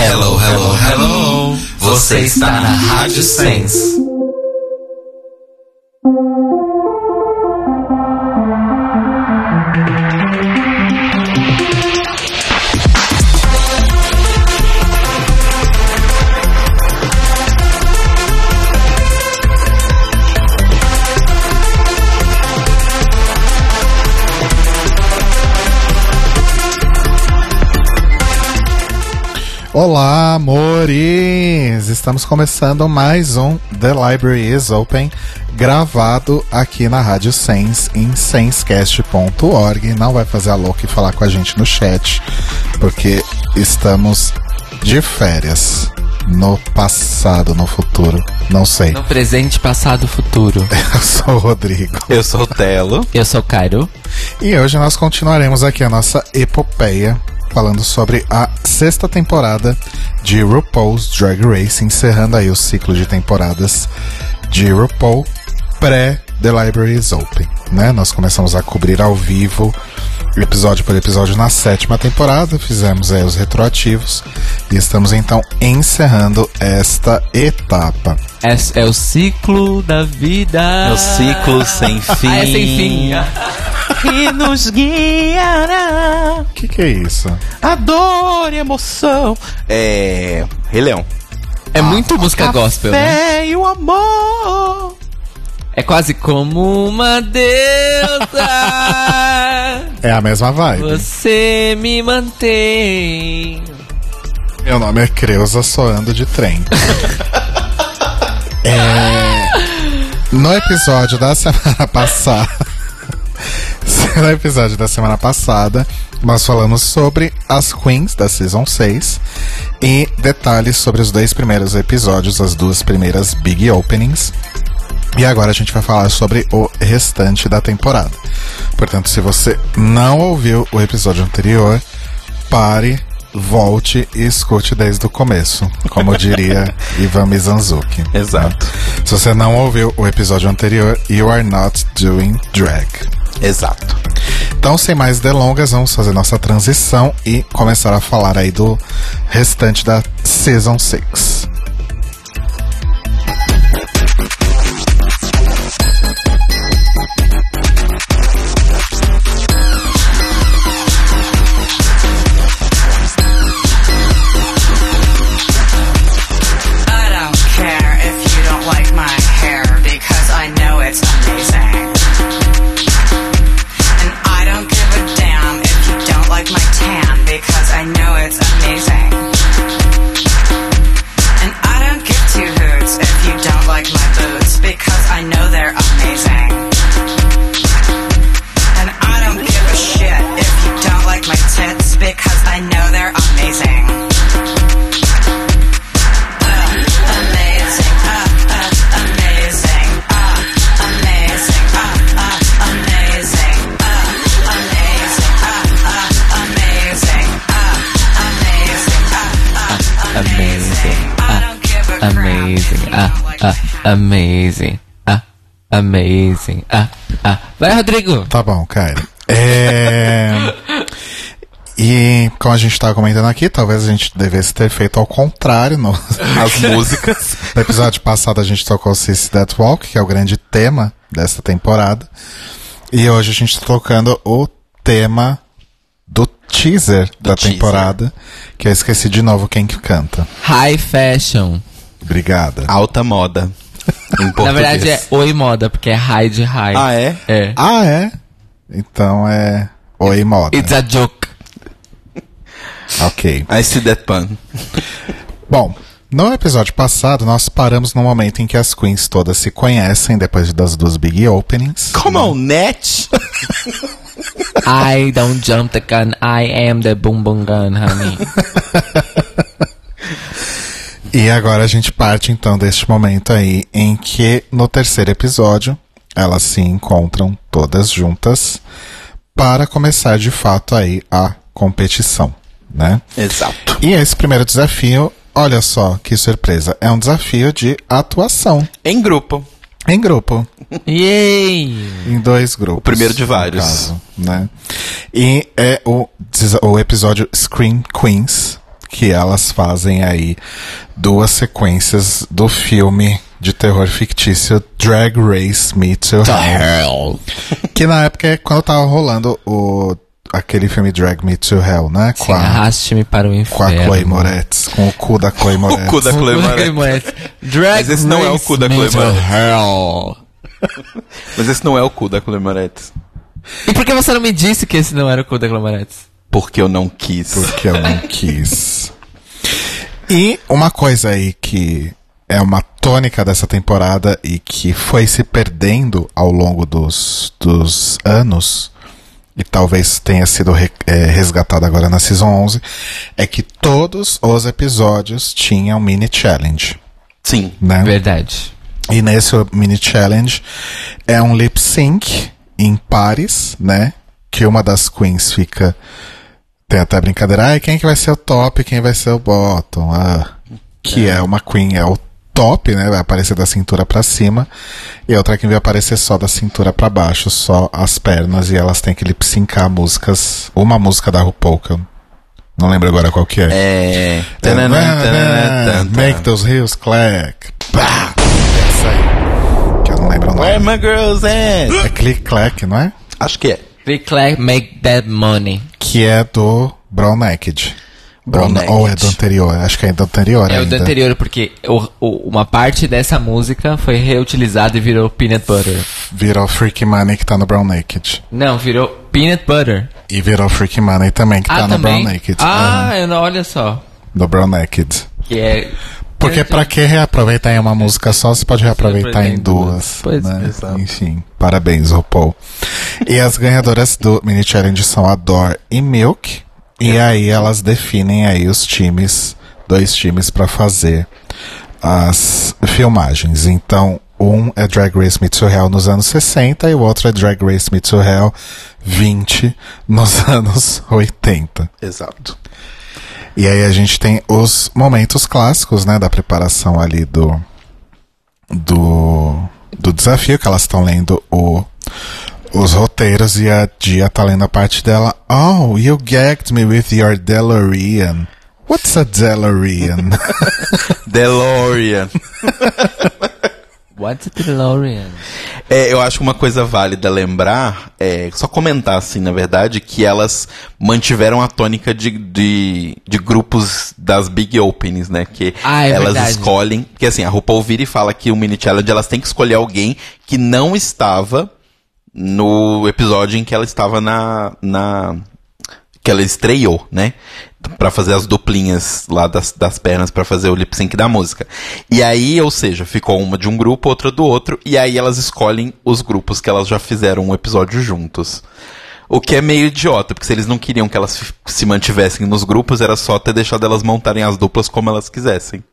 Hello, hello, hello. Você está na Rádio Sense. Olá, amores! Estamos começando mais um The Library is Open, gravado aqui na Rádio Sense, em sensecast.org. Não vai fazer a louca e falar com a gente no chat, porque estamos de férias. No passado, no futuro, não sei. No presente, passado, futuro. Eu sou o Rodrigo. Eu sou o Telo. Eu sou o Cairo. E hoje nós continuaremos aqui a nossa epopeia, falando sobre a 6ª temporada de RuPaul's Drag Race, encerrando aí o ciclo de temporadas de RuPaul pré-The Library is Open, né? Nós começamos a cobrir ao vivo, episódio por episódio, na 7ª temporada, fizemos aí os retroativos e estamos então encerrando esta etapa. É o ciclo da vida. É o ciclo sem fim. É sem fim. Que nos guiará. Que é isso? A dor e a emoção. Rei Leão. É muito música gospel, né? E o amor. É quase como uma deusa. É a mesma vibe. Você me mantém. Meu nome é Creuza, soando de trem. No episódio da semana passada, nós falamos sobre as Queens da Season 6 e detalhes sobre os 2 primeiros episódios, as 2 primeiras Big Openings. E agora a gente vai falar sobre o restante da temporada. Portanto, se você não ouviu o episódio anterior, pare, volte e escute desde o começo, como diria Ivan Mizanzuki. Exato. Se você não ouviu o episódio anterior, you are not doing drag. Exato. Então, sem mais delongas, vamos fazer nossa transição e começar a falar aí do restante da Season 6. Amazing. Amazing. Vai, Rodrigo. Tá bom, Caio. E como a gente tava comentando aqui, talvez a gente devesse ter feito ao contrário as músicas. No episódio passado a gente tocou Sissy That Walk, que é o grande tema dessa temporada. E hoje a gente tá tocando o tema do teaser da temporada, que eu esqueci de novo quem que canta. High Fashion. Obrigada. Alta moda. Na verdade é Oi Moda, porque é high de high. Ah, é? É. Ah, é? Então é Oi Moda. It's a joke. Ok. I see that pun. Bom, no episódio passado nós paramos no momento em que as queens todas se conhecem depois das 2 Big Openings. Come on, Net! I don't jump the gun, I am the boom boom gun, honey. E agora a gente parte então deste momento aí em que no 3º episódio elas se encontram todas juntas para começar de fato aí a competição, né? Exato. E esse primeiro desafio, olha só que surpresa, é um desafio de atuação. Em grupo. Em grupo. Yay! Em 2 grupos. O primeiro de vários. Caso, né? E é o episódio Scream Queens, que elas fazem aí 2 sequências do filme de terror fictício Drag Race Me to Hell. Que na época é quando tava rolando aquele filme Drag Me to Hell, né? Sim, Arraste-me para o com inferno. a Chloe Moretz, com o cu da Chloe Moretz. O cu da Chloe Moretz. Drag Mas esse não é o cu da Chloe Me to Moretz. Hell. Mas esse não é o cu da Chloe Moretz. E por que você não me disse que esse não era o cu da Chloe Moretz? Porque eu não quis. Porque eu não quis. E uma coisa aí que é uma tônica dessa temporada e que foi se perdendo ao longo dos anos, e talvez tenha sido resgatado agora na Season 11, é que todos os episódios tinham mini challenge. Sim. Né? Verdade. E nesse mini challenge é um lip sync em pares, né? Que uma das queens fica... Tem até brincadeira, quem que vai ser o top e quem vai ser o bottom? Que é uma queen, é o top, né? Vai aparecer da cintura pra cima. E a outra queen vai aparecer só da cintura pra baixo, só as pernas. E elas têm que lip syncar músicas. Uma música da RuPaul, que eu não lembro agora qual que é. Make those heels clack. Bah! Essa aí. Que eu não lembro o nome. Where my girls at? É click clack, não é? Acho que é. Click, clack, make that money. Que é do Brown Naked. Ou é do anterior? Acho que é do anterior É ainda. o do anterior, porque uma parte dessa música foi reutilizada e virou Peanut Butter. Virou Freaky Money, que tá no Brown Naked. Não, virou Peanut Butter. E virou Freaky Money também, que tá no também? Brown Naked. Eu não, olha só. Do Brown Naked. Que é... Porque pra que reaproveitar em uma música só, você pode reaproveitar em duas. Pois né? Exato. Enfim, parabéns, RuPaul. E as ganhadoras do mini challenge são a Dor e Milk. E aí elas definem aí os times, 2 times pra fazer as filmagens. Então, um é Drag Race Me to Hell nos anos 60 e o outro é Drag Race Me to Hell 20 nos anos 80. Exato. E aí a gente tem os momentos clássicos, né, da preparação ali do desafio, que elas estão lendo os roteiros e a Gia tá lendo a parte dela. Oh, you gagged me with your DeLorean. What's a DeLorean? DeLorean. What's a DeLorean? Eu acho que uma coisa válida lembrar, só comentar assim, na verdade, que elas mantiveram a tônica de grupos das Big Openings, né? Que elas verdade. escolhem, porque assim, a RuPaul vira e fala que o mini challenge elas têm que escolher alguém que não estava no episódio em que ela estava que ela estreou, né? Pra fazer as duplinhas lá das pernas pra fazer o lip sync da música. E aí, ou seja, ficou uma de um grupo, outra do outro, e aí elas escolhem os grupos que elas já fizeram um episódio juntos. O que é meio idiota, porque se eles não queriam que elas se mantivessem nos grupos, era só ter deixado elas montarem as duplas como elas quisessem.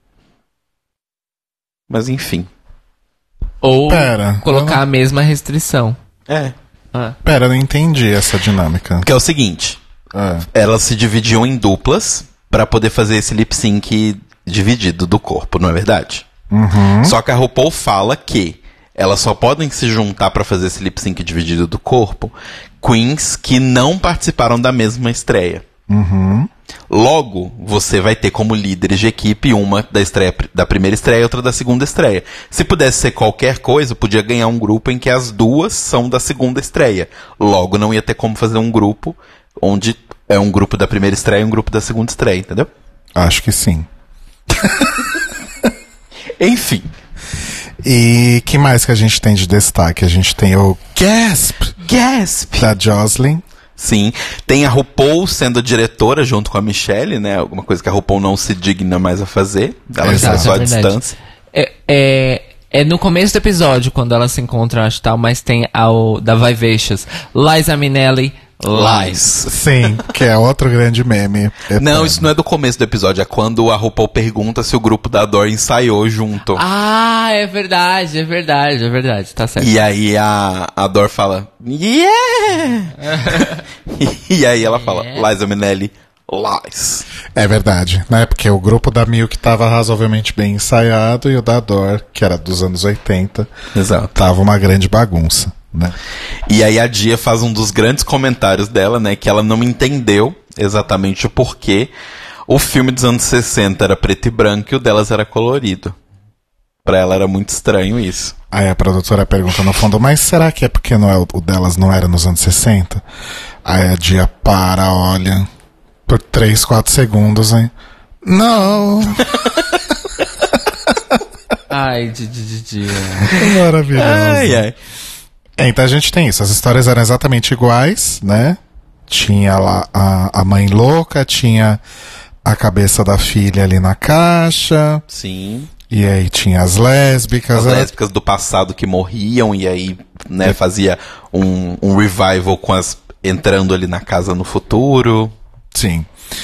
Mas enfim. Ou colocar a mesma restrição. Pera, eu não entendi essa dinâmica. Que é o seguinte... Elas se dividiam em duplas pra poder fazer esse lip sync dividido do corpo, não é verdade? Uhum. Só que a RuPaul fala que elas só podem se juntar pra fazer esse lip sync dividido do corpo queens que não participaram da mesma estreia. Uhum. Logo, você vai ter como líderes de equipe uma da primeira estreia e outra da segunda estreia. Se pudesse ser qualquer coisa, podia ganhar um grupo em que as duas são da segunda estreia. Logo, não ia ter como fazer um grupo onde é um grupo da primeira estreia e um grupo da segunda estreia, entendeu? Acho que sim. Enfim. E que mais que a gente tem de destaque? A gente tem o Gasp da Jocelyn. Sim. Tem a RuPaul sendo diretora junto com a Michelle, né? Alguma coisa que a RuPaul não se digna mais a fazer. Ela está só à distância. É no começo do episódio, quando elas se encontram, acho tal, mas tem da Vivacious. Liza Minnelli. Lies. Sim, que é outro grande meme. Não, isso não é do começo do episódio, é quando a RuPaul pergunta se o grupo da Dor ensaiou junto. É verdade, tá certo. E aí a Dor fala, yeah! E aí ela fala, Liza Minnelli, lies. É verdade, né? Porque o grupo da Milk tava razoavelmente bem ensaiado e o da Dor, que era dos anos 80, exato, tava uma grande bagunça. Né? E aí a Gia faz um dos grandes comentários dela, né, que ela não entendeu exatamente o porquê O filme dos anos 60 era preto e branco e o delas era colorido. Pra ela era muito estranho isso. Aí a produtora pergunta no fundo, mas será que é porque não é o delas não era nos anos 60? Aí a Dia para, olha, por 3, 4 segundos, hein? Não! Ai, Didi. Maravilhoso. Ai, ai. Então a gente tem isso, as histórias eram exatamente iguais, né? Tinha lá a mãe louca, tinha a cabeça da filha ali na caixa, Sim. e aí tinha as lésbicas. As lésbicas do passado que morriam e aí, né, fazia um revival com as entrando ali na casa no futuro. Sim.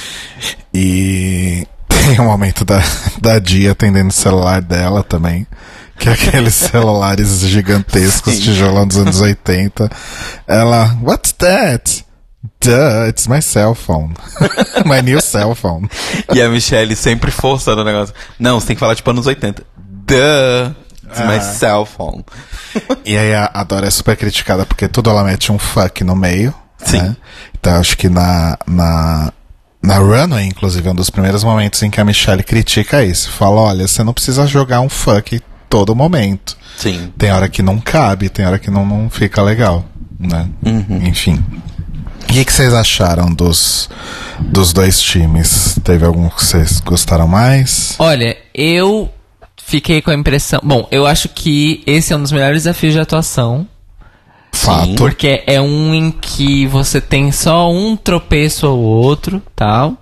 E tem um momento da Dia atendendo o celular dela também. Que é aqueles celulares gigantescos, Sim. tijolão dos anos 80. Ela, what's that? Duh, it's my cell phone. My new cell phone. E a Michelle sempre forçando o negócio. Não, você tem que falar tipo anos 80. Duh, it's my cell phone. E aí a Dora é super criticada porque tudo ela mete um fuck no meio. Sim. Né? Então acho que na Runway, inclusive, é um dos primeiros momentos em que a Michelle critica isso. Fala, olha, você não precisa jogar um fuck todo momento. Sim. Tem hora que não cabe, tem hora que não fica legal, né? Enfim. O que vocês acharam dos dois times? Teve algum que vocês gostaram mais? Olha, eu fiquei com a impressão... Bom, eu acho que esse é um dos melhores desafios de atuação. Fato. Porque é um em que você tem só um tropeço ou outro, tal.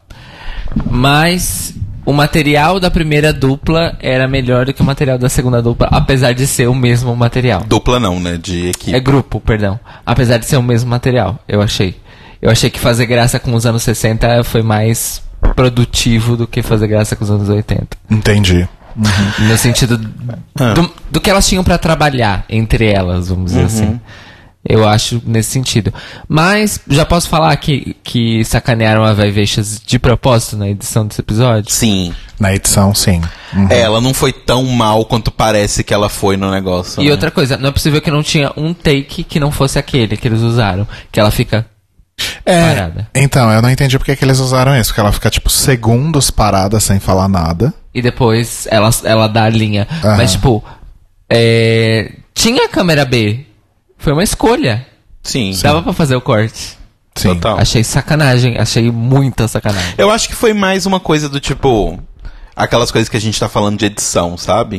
Mas o material da primeira dupla era melhor do que o material da segunda dupla, apesar de ser o mesmo material. Dupla não, né? De equipe. É grupo, perdão. Apesar de ser o mesmo material, eu achei. Eu achei que fazer graça com os anos 60 foi mais produtivo do que fazer graça com os anos 80. Entendi. No sentido do que elas tinham pra trabalhar entre elas, vamos dizer assim. Eu acho nesse sentido. Mas já posso falar que sacanearam a Vivacious de propósito na edição desse episódio? Sim. Na edição, sim. Ela não foi tão mal quanto parece que ela foi no negócio. E né? outra coisa, não é possível que não tinha um take que não fosse aquele que eles usaram. Que ela fica parada. Então, eu não entendi porque que eles usaram isso. Porque ela fica, tipo, segundos parada sem falar nada. E depois ela dá a linha. Aham. Mas, tipo, tinha a câmera B. Foi uma escolha. Sim. Dava pra fazer o corte. Sim. Total. Achei sacanagem. Achei muita sacanagem. Eu acho que foi mais uma coisa do tipo... Aquelas coisas que a gente tá falando de edição, sabe?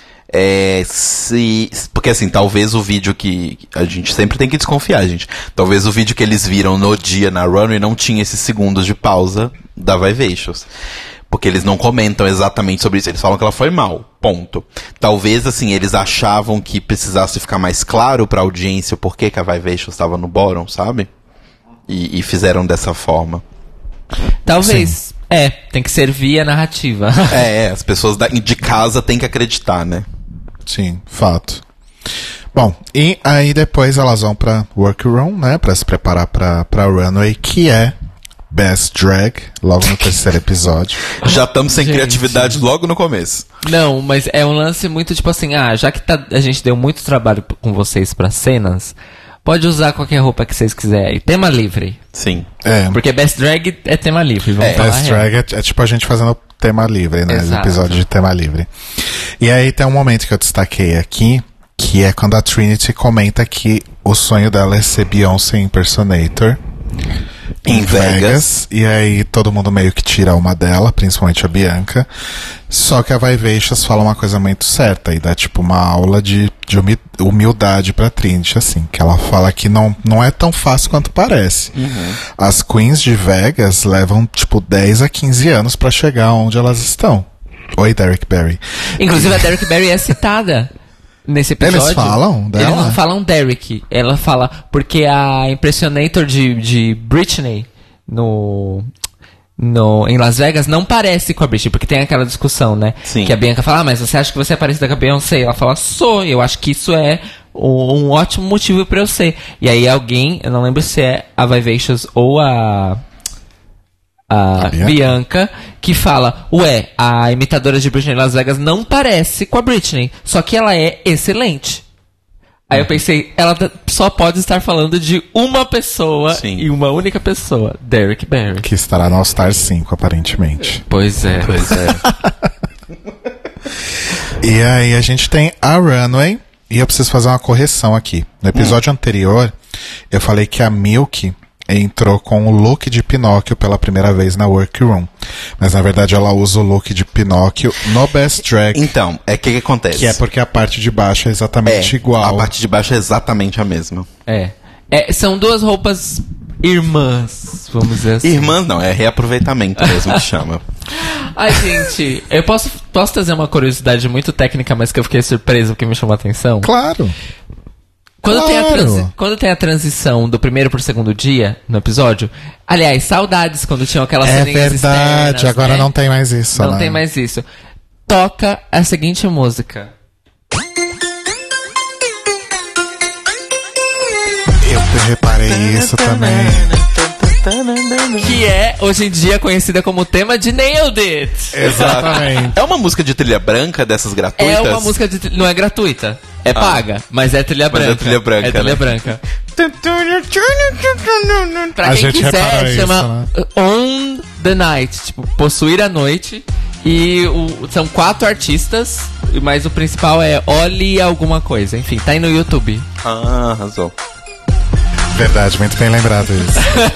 Porque assim, talvez o vídeo que... A gente sempre tem que desconfiar, gente. Talvez o vídeo que eles viram no dia na runway não tinha esses segundos de pausa da Vivacious. Porque eles não comentam exatamente sobre isso. Eles falam que ela foi mal. Ponto. Talvez, assim, eles achavam que precisasse ficar mais claro pra audiência o porquê que a Vivacious estava no bottom, sabe? E fizeram dessa forma. Talvez. Tem que servir a narrativa. As pessoas de casa têm que acreditar, né? Sim, fato. Bom, e aí depois elas vão pra workroom, né? Pra se preparar pra runway, que é Best Drag, logo no terceiro episódio. Já estamos sem Gente. criatividade logo no começo. Não, mas é um lance muito tipo assim, já que a gente deu muito trabalho com vocês pra cenas, pode usar qualquer roupa que vocês quiserem. Tema livre. Sim. Porque Best Drag é tema livre, vamos falar Best real. Drag é tipo a gente fazendo tema livre, né? Exato. Episódio de tema livre. E aí tem um momento que eu destaquei aqui, que é quando a Trinity comenta que o sonho dela é ser Beyoncé Impersonator em Vegas. E aí todo mundo meio que tira uma dela, principalmente a Bianca. Só que a Vivacious fala uma coisa muito certa e dá tipo uma aula de humildade pra Trinity, assim. Que ela fala que não é tão fácil quanto parece. As queens de Vegas levam tipo 10 a 15 anos pra chegar onde elas estão. Oi, Derek Barry. Inclusive a Derek Barry é citada nesse episódio. Eles falam dela? Eles não falam Derek. Ela fala porque a Impressionator de Britney em Las Vegas não parece com a Britney, porque tem aquela discussão, né? Sim. Que a Bianca fala, mas você acha que você é parecida com a Beyoncé? Ela fala, sou, eu acho que isso é um ótimo motivo pra eu ser. E aí alguém, eu não lembro se é a Vivacious ou a Bianca, que fala, a imitadora de Britney em Las Vegas não parece com a Britney, só que ela é excelente. Aí eu pensei, ela só pode estar falando de uma pessoa e uma única pessoa, Derrick Barry. Que estará no All Star 5, aparentemente. Pois é. E aí a gente tem a Runway, e eu preciso fazer uma correção aqui. No episódio anterior, eu falei que a Milk entrou com o look de Pinóquio pela primeira vez na Workroom. Mas na verdade ela usa o look de Pinóquio no Best Drag. Então, que acontece? Que é porque a parte de baixo é exatamente igual. A parte de baixo é exatamente a mesma. São duas roupas irmãs, vamos dizer assim. Irmãs não, é reaproveitamento mesmo que chama. Ai, gente, eu posso trazer uma curiosidade muito técnica, mas que eu fiquei surpreso porque me chamou a atenção? Claro! Quando tem a transição do primeiro pro segundo dia no episódio, aliás, saudades quando tinham aquelas ceninhas externas. É verdade, agora não tem mais isso, Não tem mais isso. Toca a seguinte música. Eu reparei isso também. Que é, hoje em dia, conhecida como tema de Nailed It. Exatamente. É uma música de trilha branca dessas gratuitas? É uma música não é gratuita. É paga, mas é trilha branca. É trilha branca, branca. Pra A quem gente quiser, reparou chama isso, né? On the Night, tipo, possuir a noite. E são 4 artistas, mas o principal é Oli alguma coisa. Enfim, tá aí no YouTube. Arrasou. Verdade, muito bem lembrado isso.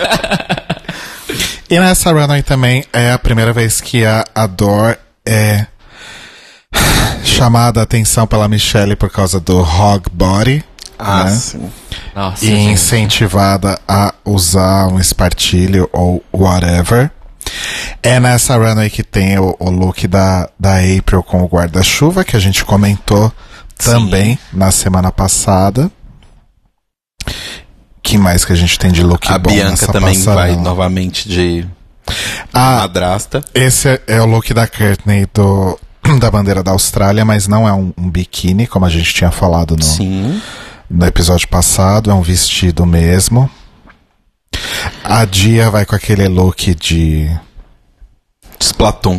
E nessa runway também é a primeira vez que a Adore é chamada a atenção pela Michelle por causa do hog body, né? Sim. Nossa, E gente. incentivada a usar um espartilho ou whatever. É nessa runway que tem o look da April com o guarda-chuva, que a gente comentou também na semana passada. Que mais que a gente tem de look A bom Bianca nessa também passarela? vai novamente de madrasta. Esse é o look da Courtney da bandeira da Austrália, mas não é um biquíni, como a gente tinha falado no episódio passado. É um vestido mesmo. A Dia vai com aquele look de Splatoon.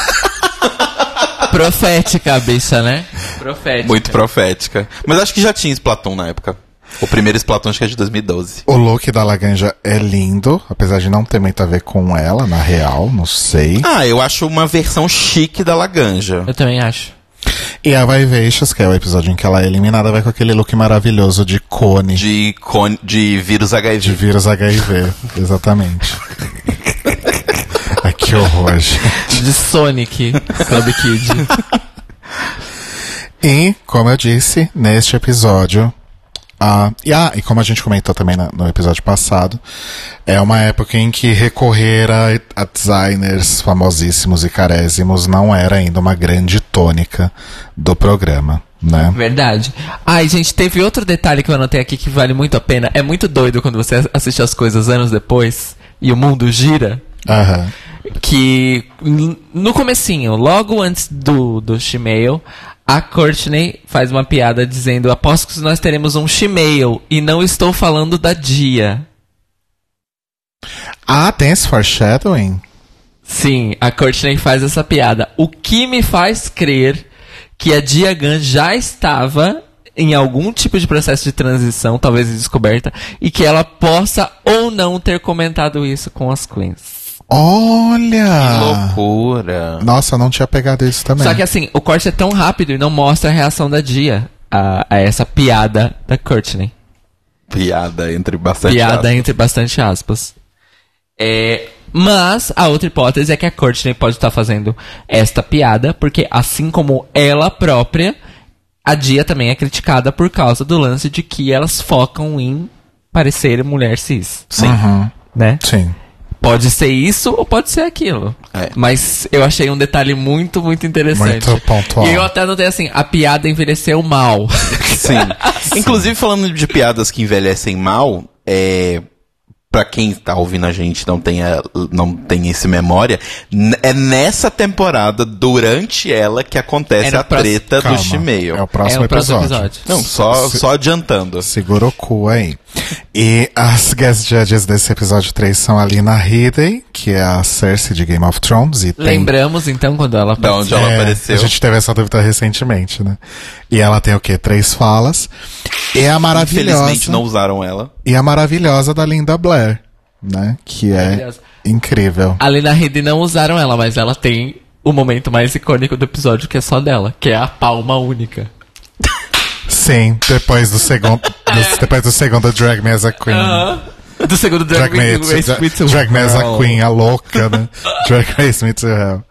Profética a bicha, né? Profética. Muito profética. Mas acho que já tinha Splatoon na época. O primeiro Splatoon acho que é de 2012. O look da Laganja é lindo, apesar de não ter muito a ver com ela, na real, não sei. Eu acho uma versão chique da Laganja. Eu também acho. E a Vaiveixas, que é o episódio em que ela é eliminada, vai com aquele look maravilhoso de cone. De vírus HIV. De vírus HIV, exatamente. Ai, que horror, gente. De Sonic, Club Kid. E, como eu disse, neste episódio... E como a gente comentou também no episódio passado, é uma época em que recorrer a designers famosíssimos e carésimos não era ainda uma grande tônica do programa, né? Verdade. Ai, gente, teve outro detalhe que eu anotei aqui que vale muito a pena. É muito doido quando você assiste as coisas anos depois e o mundo gira. Aham. Que no comecinho, logo antes do Shemale, a Courtney faz uma piada dizendo: aposto que nós teremos um Shemale e não estou falando da Dia. Tem esse foreshadowing? Sim, a Courtney faz essa piada. O que me faz crer que a Dia Gunn já estava em algum tipo de processo de transição, talvez de descoberta, e que ela possa ou não ter comentado isso com as queens. Olha! Que loucura. Nossa, eu não tinha pegado isso também. Só que assim, o corte é tão rápido e não mostra a reação da Dia a essa piada da Courtney. Piada entre bastante aspas. Mas a outra hipótese é que a Courtney pode estar fazendo esta piada, porque assim como ela própria, a Dia também é criticada por causa do lance de que elas focam em parecer mulher cis. Sim. Né? Sim. Pode ser isso ou pode ser aquilo. Mas eu achei um detalhe muito, muito interessante. Muito pontual. E eu até notei assim, a piada envelheceu mal. Sim. Inclusive, falando de piadas que envelhecem mal, pra quem tá ouvindo a gente não tem esse memória, é nessa temporada, durante ela, que acontece a treta do Shimeio. É o próximo episódio. Não, só adiantando. Segura o cu aí. E as guest judges desse episódio 3 são a Lena Headey, que é a Cersei de Game of Thrones. E lembramos, então, quando ela apareceu. De onde ela apareceu. A gente teve essa dúvida recentemente, né? E ela tem o quê? 3 falas. E a maravilhosa... Infelizmente não usaram ela. E a maravilhosa da Linda Blair, né? Que é incrível. A Lena Headey não usaram ela, mas ela tem o momento mais icônico do episódio, que é só dela, que é a palma única. Sim, depois do segundo Drag Me As a Queen. Do segundo Drag Me As a Queen, a louca, né? Drag Race Me to Hell.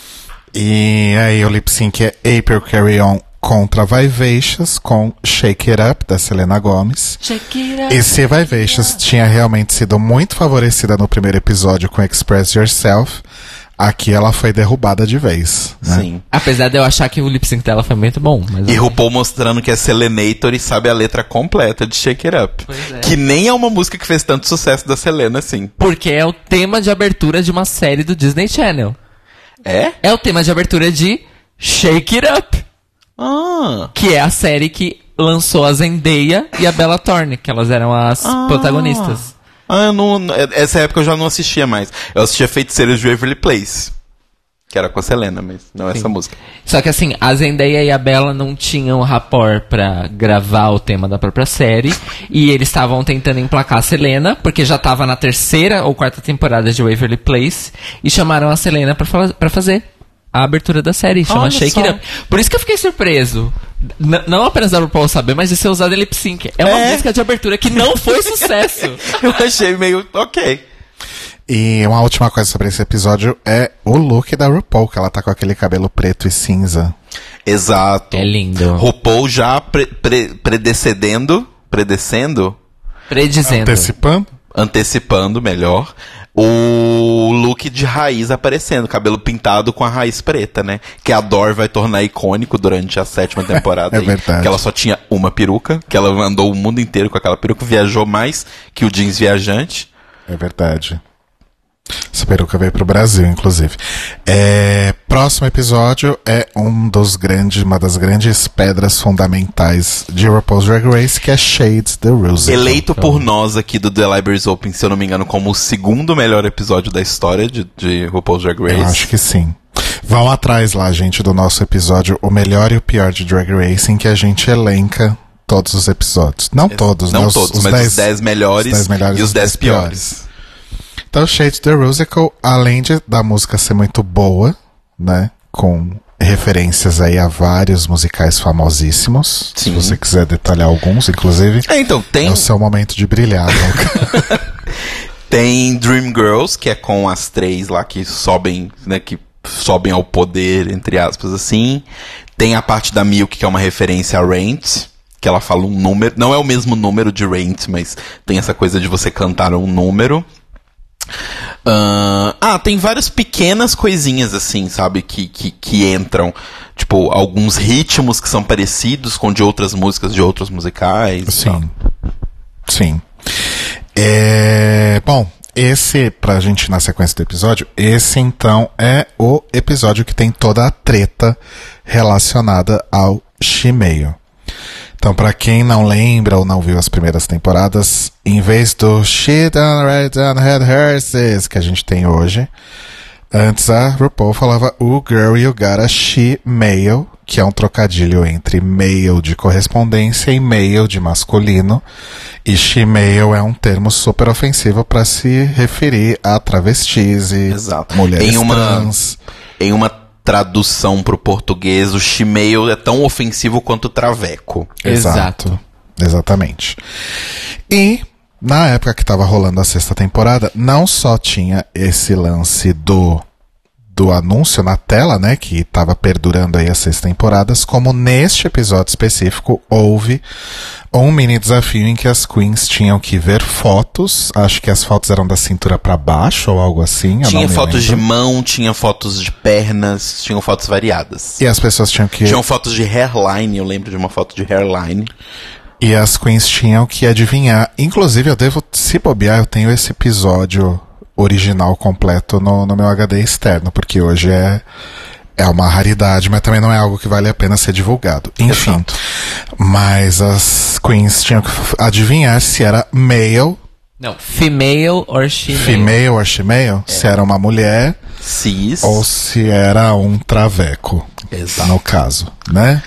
E aí o lip sync é April Carry On contra Vivacious com Shake It Up, da Selena Gomez. E se Vivacious tinha realmente sido muito favorecida no primeiro episódio com Express Yourself, aqui ela foi derrubada de vez, né? Sim. Apesar de eu achar que o lip sync dela foi muito bom. Mas e RuPaul mostrando que é Selenator e sabe a letra completa de Shake It Up. Que nem é uma música que fez tanto sucesso da Selena, assim. Porque é o tema de abertura de uma série do Disney Channel. É? É o tema de abertura de Shake It Up. Que é a série que lançou a Zendaya e a Bella Thorne, que elas eram as protagonistas. Essa época eu já não assistia mais. Eu assistia Feiticeiros de Waverly Place, que era com a Selena, mas não essa música. Só que assim, a Zendaya e a Bella não tinham rapport pra gravar o tema da própria série, e eles estavam tentando emplacar a Selena, porque já tava na 3ª ou 4ª temporada de Waverly Place, e chamaram a Selena pra fazer a abertura da série, chama Shake It Up. Por isso que eu fiquei surpreso. Não apenas da RuPaul saber, mas de ser usada em lip sync. É uma música de abertura que não foi sucesso. Eu achei meio ok. E uma última coisa sobre esse episódio é o look da RuPaul, que ela tá com aquele cabelo preto e cinza. Exato. É lindo. RuPaul já predecendo. Antecipando, melhor. O look de raiz aparecendo, cabelo pintado com a raiz preta, né? Que a Dor vai tornar icônico durante a 7ª temporada. É verdade. Que ela só tinha uma peruca, que ela andou o mundo inteiro com aquela peruca, viajou mais que o Jeans Viajante. É verdade. Essa peruca veio pro Brasil, inclusive. Próximo episódio é uma das grandes pedras fundamentais de RuPaul's Drag Race, que é Shades the Rules. Eleito por nós aqui do The Libraries Open, se eu não me engano, como o 2º melhor episódio da história de RuPaul's Drag Race. Eu acho que sim. Vão atrás lá, gente, do nosso episódio O Melhor e o Pior de Drag Race, em que a gente elenca todos os episódios. Não todos, não né? Todos, mas os 10 melhores e os 10 piores. Então, Shades the Rusical, além da música ser muito boa, né, com referências aí a vários musicais famosíssimos, sim. Se você quiser detalhar alguns, inclusive, então, é o seu momento de brilhar. Tem Dreamgirls, que é com as 3 lá que sobem, né, que sobem ao poder, entre aspas, assim. Tem a parte da Milk, que é uma referência a Rent, que ela fala um número, não é o mesmo número de Rent, mas tem essa coisa de você cantar um número. Tem várias pequenas coisinhas assim, sabe, que entram, tipo, alguns ritmos que são parecidos com de outras músicas, de outros musicais. Sim. Bom, esse, pra gente ir na sequência do episódio, esse então é o episódio que tem toda a treta relacionada ao Shimeio. Então, pra quem não lembra ou não viu as primeiras temporadas, em vez do She Done Right Done Had Horses que a gente tem hoje, antes a RuPaul falava o Girl You Gotta She-Mail, que é um trocadilho entre mail de correspondência e mail de masculino. E She-Mail é um termo super ofensivo para se referir a travestis e mulheres trans. Em uma tradução pro português, o Shimeio é tão ofensivo quanto o traveco. Exato. Exatamente. E na época que tava rolando a 6ª temporada, não só tinha esse lance do anúncio na tela, né, que tava perdurando aí as 6 temporadas, como neste episódio específico houve um mini desafio em que as queens tinham que ver fotos, acho que as fotos eram da cintura pra baixo ou algo assim. Tinha fotos de mão, tinha fotos de pernas, tinham fotos variadas. E as pessoas tinham fotos de hairline, eu lembro de uma foto de hairline. E as queens tinham que adivinhar. Inclusive, eu devo, se bobear, eu tenho esse episódio original completo no meu HD externo, porque hoje é uma raridade, mas também não é algo que vale a pena ser divulgado. Enfim. Exato. Mas as queens tinham que adivinhar se era male. Não, female or shemale. Female or shemale? Se era uma mulher Cis. ou se era um traveco. Exato. No caso, né?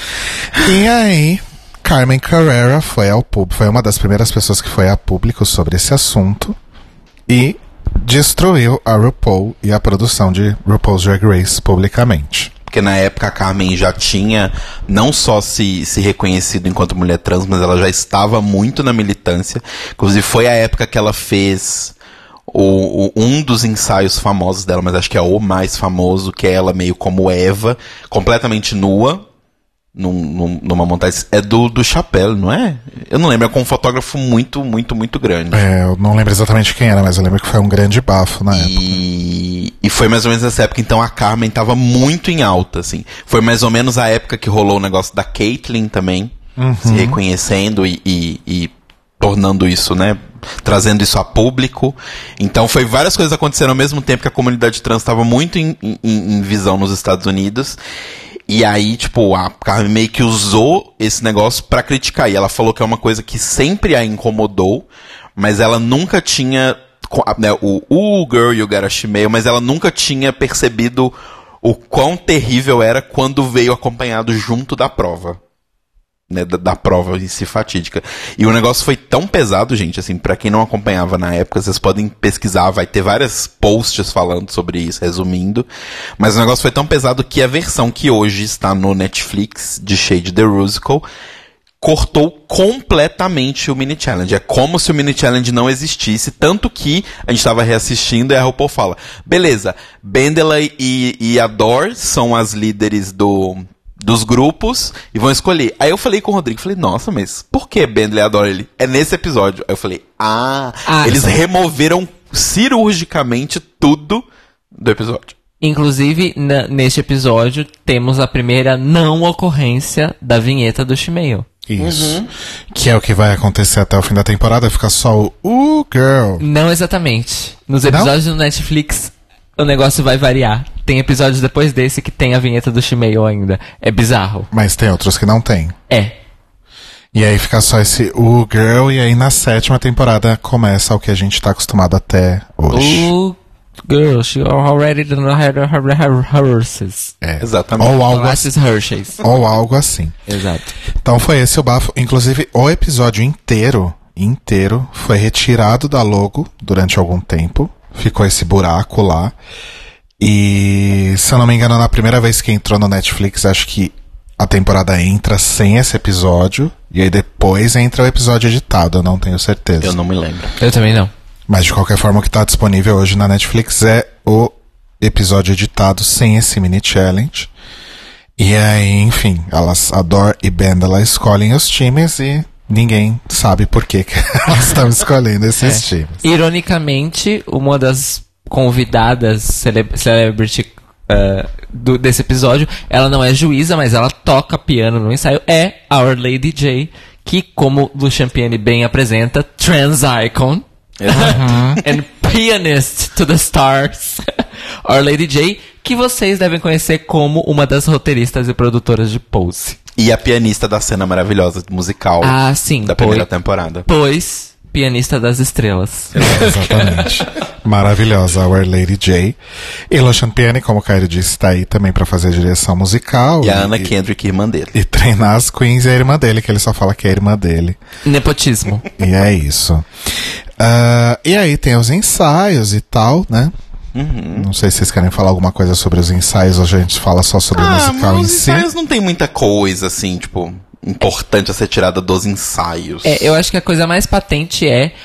E aí, Carmen Carrera foi uma das primeiras pessoas que foi a público sobre esse assunto e destruiu a RuPaul e a produção de RuPaul's Drag Race publicamente. Porque na época a Carmen já tinha não só se reconhecido enquanto mulher trans, mas ela já estava muito na militância. Inclusive foi a época que ela fez um dos ensaios famosos dela, mas acho que é o mais famoso, que é ela meio como Eva, completamente nua, numa montagem. É do Chapelle, não é? Eu não lembro, é com um fotógrafo muito, muito, muito grande. Eu não lembro exatamente quem era, mas eu lembro que foi um grande bafo na época. E foi mais ou menos nessa época, então a Carmen tava muito em alta, assim. Foi mais ou menos a época que rolou o negócio da Caitlyn também, se reconhecendo e tornando isso, né, trazendo isso a público. Então foi várias coisas acontecendo ao mesmo tempo que a comunidade trans estava muito em visão nos Estados Unidos. E aí, tipo, a Carmen meio que usou esse negócio pra criticar. E ela falou que é uma coisa que sempre a incomodou, mas ela nunca tinha, né, girl, you got a shemale, mas ela nunca tinha percebido o quão terrível era quando veio acompanhado junto da prova. Né, da prova em si fatídica. E o negócio foi tão pesado, gente, assim, pra quem não acompanhava na época, vocês podem pesquisar, vai ter vários posts falando sobre isso, resumindo, mas o negócio foi tão pesado que a versão que hoje está no Netflix, de Shade the Rusical, cortou completamente o Mini Challenge. É como se o Mini Challenge não existisse, tanto que a gente estava reassistindo e a RuPaul fala, beleza, Bendeley e Adore são as líderes dos grupos e vão escolher. Aí eu falei com o Rodrigo, falei, nossa, mas por que Bendeley adora ele? É nesse episódio. Aí eu falei, eles removeram cirurgicamente tudo do episódio. Inclusive, neste episódio, temos a primeira não ocorrência da vinheta do Shemale. Isso. Que é o que vai acontecer até o fim da temporada, fica só o girl. Não exatamente. Nos episódios do Netflix, o negócio vai variar. Tem episódios depois desse que tem a vinheta do Shemale ainda. É bizarro. Mas tem outros que não tem. É. E aí fica só esse girl, e aí na 7ª temporada começa o que a gente tá acostumado até hoje. Girl, she already had her horses. Exatamente. Ou algo assim. Exato. Então foi esse o bafo. Inclusive, o episódio inteiro foi retirado da logo durante algum tempo. Ficou esse buraco lá. E, se eu não me engano, na primeira vez que entrou no Netflix, acho que a temporada entra sem esse episódio. E aí depois entra o episódio editado, eu não tenho certeza. Eu não me lembro. Eu também não. Mas de qualquer forma, o que está disponível hoje na Netflix é o episódio editado sem esse mini challenge. E aí, enfim, Adore e Bendeley escolhem os times e ninguém sabe por que elas estão escolhendo esses times. Ironicamente, uma das convidadas celebrity desse episódio, ela não é juíza, mas ela toca piano no ensaio, é Our Lady J, que, como Lu Champiani bem apresenta, trans icon. And pianist to the stars. Our Lady J, que vocês devem conhecer como uma das roteiristas e produtoras de Pose. E a pianista da cena maravilhosa musical da primeira temporada. Pois, pianista das estrelas. Exatamente. Maravilhosa, Our Lady J. E Lu Champiani, como o Caio disse, está aí também para fazer a direção musical. E a Anna Kendrick, irmã dele. E treinar as queens e a irmã dele, que ele só fala que é a irmã dele. Nepotismo. E é isso. E aí tem os ensaios e tal, né? Não sei se vocês querem falar alguma coisa sobre os ensaios ou a gente fala só sobre o musical em si. Os ensaios não tem muita coisa, assim, tipo, importante a ser tirada dos ensaios. Eu acho que a coisa mais patente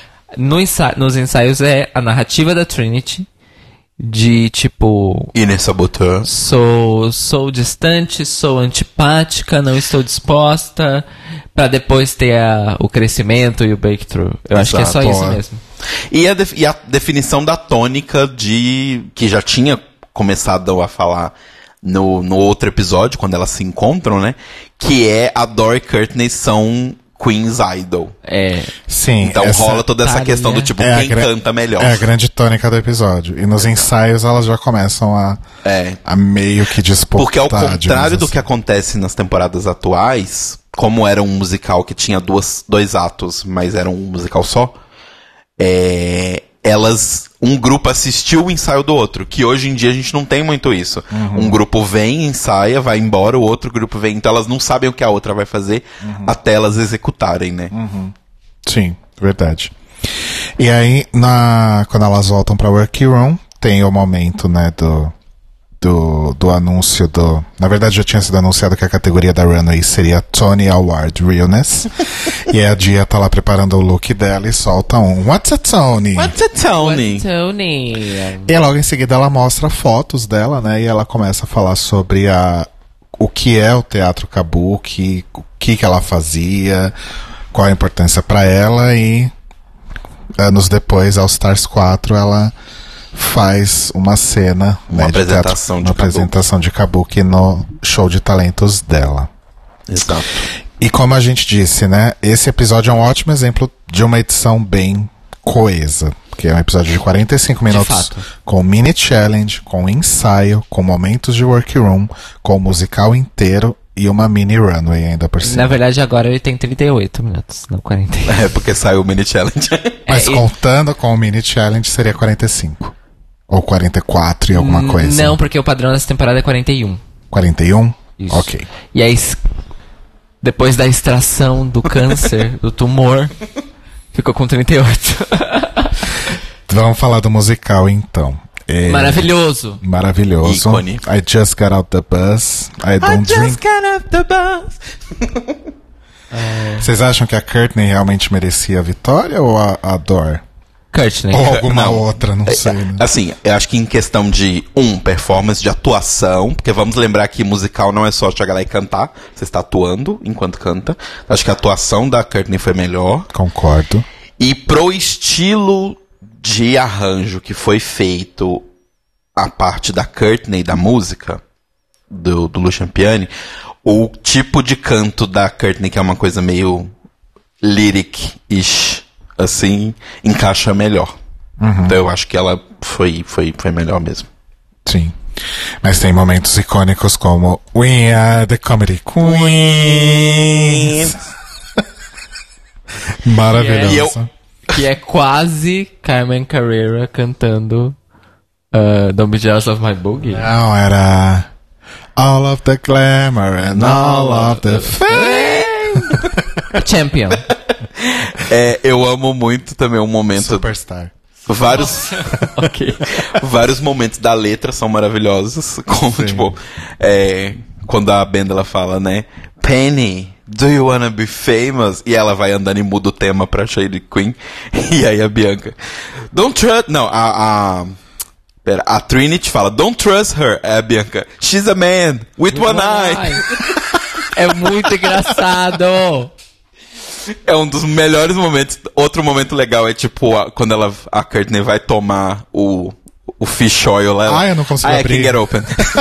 nos ensaios é a narrativa da Trinity, de tipo... Inês Saboteur. Sou distante, sou antipática, não estou disposta, pra depois ter o crescimento e o breakthrough. Eu acho que é só isso mesmo. E a definição da tônica que já tinha começado a falar no outro episódio, quando elas se encontram, né? Que é a Adore e Courtney são Queen's Idol. Sim. Então rola toda essa questão do tipo, quem canta melhor. É a grande tônica do episódio. E nos ensaios elas já começam a meio que disputar. Porque ao contrário do que acontece nas temporadas atuais, como era um musical que tinha dois atos, mas era um musical só, um grupo assistiu o ensaio do outro, que hoje em dia a gente não tem muito isso. Um grupo vem, ensaia, vai embora, o outro grupo vem, então elas não sabem o que a outra vai fazer até elas executarem, né? Sim, verdade. E aí, quando elas voltam pra Workroom, tem o momento, né, do anúncio na verdade já tinha sido anunciado que a categoria da Runway seria Tony Award Realness. E a Dia tá lá preparando o look dela e solta What's a Tony? What's a Tony? What's Tony? E logo em seguida ela mostra fotos dela, né? E ela começa a falar sobre o que é o teatro kabuki, o que ela fazia, qual a importância pra ela. E anos depois, All Stars 4, ela faz uma cena, uma apresentação de kabuki no show de talentos dela. Exato. E como a gente disse, né, esse episódio é um ótimo exemplo de uma edição bem coesa, que é um episódio de 45 minutos com mini challenge, com ensaio, com momentos de workroom, com o musical inteiro e uma mini runway ainda por cima. Na verdade agora ele tem 38 minutos, não 40. Porque saiu o mini challenge. Mas contando com o mini challenge seria 45. Ou 44 e alguma coisa? Não, porque o padrão dessa temporada é 41. 41? Isso. Ok. E aí, depois da extração do câncer, do tumor, ficou com 38. Vamos falar do musical, então. Maravilhoso. Maravilhoso. Ícone. I just got out the bus. I just got out the bus. Vocês acham que a Courtney realmente merecia a vitória ou a Dor? Courtney. Ou alguma outra, não sei. Né? Assim, eu acho que em questão de performance, de atuação, porque vamos lembrar que musical não é só chegar lá e cantar, você está atuando enquanto canta. Acho que a atuação da Courtney foi melhor. Concordo. E pro estilo de arranjo que foi feito a parte da Courtney, da música, do Lucian Piani, o tipo de canto da Courtney, que é uma coisa meio lyric-ish, assim, encaixa melhor. Então eu acho que ela foi melhor mesmo. Sim. Mas tem momentos icônicos como We are the Comedy Queens. Maravilhoso. Que é quase Carmen Carrera cantando Don't Be Jealous of My Boogie. Não, era All of the Glamour and all of the Fame. Champion. Eu amo muito também um momento... Superstar. Vários momentos da letra são maravilhosos. Como, tipo, quando a banda ela fala, né? Penny, do you wanna be famous? E ela vai andando e muda o tema pra Shady Queen. E aí a Bianca, don't trust... Não, a Trinity fala, don't trust her. É a Bianca, she's a man with one eye. É muito engraçado. É um dos melhores momentos. Outro momento legal é tipo quando a Courtney vai tomar o fish oil lá. Eu não consigo abrir. I can get open.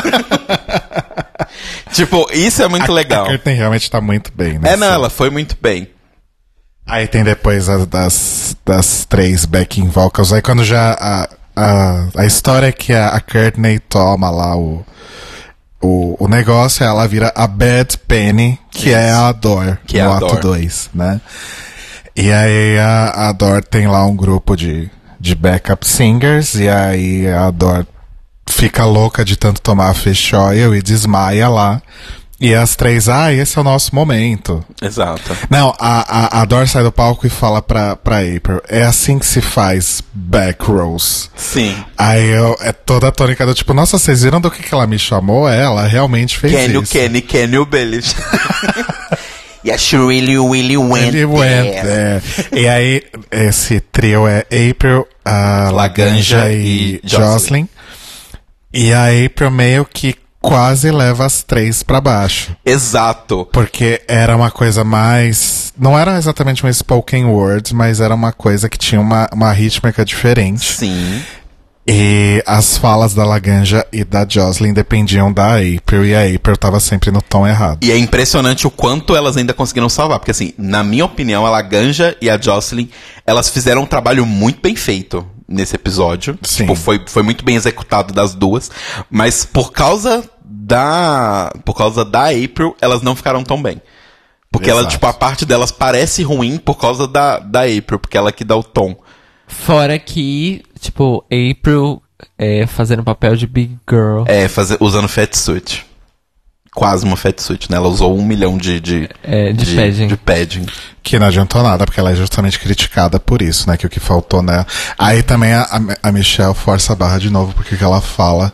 Tipo, isso é muito legal. A Courtney realmente tá muito bem, né? Ela foi muito bem. Aí tem depois das 3 backing vocals. Aí quando já a história é que a Courtney toma lá o negócio, ela vira a Bad Penny, que é a Dor, no ato 2, né? E aí a Dor tem lá um grupo de backup singers, e aí a Dor fica louca de tanto tomar fish oil e desmaia lá. E as 3, esse é o nosso momento. Exato. Não, a Dor sai do palco e fala pra April, é assim que se faz back rows. Sim. Aí é toda a tônica do tipo, nossa, vocês viram do que ela me chamou? Ela realmente fez isso. Can you believe? Yeah, she really went there. E aí, esse trio é April, a Laganja e Jocelyn. E a April meio que quase leva as 3 pra baixo. Exato. Porque era uma coisa mais... Não era exatamente uma spoken word, mas era uma coisa que tinha uma rítmica diferente. Sim. E as falas da Laganja e da Jocelyn dependiam da April, e a April tava sempre no tom errado. E é impressionante o quanto elas ainda conseguiram salvar, porque assim, na minha opinião, a Laganja e a Jocelyn, elas fizeram um trabalho muito bem feito nesse episódio. Sim. Tipo, foi muito bem executado das duas, mas por causa da April, elas não ficaram tão bem. Porque ela, Exato. tipo, a parte delas parece ruim por causa da April, porque ela que dá o tom. Fora que, tipo, April fazendo papel de big girl. Usando fatsuit. Quase uma fatsuit, né? Ela usou 1 milhão de padding. de padding. Que não adiantou nada, porque ela é justamente criticada por isso, né? Que o que faltou nela. Aí também a Michelle força a barra de novo, porque o que ela fala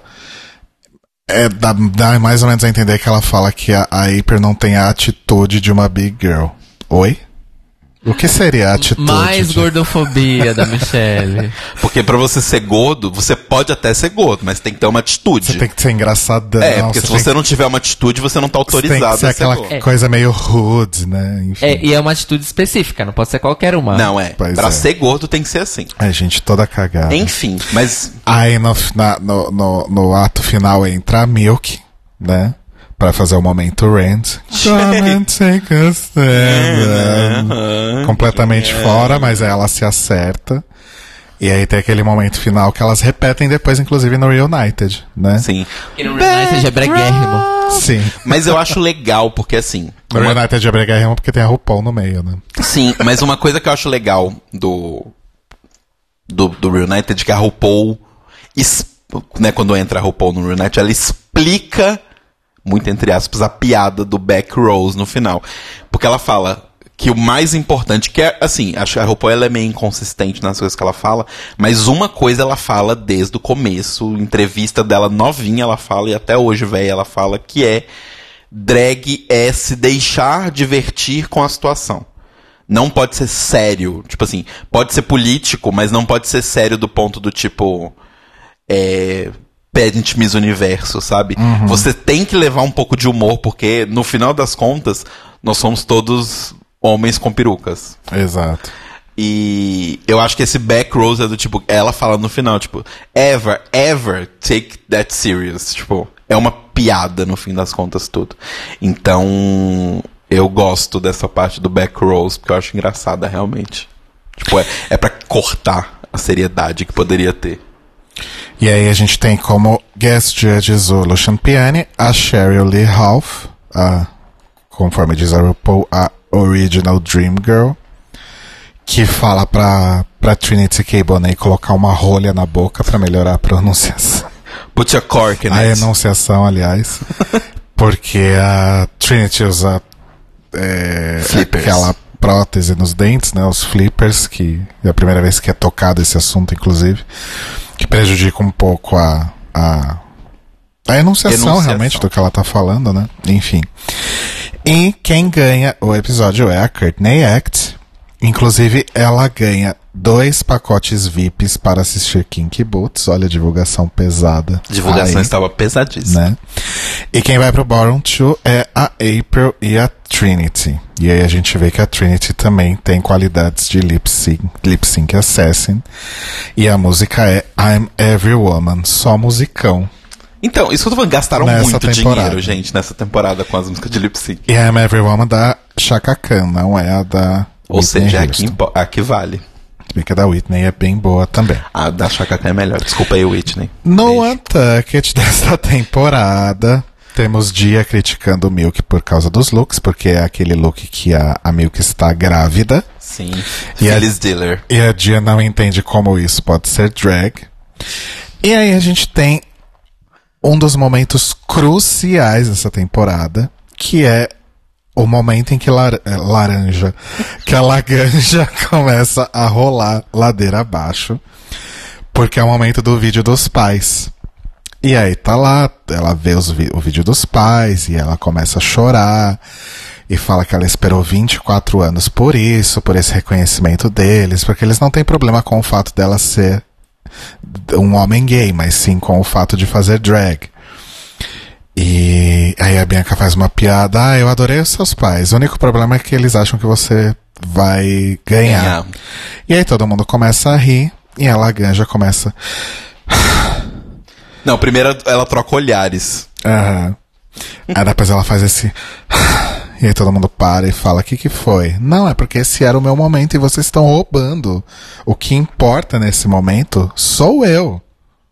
dá mais ou menos a entender que ela fala que a April não tem a atitude de uma big girl. Oi? O que seria a atitude? Mais gordofobia da Michelle. Porque pra você ser gordo, você pode até ser gordo, mas tem que ter uma atitude. Você tem que ser engraçadão. Porque se você não tiver uma atitude, você não tá Você tem autorizado que ser a ser aquela gordo. coisa meio rude, né? Enfim. E é uma atitude específica, não pode ser qualquer uma. Não, Pois pra é. ser gordo tem que ser assim. A gente toda cagada. Enfim, mas... Aí no ato final entra a Milk, né? Pra fazer o momento Rand. Come and take a stand. Completamente fora, mas aí ela se acerta. E aí tem aquele momento final que elas repetem depois, inclusive no Reunited, né? Sim. E no Reunited é breguérrimo. Sim. Mas eu acho legal, porque assim... No Reunited é breguérrimo porque tem a RuPaul no meio, né? Sim, mas uma coisa que eu acho legal do Reunited é que a RuPaul, né, quando entra a RuPaul no Reunited, ela explica, muito entre aspas, a piada do Back Rose no final. Porque ela fala que o mais importante, que é, assim, a RuPaul ela é meio inconsistente nas coisas que ela fala, mas uma coisa ela fala desde o começo, entrevista dela novinha ela fala, e até hoje, velho, ela fala que drag é se deixar divertir com a situação. Não pode ser sério. Tipo assim, pode ser político, mas não pode ser sério do ponto do tipo... Pageant Miss Universo, sabe? Uhum. Você tem que levar um pouco de humor, porque no final das contas, nós somos todos homens com perucas. Exato. E eu acho que esse Back Rose é do tipo... Ela fala no final, tipo... Ever take that serious. Tipo, é uma piada no fim das contas tudo. Então... Eu gosto dessa parte do Back Rose, porque eu acho engraçada, realmente. Tipo, é pra cortar a seriedade que poderia ter. E aí a gente tem como guest judges o Lucian Piani, a Sheryl Lee Ralph, conforme diz a RuPaul, a Original Dream Girl, que fala pra Trinity K. Bonet colocar uma rolha na boca pra melhorar a pronunciação. Put a cork in A it. enunciação, aliás. Porque a Trinity usa Flippers. aquela prótese nos dentes, né? Os flippers, que é a primeira vez que é tocado esse assunto, inclusive, que prejudica um pouco a enunciação realmente do que ela tá falando, né? Enfim. E quem ganha o episódio é a Courtney Act. Inclusive, ela ganha 2 pacotes VIPs para assistir Kinky Boots. Olha a divulgação pesada. A divulgação aí, estava pesadíssima. né? E quem vai pro Bottom 2 é a April e a Trinity. E aí a gente vê que a Trinity também tem qualidades de lip sync assassin. E a música é I'm Every Woman, só musicão. Então, isso que eu tô falando, gastaram Nessa muito temporada. dinheiro, gente, nessa temporada com as músicas de lip sync. E I'm Every Woman da Chaka Khan, não é a da Ou Whitney seja, Houston. a que vale. Bem que a da Whitney é bem boa também. A da Chaka Khan é melhor. Desculpa aí, Whitney. No Beijo. Untucked desta temporada, temos Dia criticando o Milk por causa dos looks, porque é aquele look que a Milk está grávida. Sim. E Phyllis Diller. E a Dia não entende como isso pode ser drag. E aí a gente tem um dos momentos cruciais dessa temporada, que é o momento em que que a Laganja começa a rolar ladeira abaixo, porque é o momento do vídeo dos pais. E aí tá lá, ela vê o vídeo dos pais e ela começa a chorar e fala que ela esperou 24 anos por isso, por esse reconhecimento deles, porque eles não têm problema com o fato dela ser um homem gay, mas sim com o fato de fazer drag. E aí a Bianca faz uma piada: eu adorei os seus pais, o único problema é que eles acham que você vai ganhar. E aí todo mundo começa a rir e a Laganja começa: Não, primeiro ela troca olhares. Aham. Aí depois ela faz esse... E aí todo mundo para e fala, o que foi? Não, é porque esse era o meu momento e vocês estão roubando. O que importa nesse momento sou eu.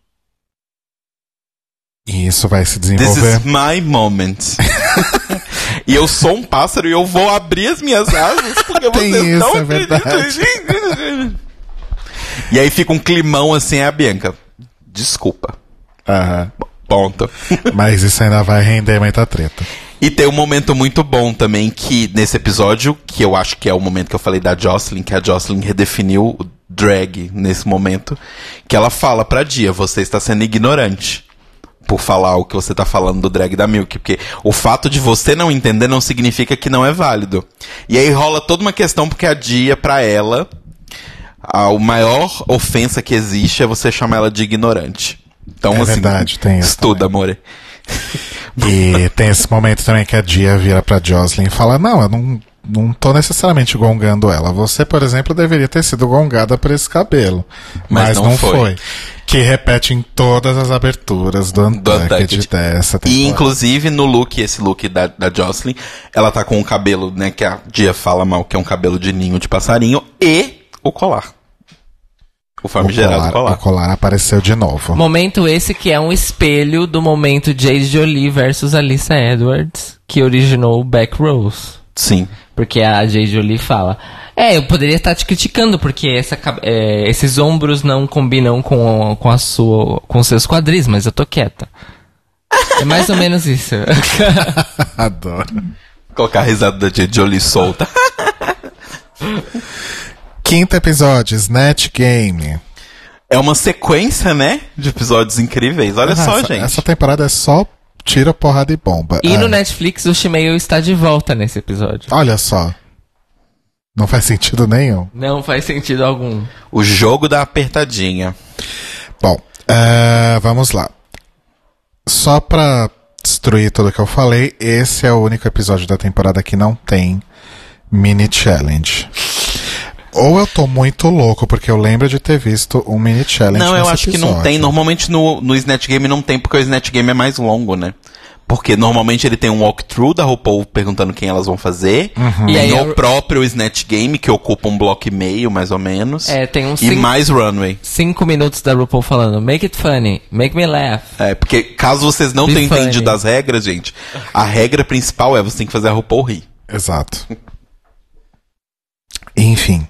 E isso vai se desenvolver. This is my moment. E eu sou um pássaro e eu vou abrir as minhas asas porque Tem vocês isso, não é verdade. acreditam. E aí fica um climão assim, a Bianca. Desculpa. Aham. Ponto. Mas isso ainda vai render muita treta. E tem um momento muito bom também, que nesse episódio, que eu acho que é o momento que eu falei da Jocelyn, que a Jocelyn redefiniu o drag nesse momento, que ela fala pra Dia, você está sendo ignorante por falar o que você tá falando do drag da Milk, porque o fato de você não entender não significa que não é válido. E aí rola toda uma questão, porque a Dia, pra ela, a maior ofensa que existe é você chamar ela de ignorante. Então, É assim, verdade, tem isso estuda, amore. E tem esse momento também que a Dia vira pra Jocelyn e fala, não, eu não tô necessariamente gongando ela. Você, por exemplo, deveria ter sido gongada por esse cabelo. Mas não foi. Que repete em todas as aberturas do Untucked dessa temporada. E inclusive no look, esse look da Jocelyn, ela tá com um cabelo, né, que a Dia fala mal, que é um cabelo de ninho de passarinho, e o colar. O famigerado colar. O colar apareceu de novo. Momento esse que é um espelho do momento Jade Jolie versus Alyssa Edwards, que originou o Backrose. Sim. Porque a Jade Jolie fala, eu poderia estar te criticando, porque esses ombros não combinam com seus quadris, mas eu tô quieta. É mais ou menos isso. Adoro. Colocar a risada da Jade Jolie solta. Quinto episódio, Snatch Game. É uma sequência, né, de episódios incríveis. Olha só, gente. Essa temporada é só tira, porrada e bomba. E no Netflix o Shimeio está de volta nesse episódio. Olha só. Não faz sentido nenhum. Não faz sentido algum. O jogo da apertadinha. Bom, vamos lá. Só pra destruir tudo que eu falei, esse é o único episódio da temporada que não tem mini challenge. Ou eu tô muito louco, porque eu lembro de ter visto um mini challenge. Não, eu nesse acho episódio. que não tem. Normalmente no Snatch Game não tem, porque o Snatch Game é mais longo, né? Porque normalmente ele tem um walkthrough da RuPaul perguntando quem elas vão fazer. Uhum. E Tem aí o próprio Snatch Game, que ocupa um bloco e meio, mais ou menos. Tem uns E mais runway. 5 minutos da RuPaul falando, make it funny, make me laugh. Porque caso vocês não Be tenham funny. entendido as regras, gente, a regra principal é você tem que fazer a RuPaul rir. Exato. Enfim.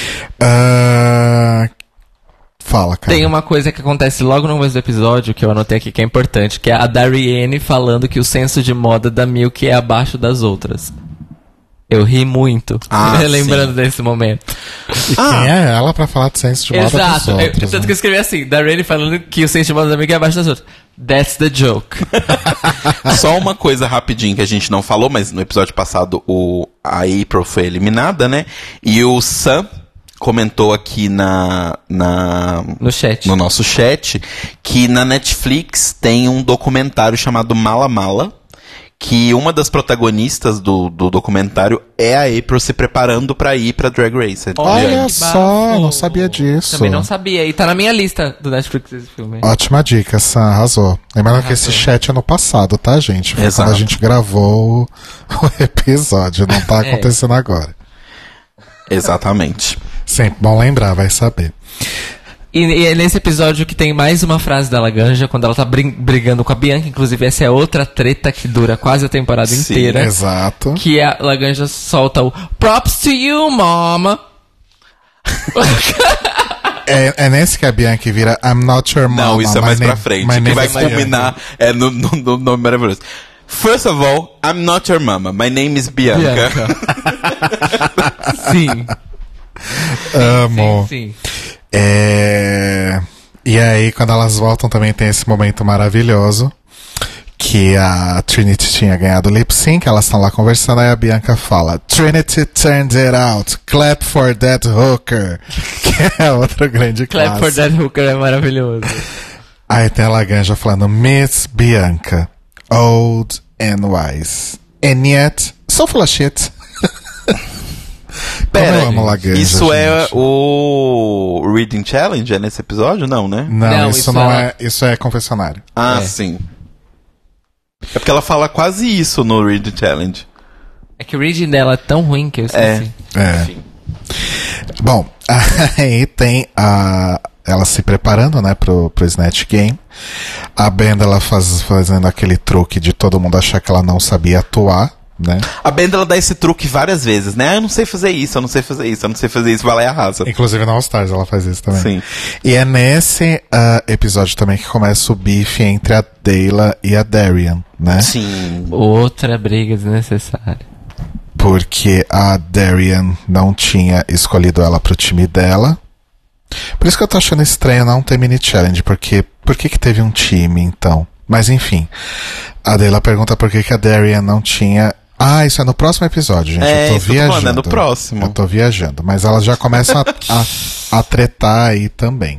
Fala, cara. Tem uma coisa que acontece logo no começo do episódio, que eu anotei aqui que é importante, que é a Darienne falando que o senso de moda da Milk é abaixo das outras. Eu ri muito, lembrando desse momento. E quem é ela pra falar de senso de moda dos Exato, outros? tanto que eu escrevi assim, Darienne falando que o senso de moda da Milk é abaixo das outras. That's the joke. Só uma coisa rapidinho que a gente não falou, mas no episódio passado a April foi eliminada, né? E o Sam comentou aqui No nosso chat que na Netflix tem um documentário chamado Mala Mala, que uma das protagonistas do documentário é a April se preparando pra ir pra Drag Race. Olha que só, bafo. não sabia disso. Também não sabia, e tá na minha lista do Netflix esse filme. Ótima dica, Sam, arrasou. Lembrando que esse chat é no passado, tá, gente? Foi Exato. quando a gente gravou o episódio, não tá acontecendo agora. Exatamente. Sempre bom lembrar, vai saber. E é nesse episódio que tem mais uma frase da Laganja, quando ela tá brigando com a Bianca. Inclusive, essa é outra treta que dura quase a temporada Sim, inteira. Exato. Que a Laganja solta o Props to you, mama. É nesse que a Bianca vira I'm not your mama. Não, isso é my mais name- pra frente, my que name vai is Bianca. culminar no nome maravilhoso. First of all, I'm not your mama. My name is Bianca. Sim. Amo. Sim. E aí, quando elas voltam, também tem esse momento maravilhoso. Que a Trinity tinha ganhado o lip sync, elas estão lá conversando, aí a Bianca fala Trinity turned it out, clap for that hooker. Que é outro grande Clap for clássico. that hooker é maravilhoso. Aí tem a Laganja falando Miss Bianca, old and wise, and yet so full of shit. Pera, eu amo Laganja, isso é gente. o Reading Challenge? É nesse episódio? Não, né? Não, isso isso não é- é. Isso é confessionário. Ah, É. sim. É porque ela fala quase isso no Reading Challenge. É que o reading dela é tão ruim que eu esqueci. É. Enfim. Bom, aí tem ela se preparando, né, pro Snatch Game. A Benda, ela fazendo aquele truque de todo mundo achar que ela não sabia atuar, né? A Benda, ela dá esse truque várias vezes, né? Eu não sei fazer isso, eu não sei fazer isso, eu não sei fazer isso. Vai lá e arrasa. Inclusive no All Stars ela faz isso também. Sim. E é nesse episódio também que começa o bife entre a Dayla e a Darian, né? Sim. Outra briga desnecessária. Porque a Darian não tinha escolhido ela pro time dela. Por isso que eu tô achando estranho não ter mini challenge, porque por que teve um time então? Mas enfim, a Dayla pergunta por que a Darian não tinha. Ah, isso é no próximo episódio, gente. É, eu tô isso que eu tô viajando. falando, é no próximo. Eu tô viajando, mas ela já começa a tretar aí também.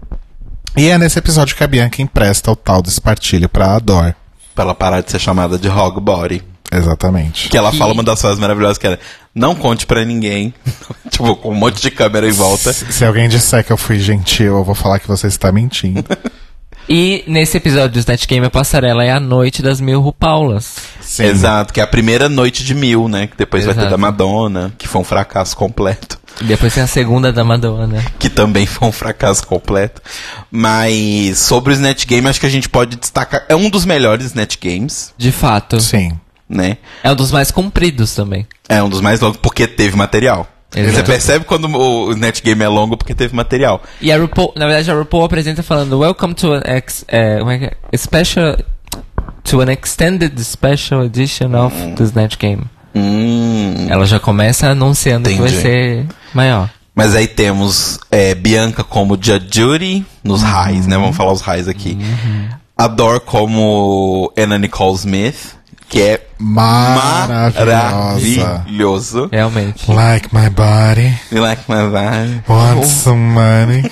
E é nesse episódio que a Bianca empresta o tal do espartilho pra Ador. Pra ela parar de ser chamada de Hog Body. Exatamente. Que ela fala uma das frases maravilhosas que era: não conte pra ninguém. Tipo, com um monte de câmera em volta. Se alguém disser que eu fui gentil, eu vou falar que você está mentindo. E nesse episódio do Snatch Game, a passarela é a noite das 1000 Rupaulas. Sim. Exato, que é a primeira noite de 1000, né? Que depois vai ter Exato. da Madonna, que foi um fracasso completo. E depois tem a segunda da Madonna. Que também foi um fracasso completo. Mas sobre o Snatch Game, acho que a gente pode destacar. É um dos melhores Snatch Games, De fato. Sim. né? É um dos mais compridos também. É um dos mais longos porque teve material. Exato. Você percebe quando o Snatch Game é longo porque teve material. E a RuPaul, na verdade, a RuPaul apresenta falando Welcome to como é que é? Special... To an extended special edition of the Snatch Game. Ela já começa anunciando que vai Entendi. ser maior. Mas aí temos Bianca como Judge Judy nos highs, né? Vamos falar os highs aqui. Adore como Anna Nicole Smith, que é Maravilhosa. maravilhoso. Realmente. Like my body, You like my vibe? want some money.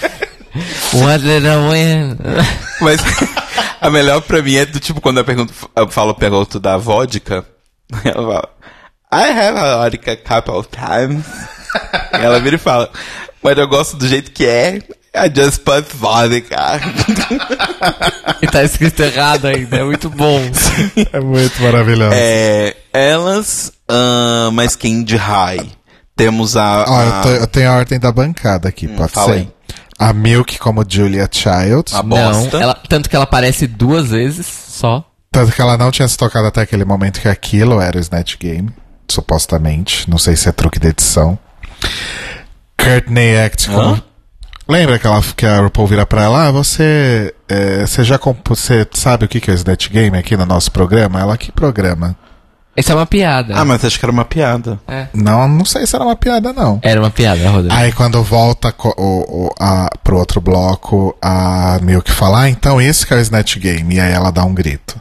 What did I win? Mas a melhor pra mim é do tipo, quando eu pergunto da vodka, ela fala, I have a vodka a couple of times. E ela vira e fala, mas eu gosto do jeito que é, I just put vodka. E tá escrito errado ainda, é muito bom. É muito maravilhoso. Elas, mas quem de high? Temos Ó, eu tenho a ordem da bancada aqui, pode fala ser? aí. A Milk como Julia Child. A Não, bosta. tanto que ela aparece 2 vezes só. Tanto que ela não tinha se tocado até aquele momento que aquilo era o Snatch Game. Supostamente. Não sei se é truque de edição. Courtney Act como... Lembra que a RuPaul vira pra ela? Você sabe o que é o Snatch Game aqui no nosso programa? Ela, que programa? Isso é uma piada. Ah, mas acho que era uma piada. Não sei se era uma piada, não. Era uma piada, Rodrigo. Aí quando volta pro outro bloco, a Milk fala, então isso que é o Snatch Game. E aí ela dá um grito.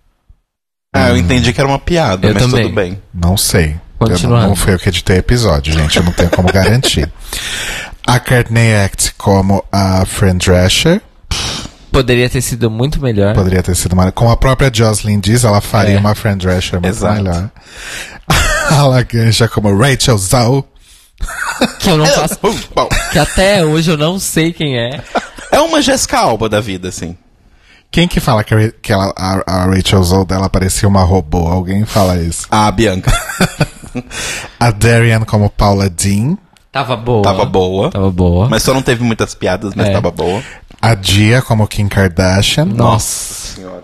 Eu entendi que era uma piada, Eu mas também. tudo bem. Não sei. Continuando. Não foi eu que editei o episódio, gente. Eu não tenho como garantir. A Courtney Act como a Fran Drescher. Poderia ter sido muito melhor. Poderia ter sido uma... Como a própria Jocelyn diz, ela faria uma Fran Drescher muito Exato. melhor. A Laganja como Rachel Zoe. Que eu não faço. Bom, Que até hoje eu não sei quem é. é uma Jessica Alba da vida, assim. Quem que fala que a Rachel Zoe dela parecia uma robô? Alguém fala isso. A Bianca A Darian como Paula Dean. Tava boa. tava boa, Tava boa. mas só não teve muitas piadas, mas tava boa. A Dia como Kim Kardashian. Nossa senhora.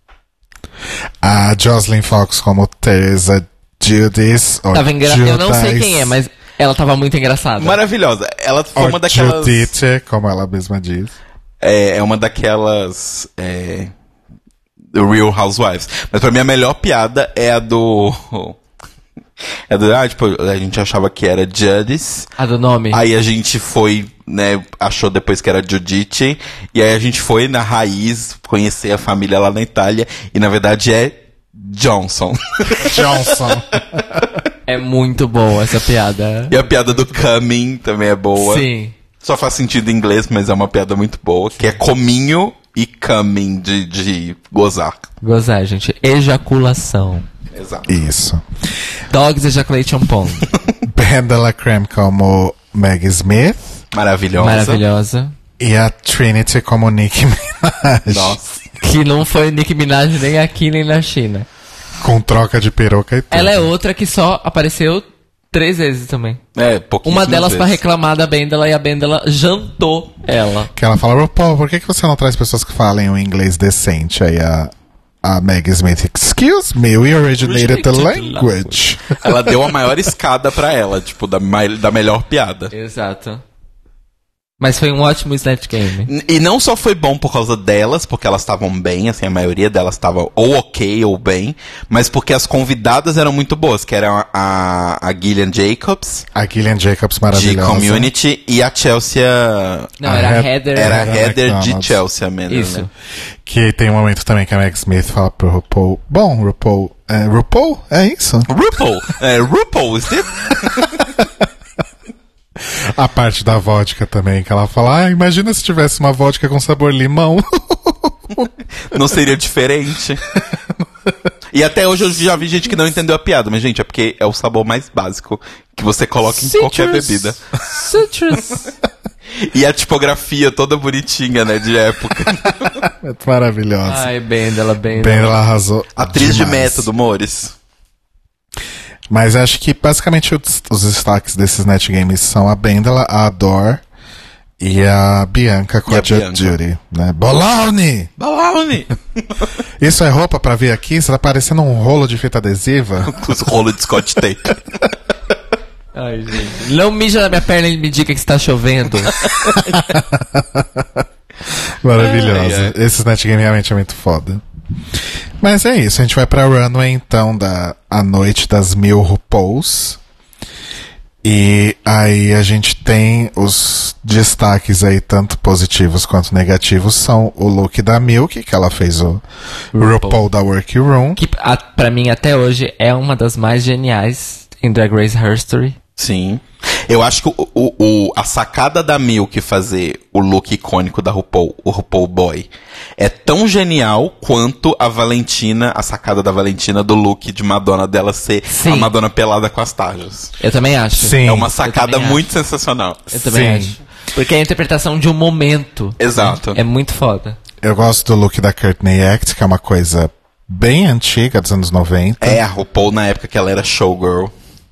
A Jocelyn Fox como Teresa Judice. Tava Eu não sei quem é, mas ela tava muito engraçada. Maravilhosa. Ela foi uma daquelas... Judite, como ela mesma diz. É uma daquelas... Real Housewives. Mas pra mim a melhor piada é a do... tipo, a gente achava que era Judice. A do nome? Aí a gente foi, né, achou depois que era Giudice, e aí a gente foi na raiz conhecer a família lá na Itália, e na verdade é Johnson. Johnson. É muito boa essa piada. E a piada do coming também é boa. Sim. Só faz sentido em inglês, mas é uma piada muito boa, que é cominho e coming de gozar. Gozar, gente. Ejaculação. Exato. Isso. Dogs Ejaculation Pond. Bandela Creme como Maggie Smith. Maravilhosa. E a Trinity como Nicki Minaj. Nossa. Que não foi Nicki Minaj nem aqui nem na China. Com troca de peruca e tudo. Ela é outra que só apareceu 3 vezes também. Pouquinho. Uma delas pra reclamar da Bandela e a Bandela jantou ela. Que ela fala, RuPaul, por que você não traz pessoas que falem um inglês decente? Aí a Maggie Smith, excuse me, we originated the language. Ela deu a maior escada pra ela, tipo, da melhor piada. Exato. Mas foi um ótimo Snatch Game. E não só foi bom por causa delas, porque elas estavam bem, assim, a maioria delas estava ou ok ou bem, mas porque as convidadas eram muito boas, que eram a Gillian Jacobs. A Gillian Jacobs maravilhosa. De Community, e a Chelsea... Não, era a Heather. Era a Heather McDonald's. de Chelsea mesmo. Isso. Né? Que tem um momento também que a Maggie Smith fala pro RuPaul, bom, RuPaul, RuPaul? É isso? RuPaul! RuPaul, is it? A parte da vodka também, que ela fala, imagina se tivesse uma vodka com sabor limão. Não seria diferente. E até hoje eu já vi gente que não entendeu a piada, mas gente, é porque é o sabor mais básico que você coloca em qualquer bebida. Citrus. E a tipografia toda bonitinha, né, de época. É maravilhosa. Ai, Bandela. Bandela arrasou. Atriz demais. de método, Mores. Mas acho que basicamente os destaques desses Snatch Games são a Bandela, a Adore e a Bianca com a Judge Judy, né? Bologna! Isso é roupa pra vir aqui? Você tá parecendo um rolo de fita adesiva? Com os rolos de Scotch Tape. Ai, gente. Não mija na minha perna e me diga que está chovendo. Maravilhosa. Esse Snatch Game realmente é muito foda. Mas é isso, a gente vai pra runway então a noite das 1000 RuPauls. E aí a gente tem os destaques aí, tanto positivos quanto negativos, são o look da Milk, que ela fez o RuPaul da Workroom. Que pra mim até hoje é uma das mais geniais em Drag Race History. Sim. Eu acho que a sacada da Milk fazer o look icônico da RuPaul, o RuPaul Boy, é tão genial quanto a sacada da Valentina do look de Madonna dela ser a Madonna pelada com as tarjas. Eu também acho. Sim. É uma sacada muito sensacional. Eu também acho. Porque é a interpretação de um momento. Exato. É muito foda. Eu gosto do look da Courtney Act, que é uma coisa bem antiga, dos anos 90. É, a RuPaul na época que ela era showgirl.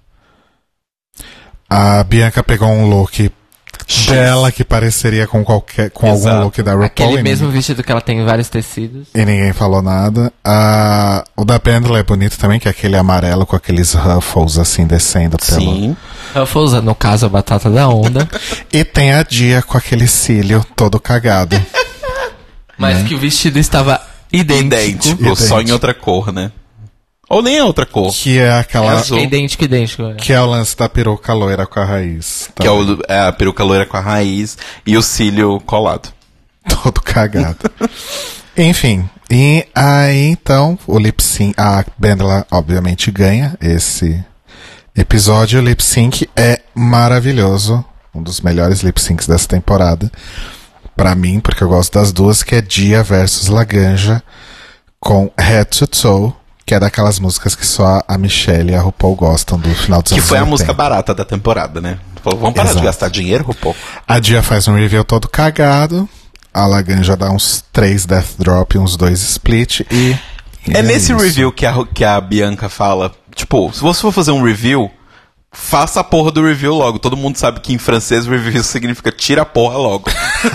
A Bianca pegou um look dela que pareceria com algum look da RuPaul. Aquele mesmo vestido que ela tem em vários tecidos. E ninguém falou nada. O da Bandela é bonito também, que é aquele amarelo com aqueles ruffles assim descendo Sim. Ruffles, no caso, a batata da onda. E tem a Dia com aquele cílio todo cagado. Mas que o vestido estava idêntico. Só em outra cor, né? Ou nem é outra cor. Que é aquela... Acho que é idêntico. Que é o lance da peruca loira com a raiz. Que é a peruca loira com a raiz e o cílio colado. Todo cagado. Enfim. E aí, então, o lip sync... A Bandela, obviamente, ganha esse episódio. O lip sync é maravilhoso. Um dos melhores lip syncs dessa temporada. Pra mim, porque eu gosto das duas, que é Dia versus Laganja com Head to Toe. Que é daquelas músicas que só a Michelle e a RuPaul gostam do final dos anos 80. Que foi a música barata da temporada, né? Falou, vamos parar de gastar dinheiro, RuPaul. A Dia faz um reveal todo cagado. A Laganja dá uns 3 Death Drop, uns 2 Split e é nesse review que a Bianca fala, tipo, se você for fazer um review, faça a porra do review logo. Todo mundo sabe que em francês review significa tira a porra logo.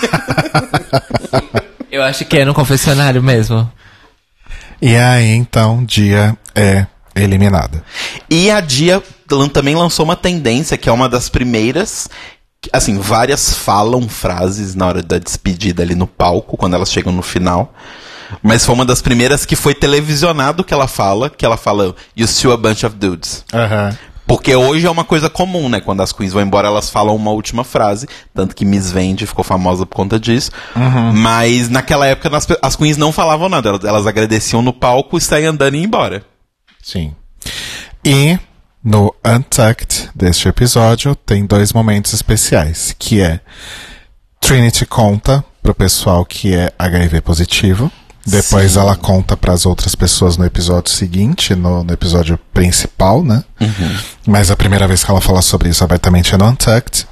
Eu acho que é no confessionário mesmo. E aí, então, Dia é eliminada. E a Dia também lançou uma tendência, que é uma das primeiras... Assim, várias falam frases na hora da despedida ali no palco, quando elas chegam no final. Mas foi uma das primeiras que foi televisionado que ela fala, You still a bunch of dudes. Porque hoje é uma coisa comum, né? Quando as queens vão embora, elas falam uma última frase. Tanto que Miss Vendi ficou famosa por conta disso. Mas naquela época as queens não falavam nada. Elas agradeciam no palco, saíam andando e iam embora. Sim. E no Untucked deste episódio tem 2 momentos especiais. Que é Trinity conta pro pessoal que é HIV positivo. Depois Sim. ela conta pras outras pessoas no episódio seguinte, no episódio principal, né? Mas a primeira vez que ela fala sobre isso abertamente é no Untucked.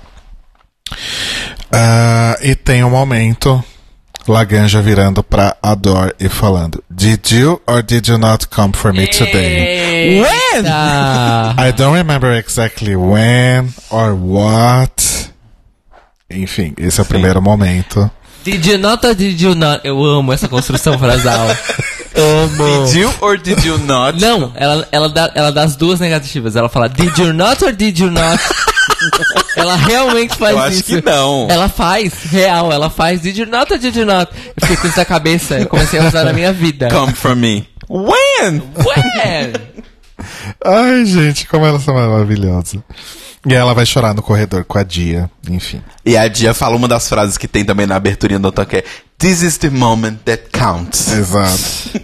E tem um momento, Laganja virando pra Adore e falando: Did you or did you not come for me today? When? I don't remember exactly when or what. Enfim, esse é o primeiro momento. Did you not or did you not? Eu amo essa construção frasal. Amo. Did you or did you not? Não, ela dá as duas negativas. Ela fala, did you not or did you not? Ela realmente faz Eu acho isso. que não. Ela faz, real, ela faz, did you not or did you not? Eu fiquei com isso na cabeça, eu comecei a usar na minha vida. Come for me. When? When? Ai, gente, como ela é maravilhosa. E ela vai chorar no corredor com a Dia, enfim. E a Dia fala uma das frases que tem também na aberturinha do Untucked, que é This is the moment that counts. Exato.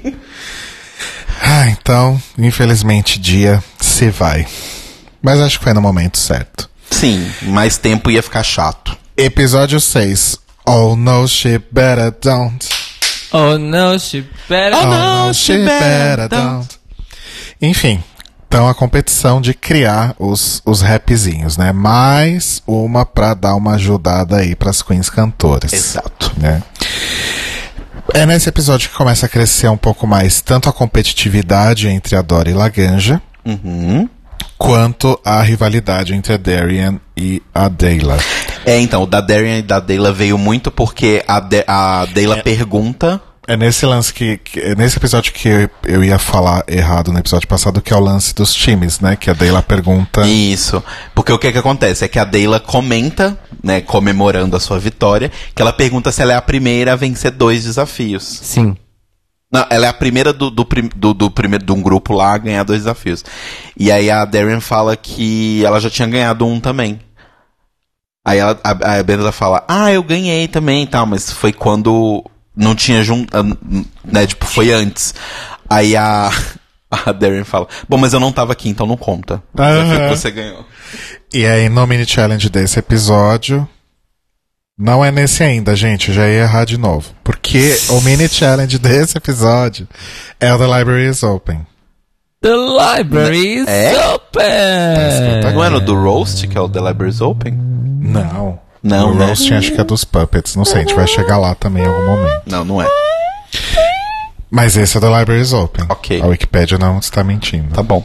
Então, infelizmente, Dia se vai. Mas acho que foi no momento certo. Sim, mais tempo ia ficar chato. Episódio 6. Oh no, she better don't. Oh no, she better Oh no, she better don't. Enfim, então a competição de criar os rapzinhos, né? Mais uma pra dar uma ajudada aí pras queens cantoras. Exato. Né? É nesse episódio que começa a crescer um pouco mais tanto a competitividade entre a Dora e Laganja, quanto a rivalidade entre a Darian e a Dayla. Então, o da Darian e da Dayla veio muito porque a Dayla pergunta... É nesse lance é nesse episódio que eu ia falar errado no episódio passado, que é o lance dos times, né? Que a Dayla pergunta... Isso, porque o que acontece é que a Dayla comenta, né, comemorando a sua vitória, que ela pergunta se ela é a primeira a vencer 2 desafios. Sim. Não, ela é a primeira de um grupo lá a ganhar 2 desafios. E aí a Darian fala que ela já tinha ganhado um também. Aí a Benda fala, eu ganhei também e tal, mas foi quando não tinha né, tipo, foi antes. Aí a Darian fala, bom, mas eu não tava aqui, então não conta. O desafio que você ganhou. E aí no mini challenge desse episódio... Não é nesse ainda, gente, eu já ia errar de novo. Porque o mini challenge desse episódio é o The Library is Open. The library is open! Não era o do Roast, que é o The Library is Open? Não. Não, o né? Roast acho que é dos Puppets. Não sei, a gente vai chegar lá também em algum momento. Não é. Mas esse é The Library is Open. Ok. A Wikipédia não está mentindo. Tá bom.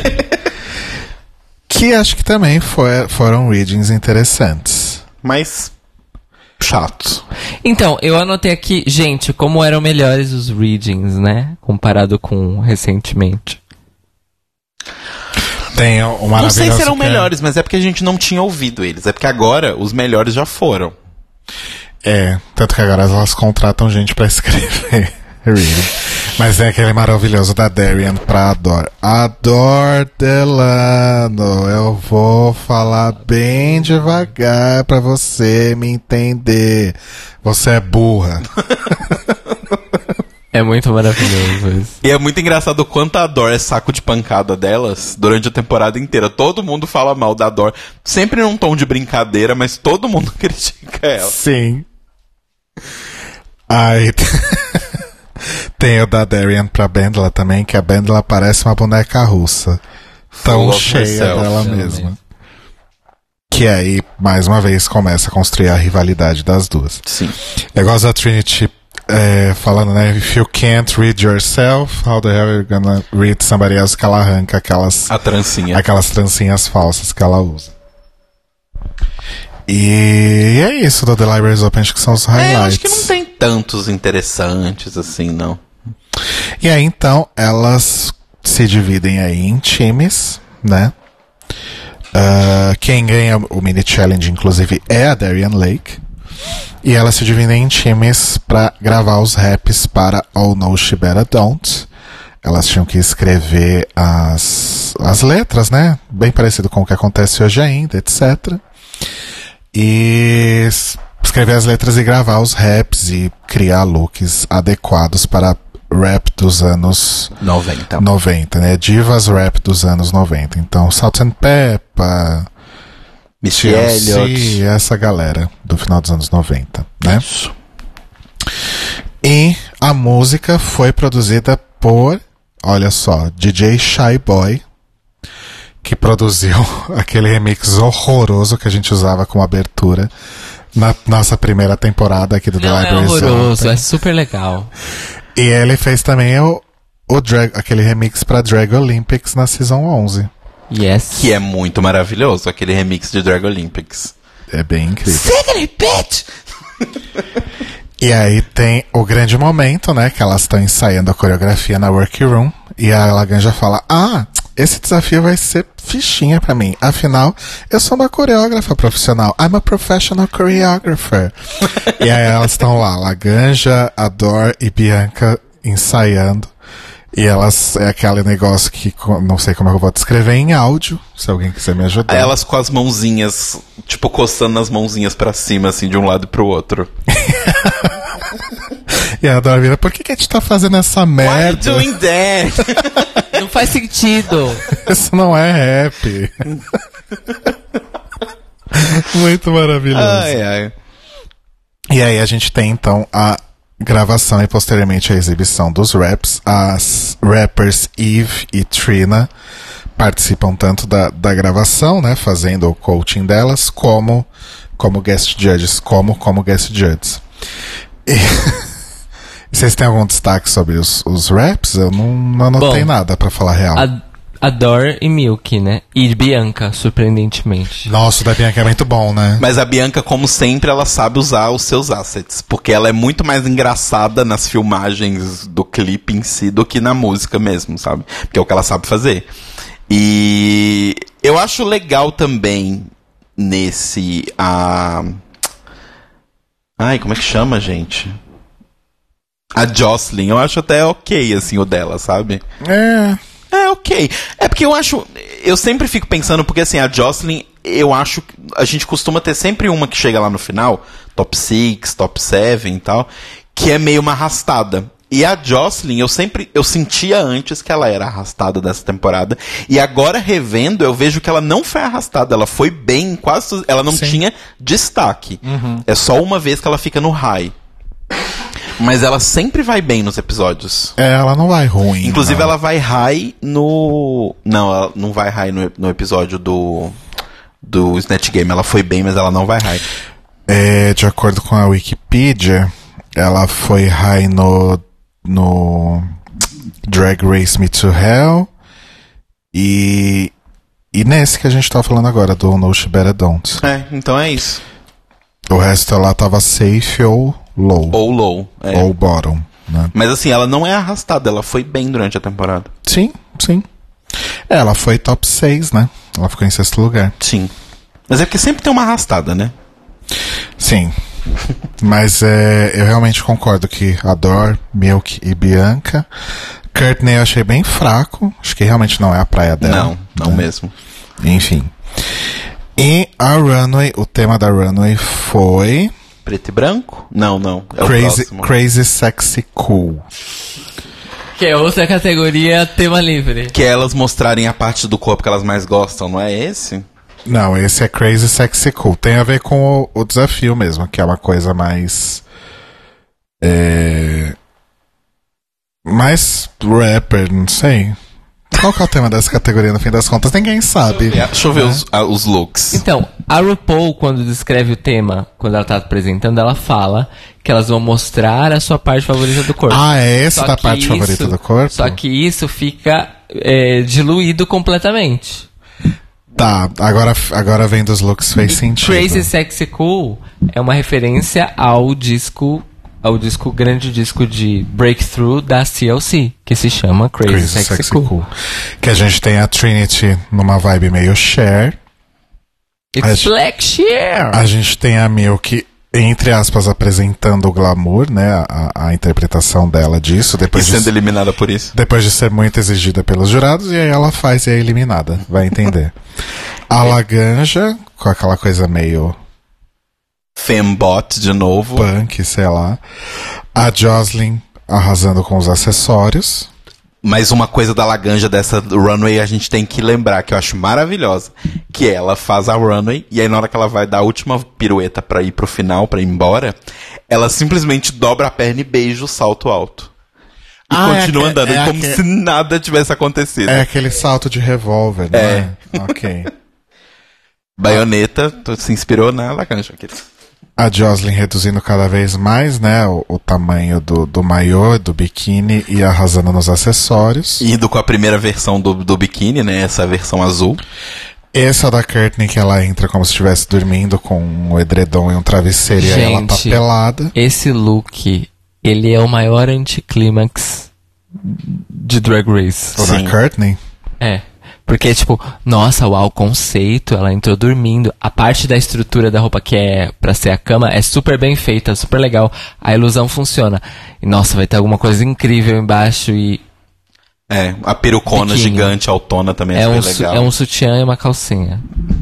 Que acho que também foram readings interessantes. Mas... chato. Então, eu anotei aqui, gente, como eram melhores os readings, né? Comparado com recentemente. Tem o maravilhoso... Não sei se eram melhores, mas é porque a gente não tinha ouvido eles. É porque agora os melhores já foram. Tanto que agora elas contratam gente pra escrever reading. Mas é aquele maravilhoso da Darian pra Adore. Adore Delano, eu vou falar bem devagar pra você me entender. Você é burra. É muito maravilhoso isso. E é muito engraçado o quanto a Adore é saco de pancada delas durante a temporada inteira. Todo mundo fala mal da Adore. Sempre num tom de brincadeira, mas todo mundo critica ela. Sim. Aí... Tem o da Darian pra Bendela também, que a Bendela parece uma boneca russa. Tão Full of cheia herself. dela Ela mesma. mesma. Que aí, mais uma vez, começa a construir a rivalidade das duas. Sim. Eu gosto da Trinity falando, né? If you can't read yourself, how the hell are you gonna read somebody else? Que ela arranca A trancinha. aquelas trancinhas falsas que ela usa. E é isso do The Libraries Open, acho que são os highlights. Eu acho que não tem tantos interessantes assim, não. E aí, então, elas se dividem aí em times, né? Quem ganha o mini challenge, inclusive, é a Darian Lake. E elas se dividem em times pra gravar os raps para Oh No She Better Don't. Elas tinham que escrever as letras, né? Bem parecido com o que acontece hoje ainda, etc. E escrever as letras e gravar os raps e criar looks adequados para rap dos anos 90, né? Divas rap dos anos 90. Então, Salt-N-Pepa, Missy TLC, Elliott. essa galera do final dos anos 90, né? E A música foi produzida por, olha só, DJ Shy Boy, que produziu aquele remix horroroso que a gente usava como abertura na nossa primeira temporada aqui do The Não é Library horroroso, Zone. é super legal. E ele fez também aquele remix pra Drag Olympics na Season 11. Yes. Que é muito maravilhoso, aquele remix de Drag Olympics. É bem incrível. Siggity, bitch! E aí tem o grande momento, né, que elas estão ensaiando a coreografia na workroom, e a Laganja fala, esse desafio vai ser fichinha pra mim, afinal, eu sou uma coreógrafa profissional, I'm a professional choreographer. E aí elas estão lá, Laganja, Adore e Bianca ensaiando, e elas, é aquele negócio que não sei como eu vou descrever em áudio, se alguém quiser me ajudar. Aí elas com as mãozinhas, tipo, coçando as mãozinhas pra cima, assim, de um lado pro outro. E a Adore vira, por que a gente tá fazendo essa merda? Why you doing that? Não faz sentido. Isso não é rap. Muito maravilhoso. Ai, ai. E aí a gente tem então a gravação e posteriormente a exibição dos raps. As rappers Eve e Trina participam tanto da gravação, né, fazendo o coaching delas, como guest judges, como guest judges. E vocês têm algum destaque sobre os raps? Eu não anotei nada pra falar real. Adore e Milk, né? E Bianca, surpreendentemente. Nossa, o da Bianca é muito bom, né? Mas a Bianca, como sempre, ela sabe usar os seus assets. Porque ela é muito mais engraçada nas filmagens do clipe em si do que na música mesmo, sabe? Porque é o que ela sabe fazer. E eu acho legal também nesse... Ai, como é que chama, gente? A Jocelyn. Eu acho até ok, assim, o dela, sabe? É ok. É porque eu sempre fico pensando, porque assim, a Jocelyn, eu acho que a gente costuma ter sempre uma que chega lá no final, top 6, top 7 e tal, que é meio uma arrastada. E a Jocelyn, eu sentia antes que ela era arrastada dessa temporada, e agora revendo, eu vejo que ela não foi arrastada, ela foi bem, ela não tinha destaque. Uhum. É só uma vez que ela fica no high. Mas ela sempre vai bem nos episódios. Ela não vai ruim. Inclusive, ela vai high no... Não, ela não vai high no episódio do Snatch Game. Ela foi bem, mas ela não vai high. De acordo com a Wikipedia, ela foi high no Drag Race Me to Hell e nesse que a gente tá falando agora, do No She Better Don't. Então é isso. O resto ela tava safe ou low. Ou low. Ou bottom, né? Mas assim, ela não é arrastada, ela foi bem durante a temporada. Sim. Ela foi top 6, né? Ela ficou em 6º lugar. Sim. Mas é porque sempre tem uma arrastada, né? Sim. Mas eu realmente concordo que Adore, Milk e Bianca. Courtney eu achei bem fraco. Acho que realmente não é a praia dela. Não mesmo. Enfim. E a Runway, o tema da Runway foi... Preto e branco? Não. É Crazy Sexy Cool. Que é outra categoria tema livre. Que é elas mostrarem a parte do corpo que elas mais gostam, não é esse? Não, esse é Crazy Sexy Cool. Tem a ver com o desafio mesmo, que é uma coisa mais... mais rapper, não sei. Qual que é o tema dessa categoria no fim das contas? Ninguém sabe. Deixa eu ver os looks. Então, a RuPaul, quando descreve o tema, quando ela tá apresentando, ela fala que elas vão mostrar a sua parte favorita do corpo. É essa da parte favorita do corpo? Só que isso fica diluído completamente. Tá, agora vem dos looks, fez sentido. Crazy Sexy Cool é uma referência ao grande disco de Breakthrough da CLC, que se chama Crazy Sexy Cool. Que a gente tem a Trinity numa vibe meio Cher. It's Black Cher! A gente tem a Milk, entre aspas, apresentando o glamour, né? A interpretação dela disso. Depois sendo eliminada por isso. Depois de ser muito exigida pelos jurados, e aí ela faz e é eliminada. Vai entender. A Laganja, com aquela coisa meio... Fembot de novo. Punk, sei lá. A Jocelyn arrasando com os acessórios. Mas uma coisa da Laganja dessa runway a gente tem que lembrar, que eu acho maravilhosa, que ela faz a runway, e aí na hora que ela vai dar a última pirueta pra ir pro final, pra ir embora, ela simplesmente dobra a perna e beija o salto alto. E continua andando, como se nada tivesse acontecido. É aquele salto de revólver, né? Ok. Baioneta se inspirou na Laganja. A Jocelyn reduzindo cada vez mais, né, o tamanho do maiô, do biquíni e arrasando nos acessórios. Indo com a primeira versão do biquíni, né, essa versão azul. Esse é o da Courtney, que ela entra como se estivesse dormindo com um edredom e um travesseiro. Gente, e aí ela tá pelada. Esse look, ele é o maior anticlímax de Drag Race. O da Courtney? É. Porque, tipo, nossa, uau, o conceito, ela entrou dormindo. A parte da estrutura da roupa que é pra ser a cama é super bem feita, super legal. A ilusão funciona. E, nossa, vai ter alguma coisa incrível embaixo e... a perucona biquíni. Gigante, autona também é super legal. É um sutiã e uma calcinha.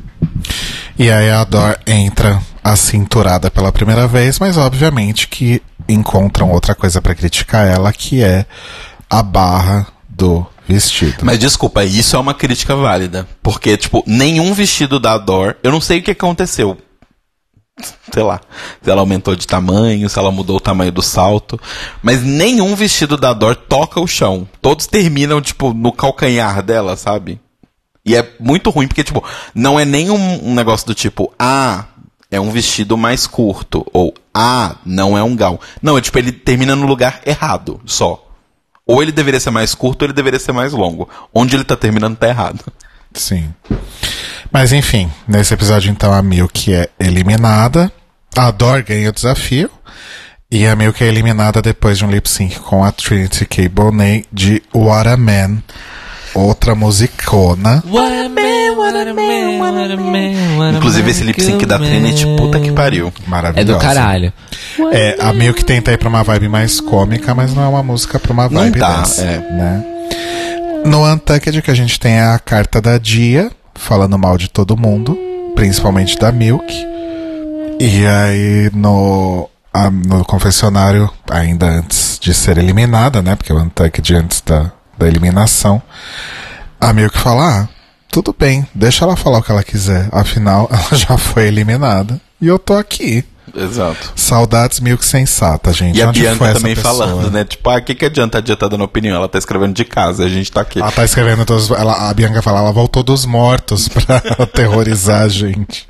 E aí a Adore entra acinturada pela primeira vez, mas obviamente que encontram outra coisa pra criticar ela, que é a barra do vestido. Mas desculpa, isso é uma crítica válida. Porque, tipo, nenhum vestido da Adore... Eu não sei o que aconteceu. Sei lá. Se ela aumentou de tamanho, se ela mudou o tamanho do salto. Mas nenhum vestido da Adore toca o chão. Todos terminam, tipo, no calcanhar dela, sabe? E é muito ruim, porque, tipo, não é nem um negócio do tipo... é um vestido mais curto. Ou, não é um gown. Não, é tipo, ele termina no lugar errado, só. Ou ele deveria ser mais curto, ou ele deveria ser mais longo. Onde ele tá terminando tá errado. Sim. Mas enfim, nesse episódio então a Milk é eliminada. A Adore ganha o desafio. E a Milk é eliminada depois de um lip sync com a Trinity K. Bonet de What a Man. Outra musicona. What a man, what a man, what a man, what a Inclusive man, esse lip sync da good Trinity, man. puta que pariu. Maravilhosa. É do caralho. A Milk tenta ir pra uma vibe mais cômica, mas não é uma música pra uma vibe dessa, né? No Untucked que a gente tem a carta da Dia, falando mal de todo mundo, principalmente da Milk. E aí no confessionário, ainda antes de ser eliminada, né? Porque o Untucked antes da eliminação, a Milk fala, tudo bem, deixa ela falar o que ela quiser, afinal ela já foi eliminada e eu tô aqui. Exato. Saudades Milk sensata, gente. E a onde Bianca foi essa também pessoa? falando, né? Tipo, que adianta a Dia tá dando opinião? Ela tá escrevendo de casa, a gente tá aqui. Ela tá escrevendo a Bianca fala, ela voltou dos mortos pra aterrorizar a gente.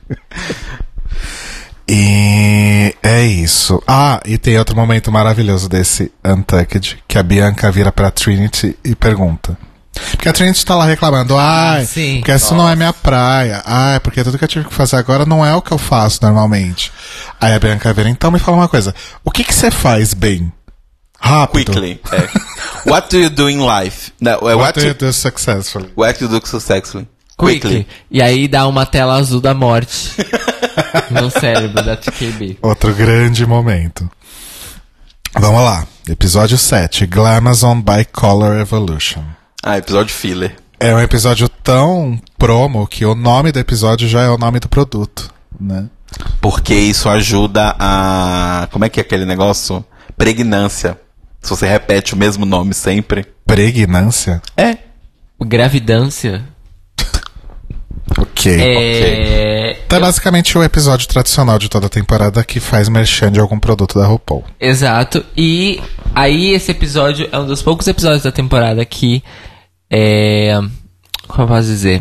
E é isso. E tem outro momento maravilhoso desse Untucked, que a Bianca vira pra Trinity e pergunta. Porque a Trinity tá lá reclamando, sim. porque isso não é minha praia, porque tudo que eu tive que fazer agora não é o que eu faço normalmente. Aí a Bianca vira, então me fala uma coisa, o que você faz bem? Rápido. Quickly. What do you do in life? No, what do you do successfully? What do you do successfully? Quickly. E aí dá uma tela azul da morte no cérebro da TKB. Outro grande momento. Vamos lá. Episódio 7. Glamazon Bicolor Evolution. Episódio filler. É um episódio tão promo que o nome do episódio já é o nome do produto, né? Porque isso ajuda a... Como é que é aquele negócio? Pregnância. Se você repete o mesmo nome sempre. Pregnância? Gravidância. Ok. Então é basicamente o episódio tradicional de toda a temporada que faz merchan de algum produto da RuPaul. Exato. E aí esse episódio é um dos poucos episódios da temporada que como eu posso dizer?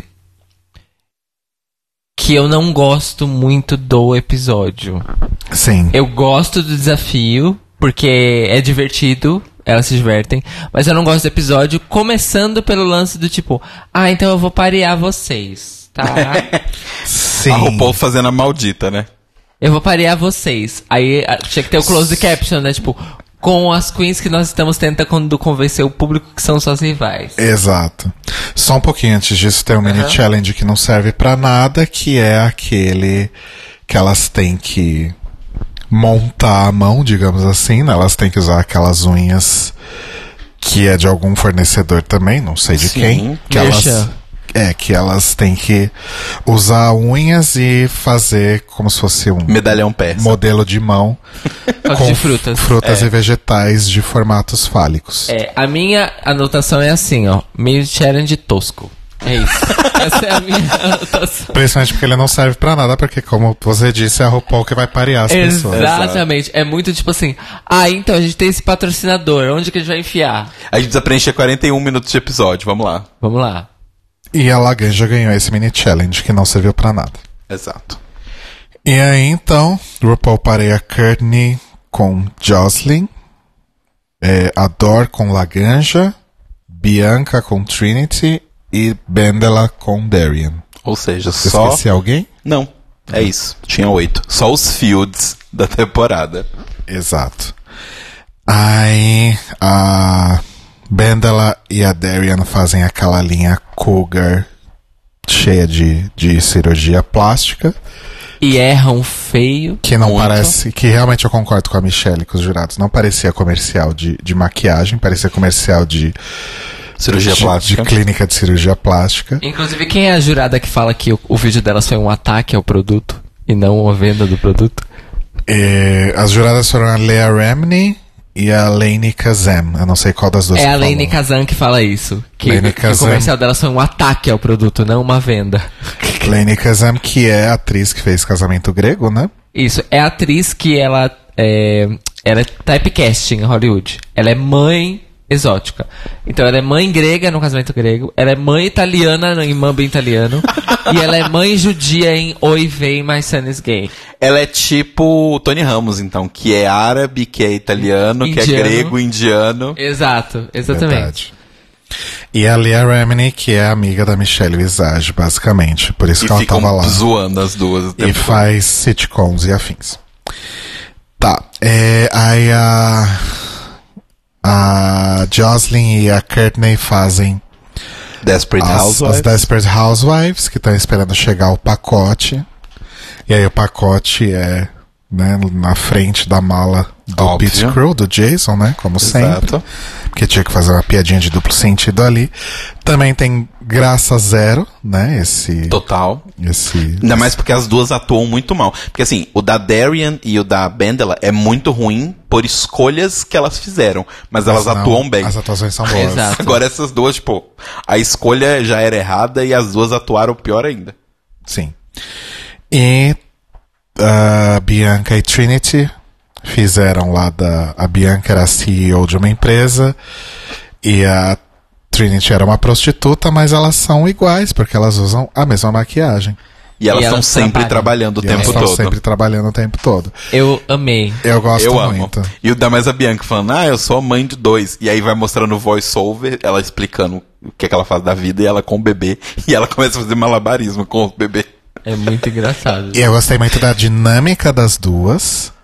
Que eu não gosto muito do episódio. Sim. Eu gosto do desafio, porque é divertido, elas se divertem, mas eu não gosto do episódio, começando pelo lance do tipo, então eu vou parear vocês, tá? Sim. A RuPaul fazendo a maldita, né? Eu vou parear vocês. Aí tinha que ter o close caption, né? Tipo, com as queens que nós estamos tentando convencer o público que são suas rivais. Exato. Só um pouquinho antes disso tem um mini challenge que não serve pra nada, que é aquele que elas têm que montar a mão, digamos assim, né? Elas têm que usar aquelas unhas que é de algum fornecedor também, não sei de quem. Que elas têm que usar unhas e fazer como se fosse um medalhão persa, modelo de mão com de frutas e vegetais de formatos fálicos. A minha anotação é assim, meio challenge tosco. É isso. Essa é a minha anotação. Principalmente porque ele não serve pra nada, porque como você disse, é a RuPaul que vai parear as pessoas. Exatamente. É muito tipo assim, então a gente tem esse patrocinador, onde que a gente vai enfiar? A gente precisa preencher 41 minutos de episódio, vamos lá. Vamos lá. E a Laganja ganhou esse mini challenge que não serviu pra nada. Exato. E aí então, RuPaul pareia Courtney com Jocelyn, Adore com Laganja, Bianca com Trinity e Bendela com Darian. Ou seja, só... Esqueci alguém? Não, é isso. Tinha 8. Só os fields da temporada. Exato. Aí a Bendela e a Darian fazem aquela linha Cougar cheia de cirurgia plástica. E erram feio. Que não Muito. parece... Que realmente eu concordo com a Michelle e com os jurados. Não parecia comercial de maquiagem. Parecia comercial de Cirurgia plástica. De clínica de cirurgia plástica. Inclusive, quem é a jurada que fala que o vídeo delas foi um ataque ao produto e não uma venda do produto? As juradas foram a Leah Remini e a Lainey Kazan. Eu não sei qual das duas É que a Lainey falou. Kazan que fala isso. Que Lainey o Kazan. comercial delas foi um ataque ao produto, não uma venda. Lainey Kazan, que é a atriz que fez Casamento Grego, né? Isso, é a atriz que ela é typecast em Hollywood. Ela é mãe exótica. Então ela é mãe grega no Casamento Grego, ela é mãe italiana em Mambo Italiano e ela é mãe judia em Oi Vem, My Son is Gay. Ela é tipo o Tony Ramos, então, que é árabe, que é italiano, que é Indiano. grego, indiano. Exato, exatamente. Verdade. E a Leah Remini, que é amiga da Michelle Visage, basicamente. Por isso E que ela ficam tava lá. zoando as duas. o tempo E todo. faz sitcoms e afins. Tá. Aí a Jocelyn e a Courtney fazem Desperate as Housewives. Desperate Housewives, que estão esperando chegar o pacote. E aí o pacote é, né, na frente da mala do Óbvio. Pit Crew, do Jason, né? Como sempre. Exato. Porque tinha que fazer uma piadinha de duplo sentido ali. Também tem Graça Zero, né? Total. Esse Ainda mais porque as duas atuam muito mal. Porque assim, o da Darian e o da Bendela é muito ruim por escolhas que elas fizeram. Mas elas não, atuam bem. As atuações são boas. Exato. Agora essas duas, tipo, a escolha já era errada e as duas atuaram pior ainda. Sim. E Bianca e Trinity fizeram lá a Bianca era a CEO de uma empresa e a Trinity era uma prostituta, mas elas são iguais porque elas usam a mesma maquiagem. E elas E estão elas sempre trabalham. trabalhando o E elas tempo estão todo. sempre trabalhando o tempo todo. Eu amei. Eu gosto Eu amo. muito. E o da mais a Bianca falando, eu sou a mãe de 2. E aí vai mostrando o voice-over, ela explicando o que é que ela faz da vida e ela com o bebê. E ela começa a fazer malabarismo com o bebê. É muito engraçado. E eu gostei muito da dinâmica das duas.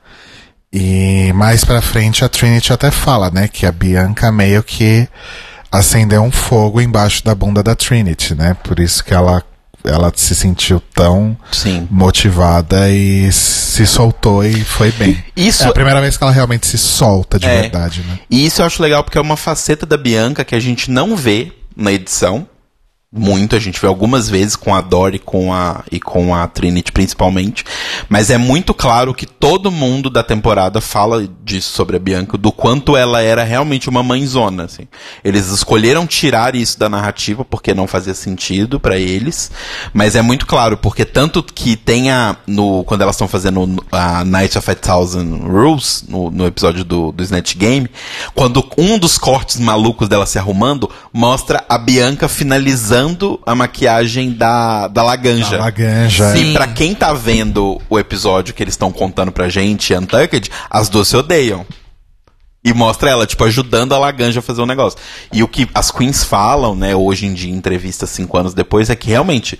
E mais pra frente a Trinity até fala, né, que a Bianca meio que acendeu um fogo embaixo da bunda da Trinity, né? Por isso que ela se sentiu tão Sim. motivada e se soltou e foi bem. Isso- É a primeira vez que ela realmente se solta de É. verdade, né? E isso eu acho legal porque é uma faceta da Bianca que a gente não vê na edição. Muito, a gente vê algumas vezes com a Dory e com a Trinity principalmente, mas é muito claro que todo mundo da temporada fala disso sobre a Bianca, do quanto ela era realmente uma mãezona, assim. Eles escolheram tirar isso da narrativa porque não fazia sentido pra eles, mas é muito claro, porque tanto que tem quando elas estão fazendo a Night of a Thousand Rules, no episódio do Snatch Game, quando um dos cortes malucos dela se arrumando, mostra a Bianca finalizando a maquiagem da Laganja. A Laganja. Sim. E pra quem tá vendo o episódio que eles estão contando pra gente, Untucked, as duas se odeiam. E mostra ela, tipo, ajudando a Laganja a fazer o negócio. E o que as queens falam, né, hoje em dia, em entrevista 5 anos depois, é que realmente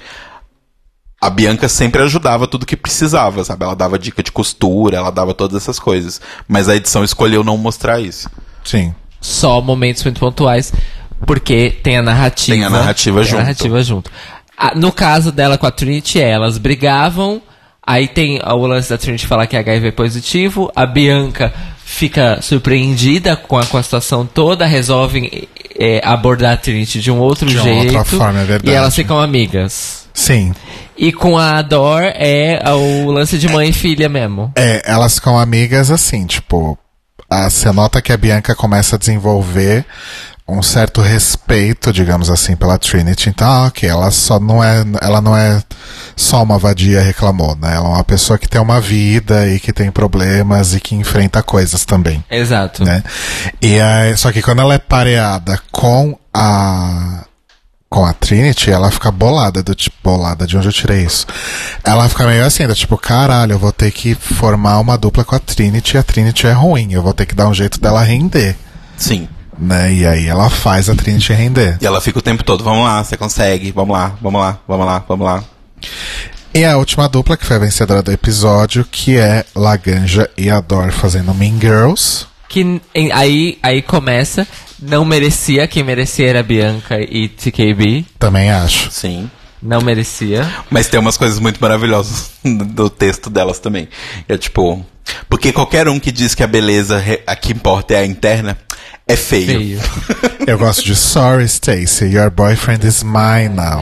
a Bianca sempre ajudava tudo que precisava, sabe? Ela dava dica de costura, ela dava todas essas coisas. Mas a edição escolheu não mostrar isso. Sim. Só momentos muito pontuais, porque tem a narrativa. Tem a narrativa junto. A narrativa junto. No caso dela com a Trinity, elas brigavam, aí tem o lance da Trinity falar que é HIV positivo, a Bianca fica surpreendida com a situação toda, resolvem abordar a Trinity de um outro De uma jeito, outra forma, é verdade. e elas ficam amigas. Sim. E com a Ador é o lance de mãe e filha mesmo. Elas ficam amigas assim, tipo... Você nota que a Bianca começa a desenvolver um certo respeito, digamos assim, pela Trinity. Então, ok, ela não é só uma vadia reclamou, né? Ela é uma pessoa que tem uma vida e que tem problemas e que enfrenta coisas também. Exato. Né? Só que quando ela é pareada com a Trinity, ela fica bolada, bolada, de onde eu tirei isso? Ela fica meio assim, tipo, caralho, eu vou ter que formar uma dupla com a Trinity e a Trinity é ruim, eu vou ter que dar um jeito dela render. Sim. Né? E aí ela faz a Trinity render. E ela fica o tempo todo, vamos lá, você consegue, vamos lá, vamos lá, vamos lá, vamos lá. E a última dupla, que foi a vencedora do episódio, que é Laganja e Adore fazendo Mean Girls. Que aí começa, não merecia, quem merecia era Bianca e TKB. Também acho. Sim. Não merecia. Mas tem umas coisas muito maravilhosas do texto delas também. É tipo, porque qualquer um que diz que a beleza a que importa é a interna, é feio. Eu gosto de Sorry, Stacey, your boyfriend is mine now.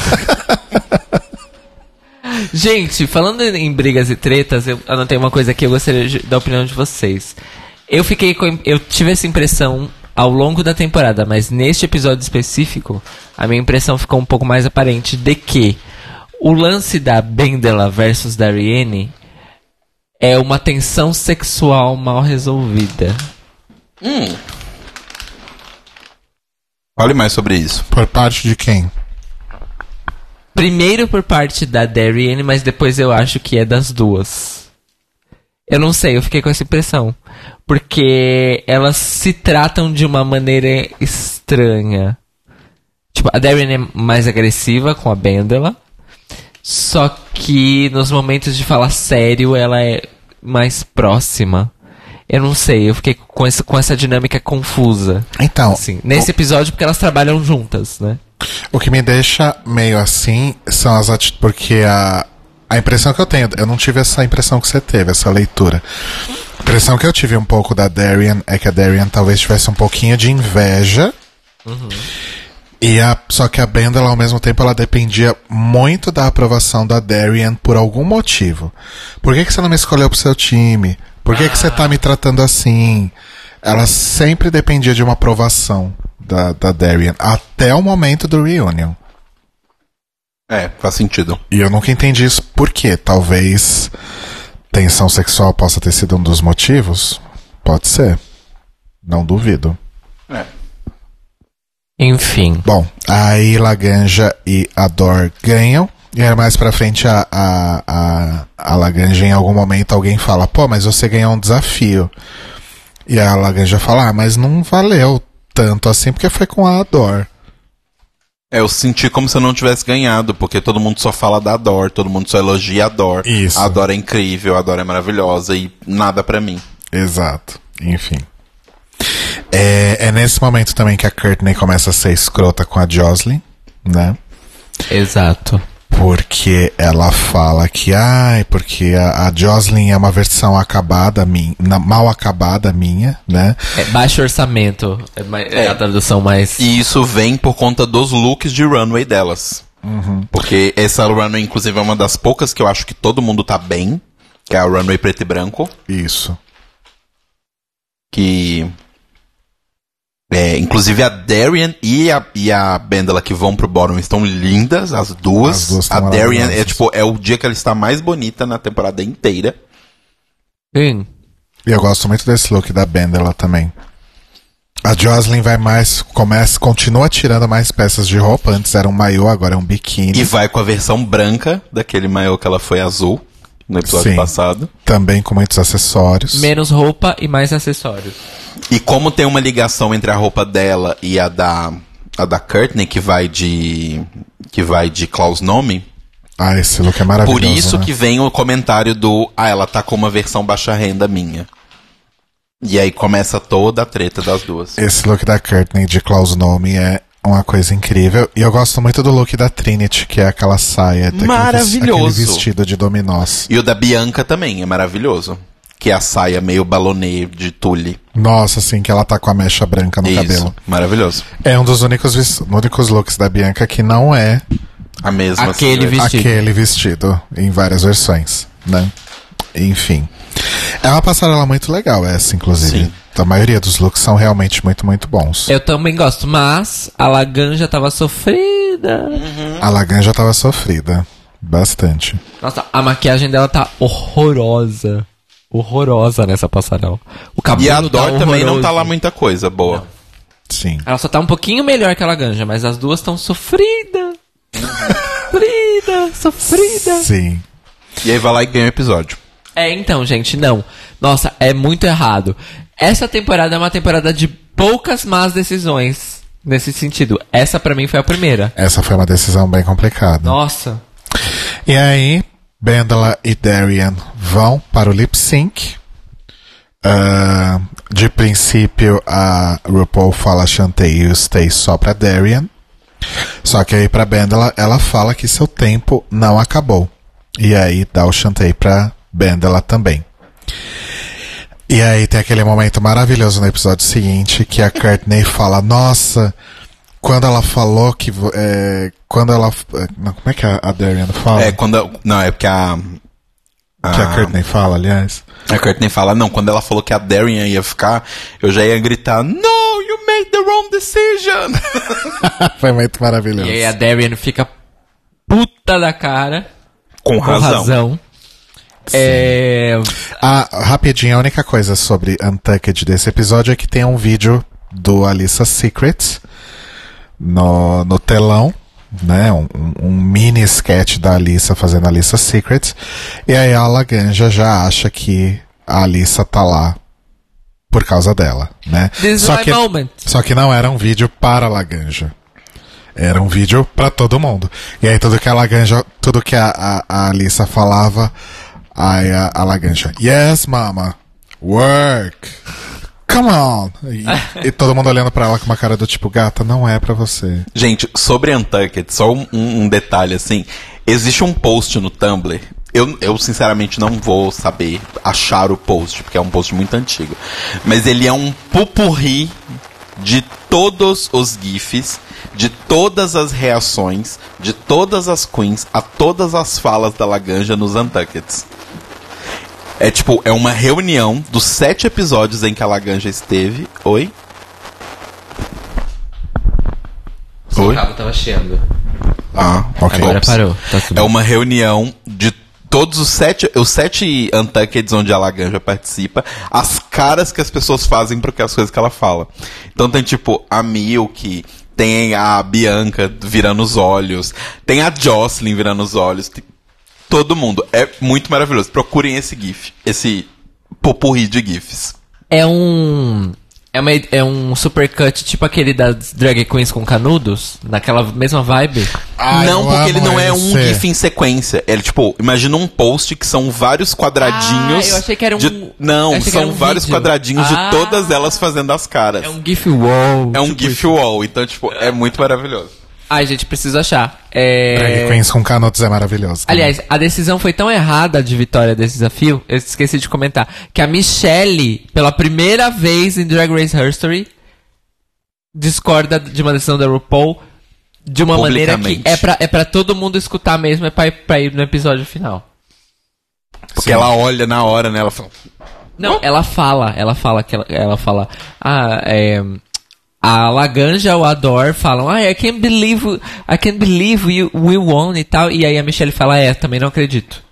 Gente, falando em brigas e tretas, eu anotei uma coisa que eu gostaria da opinião de vocês. Eu tive essa impressão ao longo da temporada, mas neste episódio específico, a minha impressão ficou um pouco mais aparente de que o lance da Bendela versus da Riene é uma tensão sexual mal resolvida. Fale mais sobre isso. Por parte de quem? Primeiro por parte da Darienne, mas depois eu acho que é das duas. Eu não sei, eu fiquei com essa impressão. Porque elas se tratam de uma maneira estranha. Tipo, a Darienne é mais agressiva com a Bendela. Só que nos momentos de falar sério, ela é mais próxima. Eu não sei, eu fiquei com essa dinâmica confusa. Então, assim, nesse episódio, porque elas trabalham juntas, né? O que me deixa meio assim são as atitudes. Porque a impressão que eu tenho, eu não tive essa impressão que você teve, essa leitura. A impressão que eu tive um pouco da Darienne é que a Darienne talvez tivesse um pouquinho de inveja. Uhum. Só que a Bendela, ao mesmo tempo, ela dependia muito da aprovação da Darienne por algum motivo. Por que você não me escolheu pro seu time? Por que você tá me tratando assim? Ela sempre dependia de uma aprovação da Darienne, até o momento do reunion. Faz sentido. E eu nunca entendi isso por quê. Talvez tensão sexual possa ter sido um dos motivos? Pode ser. Não duvido. Enfim. Bom, aí Laganja e Adore ganham. E aí mais pra frente a Laganja, em algum momento, alguém fala, pô, mas você ganhou um desafio. E a Laganja fala, mas não valeu tanto assim, porque foi com a Adore. Eu senti como se eu não tivesse ganhado, porque todo mundo só fala da Adore, todo mundo só elogia a Adore. Isso. A Adore é incrível, a Adore é maravilhosa e nada pra mim. Exato. Enfim. É nesse momento também que a Courtney começa a ser escrota com a Jocelyn, né? Exato. Porque ela fala que, porque a Jocelyn é uma versão acabada, mal acabada minha, né? Baixo orçamento, é a tradução mais... E isso vem por conta dos looks de runway delas. Uhum. Porque essa runway, inclusive, é uma das poucas que eu acho que todo mundo tá bem, que é a runway preto e branco. Isso. Que... inclusive a Darienne e a Bendela que vão pro bottom estão lindas, as duas. A Darienne é o dia que ela está mais bonita na temporada inteira. Sim. E eu gosto muito desse look da Bendela também. A Jocelyn vai continua tirando mais peças de roupa. Antes era um maiô, agora é um biquíni. E vai com a versão branca daquele maiô que ela foi azul no episódio passado. Também com muitos acessórios. Menos roupa e mais acessórios. E como tem uma ligação entre a roupa dela e a da Courtney, que vai de Klaus Nomi. Esse look é maravilhoso. Por isso, né? que vem o comentário do ela tá com uma versão baixa renda minha. E aí começa toda a treta das duas. Esse look da Courtney de Klaus Nomi é uma coisa incrível. E eu gosto muito do look da Trinity, que é aquela saia. Maravilhoso. Aquele vestido de dominós. E o da Bianca também é maravilhoso. Que é a saia meio balonê de tule. Nossa, assim, que ela tá com a mecha branca no cabelo. Maravilhoso. É um dos únicos looks da Bianca que não é a mesma aquele vestido em várias versões, né? Enfim. É uma passarela muito legal essa, inclusive. Sim. A maioria dos looks são realmente muito, muito bons. Eu também gosto, mas a Laganja tava sofrida. A Laganja tava sofrida. Bastante. Nossa, a maquiagem dela tá horrorosa. Horrorosa nessa passarela. O cabelo E a tá Dor também não tá horroroso. lá muita coisa boa. Não. Sim. Ela só tá um pouquinho melhor que a Laganja, mas as duas estão sofridas. Sofrida. Sim. E aí vai lá e ganha o episódio. Então, gente, não. Nossa, é muito errado. Essa temporada é uma temporada de poucas más decisões. Nesse sentido. Essa pra mim foi a primeira. Essa foi uma decisão bem complicada. Nossa. E aí, Bendela e Darian vão para o lip sync. De princípio, a RuPaul fala Shantay e o Stay só pra Darian. Só que aí pra Bendela, ela fala que seu tempo não acabou. E aí dá o Shantay pra Bendela também. E aí tem aquele momento maravilhoso no episódio seguinte que a Courtney fala, nossa, quando ela falou que... quando ela... Não, como é que a Darian fala? Não, é porque Que a Courtney fala, aliás. A Courtney fala, não, quando ela falou que a Darian ia ficar, eu já ia gritar, no, you made the wrong decision. Foi muito maravilhoso. E aí a Darian fica puta da cara. Com razão. Rapidinho, a única coisa sobre Untucked desse episódio é que tem um vídeo do Alyssa Secret no telão, né? Um mini sketch da Alyssa fazendo Alyssa Secret. E aí a Laganja já acha que a Alyssa tá lá por causa dela, né? This is my moment. Só que não era um vídeo para a Laganja. Era um vídeo pra todo mundo. E aí tudo que a Laganja, tudo que a Alyssa falava, aí a Laganja, yes, mama, work, come on. E todo mundo olhando pra ela com uma cara do tipo, gata, não é pra você. Gente, sobre Untucked, só um detalhe assim, existe um post no Tumblr, eu sinceramente não vou saber achar o post, porque é um post muito antigo, mas ele é um pupurri de todos os GIFs, de todas as reações, de todas as queens, a todas as falas da Laganja nos Untuckeds. É uma reunião dos 7 episódios em que a Laganja esteve. Oi? O cabo tava chiando. Ok. Agora parou. Tá tudo É uma reunião de todos os 7 Untuckeds onde a Laganja participa, as caras que as pessoas fazem para as coisas que ela fala. Então tem a Milk, tem a Bianca virando os olhos, tem a Jocelyn virando os olhos, todo mundo. É muito maravilhoso. Procurem esse GIF, esse popurri de GIFs. É um supercut tipo aquele das drag queens com canudos, naquela mesma vibe. Não, porque ele não é um GIF em sequência. Ele, imagina um post que são vários quadradinhos. Eu achei que era um... Não, são vários quadradinhos de todas elas fazendo as caras. É um GIF wall. É um GIF wall. Então, é muito maravilhoso. Ai, gente, preciso achar. Drag Queens com canudos é maravilhoso. Aliás, a decisão foi tão errada de vitória desse desafio, eu esqueci de comentar, que a Michelle, pela primeira vez em Drag Race History, discorda de uma decisão da RuPaul de uma maneira que é pra todo mundo escutar mesmo, é pra ir no episódio final. Porque ela olha na hora, né? Ela fala... Não, ela fala a Laganja ou a Dor falam, I can't believe we won e tal. E aí a Michelle fala, também não acredito.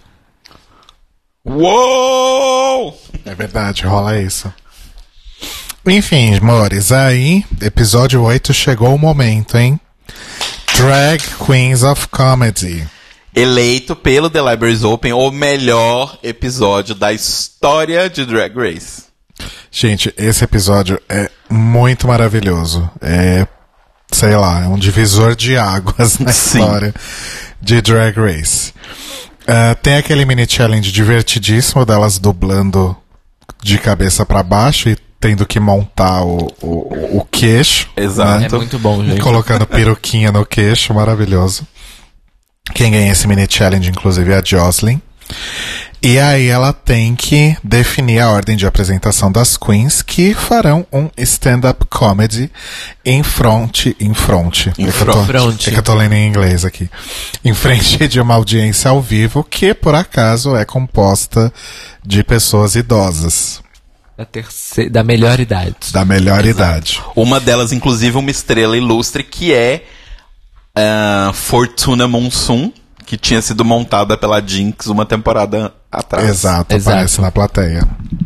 Uou! É verdade, rola isso. Enfim, amores, aí, episódio 8 chegou o momento, hein? Drag Queens of Comedy. Eleito pelo The Libraries Open o melhor episódio da história de Drag Race. Gente, esse episódio é muito maravilhoso. É um divisor de águas na história de Drag Race. Tem aquele mini challenge divertidíssimo delas dublando de cabeça pra baixo e tendo que montar o queixo. Exato. Né? É muito bom, gente. Colocando peruquinha no queixo, maravilhoso. Quem ganha esse mini challenge, inclusive, é a Jocelyn. E aí ela tem que definir a ordem de apresentação das queens que farão um stand-up comedy em frente. É que eu tô lendo em inglês aqui. Em frente de uma audiência ao vivo que, por acaso, é composta de pessoas idosas. Da melhor idade. Da melhor idade. Uma delas, inclusive, uma estrela ilustre, que é Fortuna Monsoon, que tinha sido montada pela Jinx uma temporada atrás. Exato, aparece na plateia.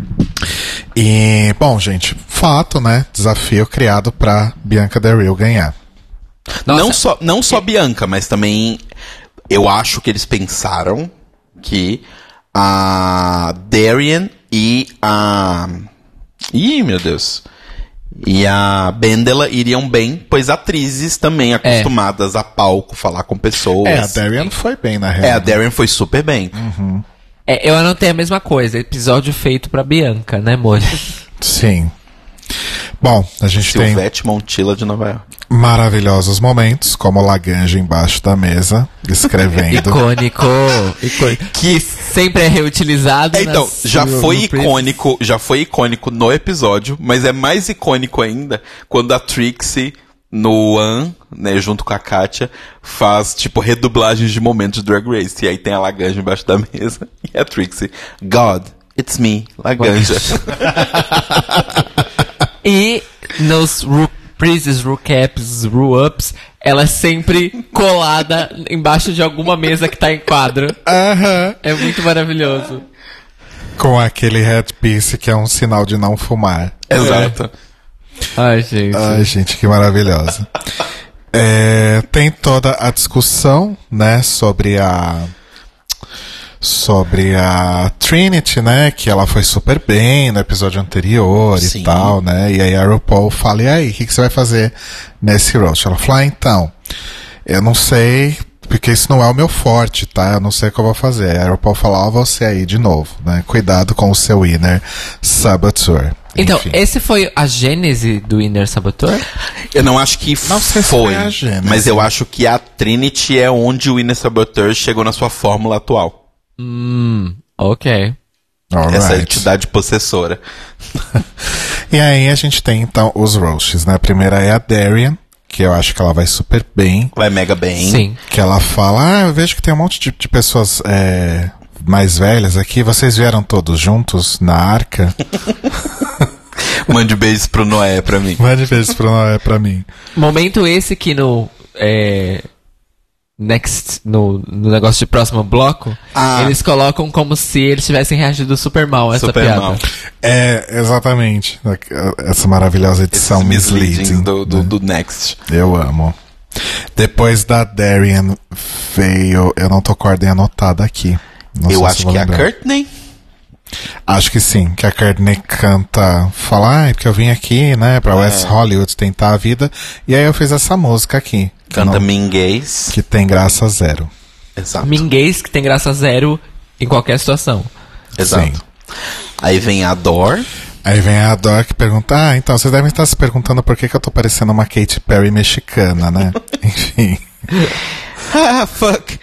E, bom, gente, fato, né? Desafio criado pra Bianca Del Rio ganhar. Não só Bianca, mas também eu acho que eles pensaram que a Darian e a... Ih, meu Deus. E a Bendela iriam bem, pois atrizes também acostumadas a palco, falar com pessoas. A Darian foi bem, na real. A Darian foi super bem. Uhum. Eu anotei a mesma coisa. Episódio feito pra Bianca, né, amor? Sim. Bom, a gente tem Silvete Montilla de Nova York. maravilhosos momentos, como Laganja embaixo da mesa, escrevendo. Icônico. Que sempre é reutilizado. Então, já foi icônico no episódio, mas é mais icônico ainda quando a Trixie, no One, né, junto com a Katia, faz, tipo, redublagens de momentos de Drag Race. E aí tem a Laganja embaixo da mesa e a Trixie. God, it's me, Laganja. E nos reprises, recaps, ups, ela é sempre colada embaixo de alguma mesa que tá em quadro. É muito maravilhoso. Com aquele headpiece que é um sinal de não fumar. Exato. Ai, gente, que maravilhosa. Tem toda a discussão, né, sobre a Trinity, né, que ela foi super bem no episódio anterior. Sim. E tal, né, e aí a RuPaul fala, e aí, o que você vai fazer nesse roast? Ela fala, então, eu não sei, porque isso não é o meu forte, tá, eu não sei o que eu vou fazer. A RuPaul fala, você aí de novo, né, cuidado com o seu Inner Saboteur. Então, enfim. esse foi a gênese do Inner Saboteur? Eu não acho que foi, a gênese, mas eu acho que a Trinity é onde o Inner Saboteur chegou na sua fórmula atual. Ok. Essa entidade possessora. E aí a gente tem então os roasts, né? A primeira é a Darian, que eu acho que ela vai super bem. Vai mega bem. Sim. Que ela fala, eu vejo que tem um monte de pessoas mais velhas aqui, vocês vieram todos juntos na arca? Mande beijos pro Noé pra mim. Mande beijos pro Noé pra mim. Momento esse que no negócio de próximo bloco, eles colocam como se eles tivessem reagido super mal a essa piada. Mal. Exatamente. Essa maravilhosa edição misleading do Next. Eu amo. Depois da Darian veio... Eu não tô com a ordem anotada aqui. Eu acho que é a Courtney. Acho que sim, que a Courtney canta, fala, porque eu vim aqui, né, pra West Hollywood tentar a vida, e aí eu fiz essa música aqui. Canta Minguês. Que tem graça zero. Exato. Minguês que tem graça zero em qualquer situação. Exato. Sim. Aí vem a Dor. Aí vem a Dor que pergunta, então, vocês devem estar se perguntando por que eu tô parecendo uma Katy Perry mexicana, né? Enfim. Fuck.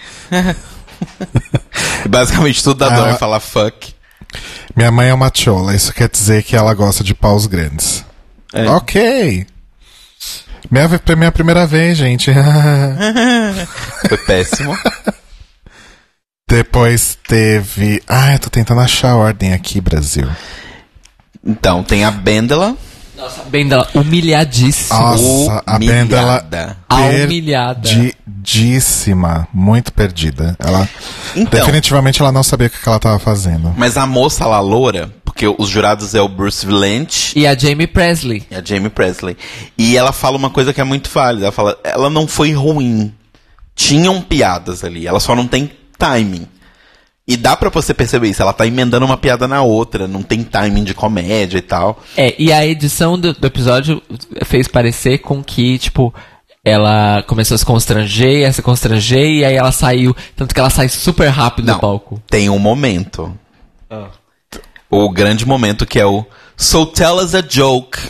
Basicamente tudo da Dor fala fuck. Minha mãe é uma chola, isso quer dizer que ela gosta de paus grandes. Ok. Minha primeira vez, gente. Foi péssimo. Depois teve... eu tô tentando achar a ordem aqui, Brasil. Então, tem a Bendela. Nossa, a Bendela humilhadíssima. Nossa, a Bendela perdidíssima. Muito perdida. Ela... definitivamente ela não sabia o que ela tava fazendo. Mas a moça lá, loura, porque os jurados é o Bruce Vilanch e a Jamie Presley. E ela fala uma coisa que é muito válida. Ela fala, ela não foi ruim. Tinham piadas ali, ela só não tem timing. E dá pra você perceber isso, ela tá emendando uma piada na outra, não tem timing de comédia e tal. E a edição do episódio fez parecer com que, tipo, ela começou a se constranger, e aí ela saiu, tanto que ela sai super rápido do palco. Tem um momento. O grande momento que é o So tell us a joke.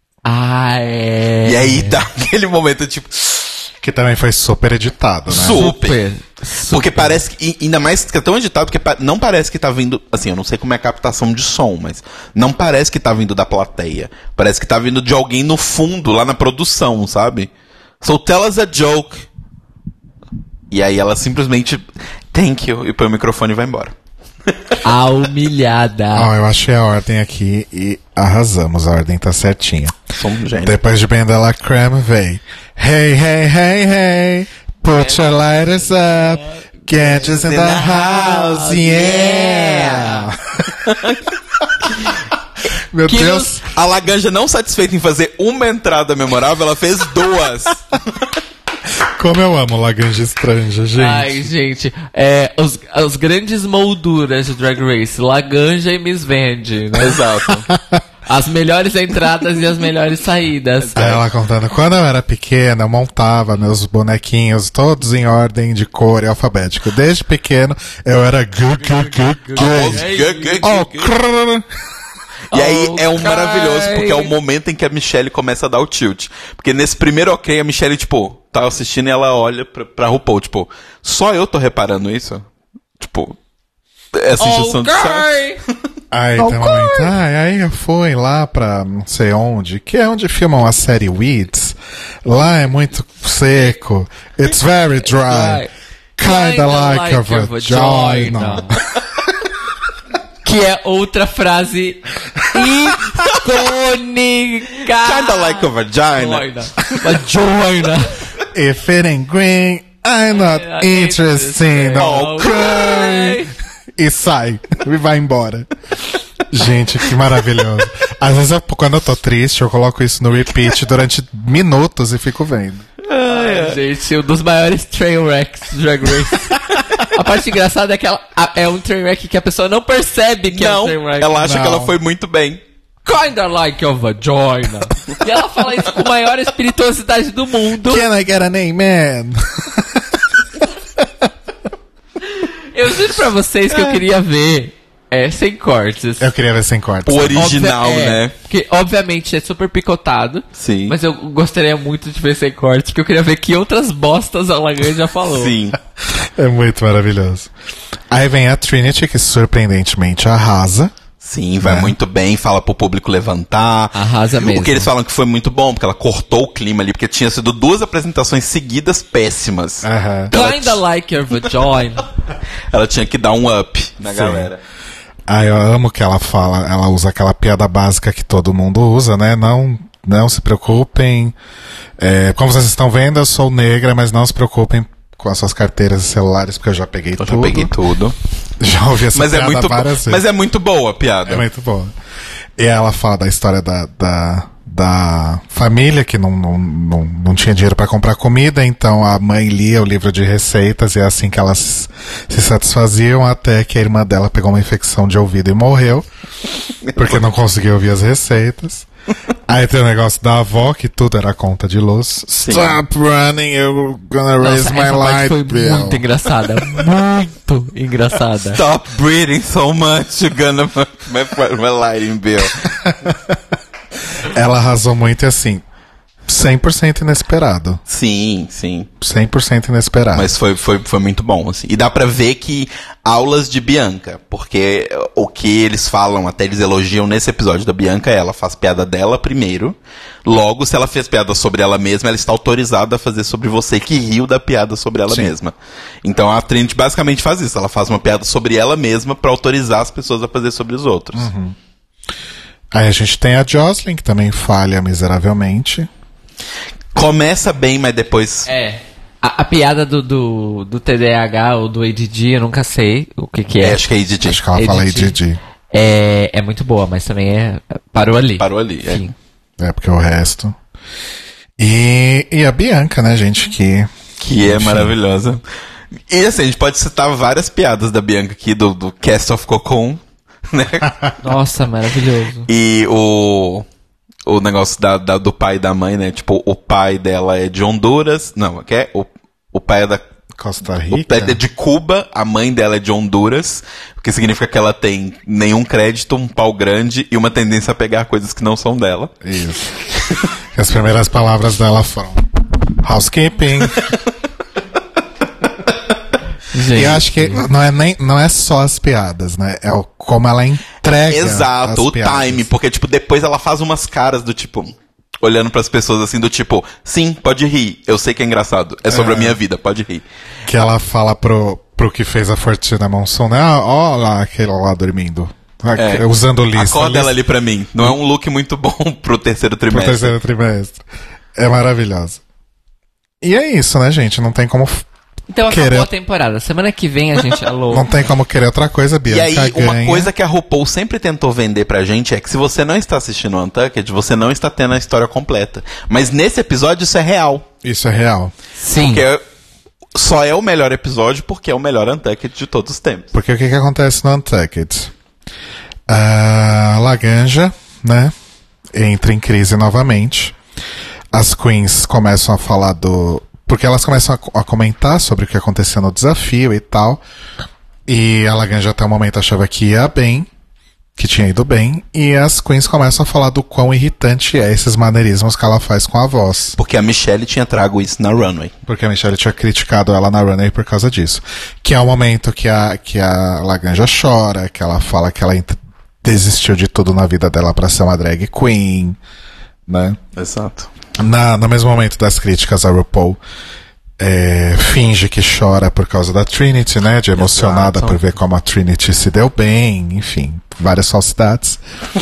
E aí dá aquele momento, tipo... Que também foi super editado, né? Super. Porque parece que, ainda mais que é tão editado, porque não parece que tá vindo, assim, eu não sei como é a captação de som, mas não parece que tá vindo da plateia. Parece que tá vindo de alguém no fundo, lá na produção, sabe? So tell us a joke. E aí ela simplesmente, thank you, e põe o microfone e vai embora. A humilhada. Eu achei a ordem aqui e arrasamos, a ordem tá certinha. Somos gênios. Depois de Bend La Creme veio Hey, hey, hey, hey, put your lighters up, gadgets in the house, yeah! Meu Deus. A Laganja, não satisfeita em fazer uma entrada memorável, ela fez 2. Como eu amo Laganja Estranja, gente. Ai, gente, os grandes molduras de Drag Race, Laganja e Miss Vandy, né? Exato. As melhores entradas e as melhores saídas. Aí ela contando, quando eu era pequena, eu montava meus bonequinhos todos em ordem de cor e alfabético. Desde pequeno, eu era E aí é um maravilhoso, porque é o momento em que a Michelle começa a dar o tilt. Porque nesse primeiro ok, a Michelle, tipo, tá assistindo e ela olha pra RuPaul, tipo, só eu tô reparando isso? Tipo, essa injeção de saco. Aí tem um momento, aí eu fui lá pra não sei onde, que é onde filmam a série Weeds. Lá é muito seco. It's very dry. Kinda like a vagina. Que é outra frase icônica. Kinda like a vagina. Vagina. If it ain't green, I'm not interested. Okay. E sai, e vai embora. Gente, que maravilhoso. Às vezes, quando eu tô triste, eu coloco isso no repeat durante minutos e fico vendo. Ai, gente, um dos maiores trainwrecks do Drag Race. A parte engraçada é que é um trainwreck que a pessoa não percebe que é um trainwreck. Ela acha que ela foi muito bem. Kinda like a vagina. E ela fala isso com a maior espirituosidade do mundo. Can I get an amen? Eu juro pra vocês que eu queria ver sem cortes. Eu queria ver sem cortes. O original, né? Porque, obviamente, é super picotado. Sim. Mas eu gostaria muito de ver sem cortes, porque eu queria ver que outras bostas a Laganja já falou. Sim. É muito maravilhoso. Aí vem a Trinity, que surpreendentemente arrasa. Sim, vai muito bem, fala pro público levantar. Arrasa mesmo. O que eles falam que foi muito bom, porque ela cortou o clima ali, porque tinha sido 2 apresentações seguidas péssimas. Kinda like your vagina. Ela tinha que dar um up na galera. Ah, eu amo que ela fala, ela usa aquela piada básica que todo mundo usa, né? Não se preocupem. Como vocês estão vendo, eu sou negra, mas não se preocupem com as suas carteiras e celulares, porque eu já peguei tudo. Eu já peguei tudo. Já ouvi essa piada várias vezes. Mas é muito boa a piada. É muito boa. E ela fala da história da família que não tinha dinheiro para comprar comida, então a mãe lia o livro de receitas e é assim que elas se satisfaziam, até que a irmã dela pegou uma infecção de ouvido e morreu, porque não conseguia ouvir as receitas. Aí tem o negócio da avó, que tudo era conta de luz. Sim. Stop running, you're gonna raise my essa parte light foi bill. muito engraçada. Muito engraçada. Stop breathing so much, you're gonna my lighting bill. Ela arrasou muito e assim, 100% inesperado. Sim, sim. 100% inesperado. Mas foi muito bom, assim. E dá pra ver que aulas de Bianca, porque o que eles falam, até eles elogiam nesse episódio da Bianca, ela faz piada dela primeiro. Logo, se ela fez piada sobre ela mesma, ela está autorizada a fazer sobre você que riu da piada sobre ela mesma. Então a Trinity basicamente faz isso. Ela faz uma piada sobre ela mesma pra autorizar as pessoas a fazer sobre os outros. Uhum. Aí a gente tem a Jocelyn, que também falha miseravelmente. Começa bem, mas depois... A piada do TDAH ou do ADD, eu nunca sei o que é. Acho que é ADD. Acho que ela fala ADD. É muito boa, mas também parou ali. Parou ali, Sim. Porque o resto... E a Bianca, né, gente, que é maravilhosa. E assim, a gente pode citar várias piadas da Bianca aqui, do Cast of Cocon, né? Nossa, maravilhoso. E o negócio do pai e da mãe, né? Tipo, o pai dela é de Honduras. Não, o pai é da Costa Rica. O pai é de Cuba, a mãe dela é de Honduras, o que significa que ela tem nenhum crédito, um pau grande e uma tendência a pegar coisas que não são dela. Isso. As primeiras palavras dela foram housekeeping. Gente. E eu acho que não é só as piadas, né? É como ela entrega. Exato, o piadas. time, porque tipo, depois ela faz umas caras do tipo, olhando pras pessoas assim, do tipo, sim, pode rir, eu sei que é engraçado, é sobre a minha vida, pode rir. Que ela fala pro que fez a Fortuna Monsoon, né? Ó lá, aquele lá dormindo. Usando lista. Acorda ela ali pra mim. Não é um look muito bom pro terceiro trimestre. Pro terceiro trimestre. É maravilhosa. E é isso, né, gente? Não tem como Então acabou a temporada. Semana que vem a gente alô. Não tem como querer outra coisa, Bianca. E aí, ganha. uma coisa que a RuPaul sempre tentou vender pra gente é que se você não está assistindo o Untucked, você não está tendo a história completa. Mas nesse episódio isso é real. Isso é real. Sim. Porque só é o melhor episódio porque é o melhor Untucked de todos os tempos. Porque o que acontece no Untucked? A Laganja, né, entra em crise novamente. As queens começam a falar porque elas começam a comentar sobre o que aconteceu no desafio e tal. E a Laganja até o momento achava que ia bem, que tinha ido bem. E as queens começam a falar do quão irritante é esses maneirismos que ela faz com a voz. Porque a Michelle tinha trago isso na runway. Porque a Michelle tinha criticado ela na runway por causa disso. Que é o momento que a Laganja chora, que ela fala que ela desistiu de tudo na vida dela pra ser uma drag queen, né? Exato. No mesmo momento das críticas, a RuPaul finge que chora por causa da Trinity, né? De emocionada Exato. por ver como a Trinity se deu bem, enfim, várias falsidades.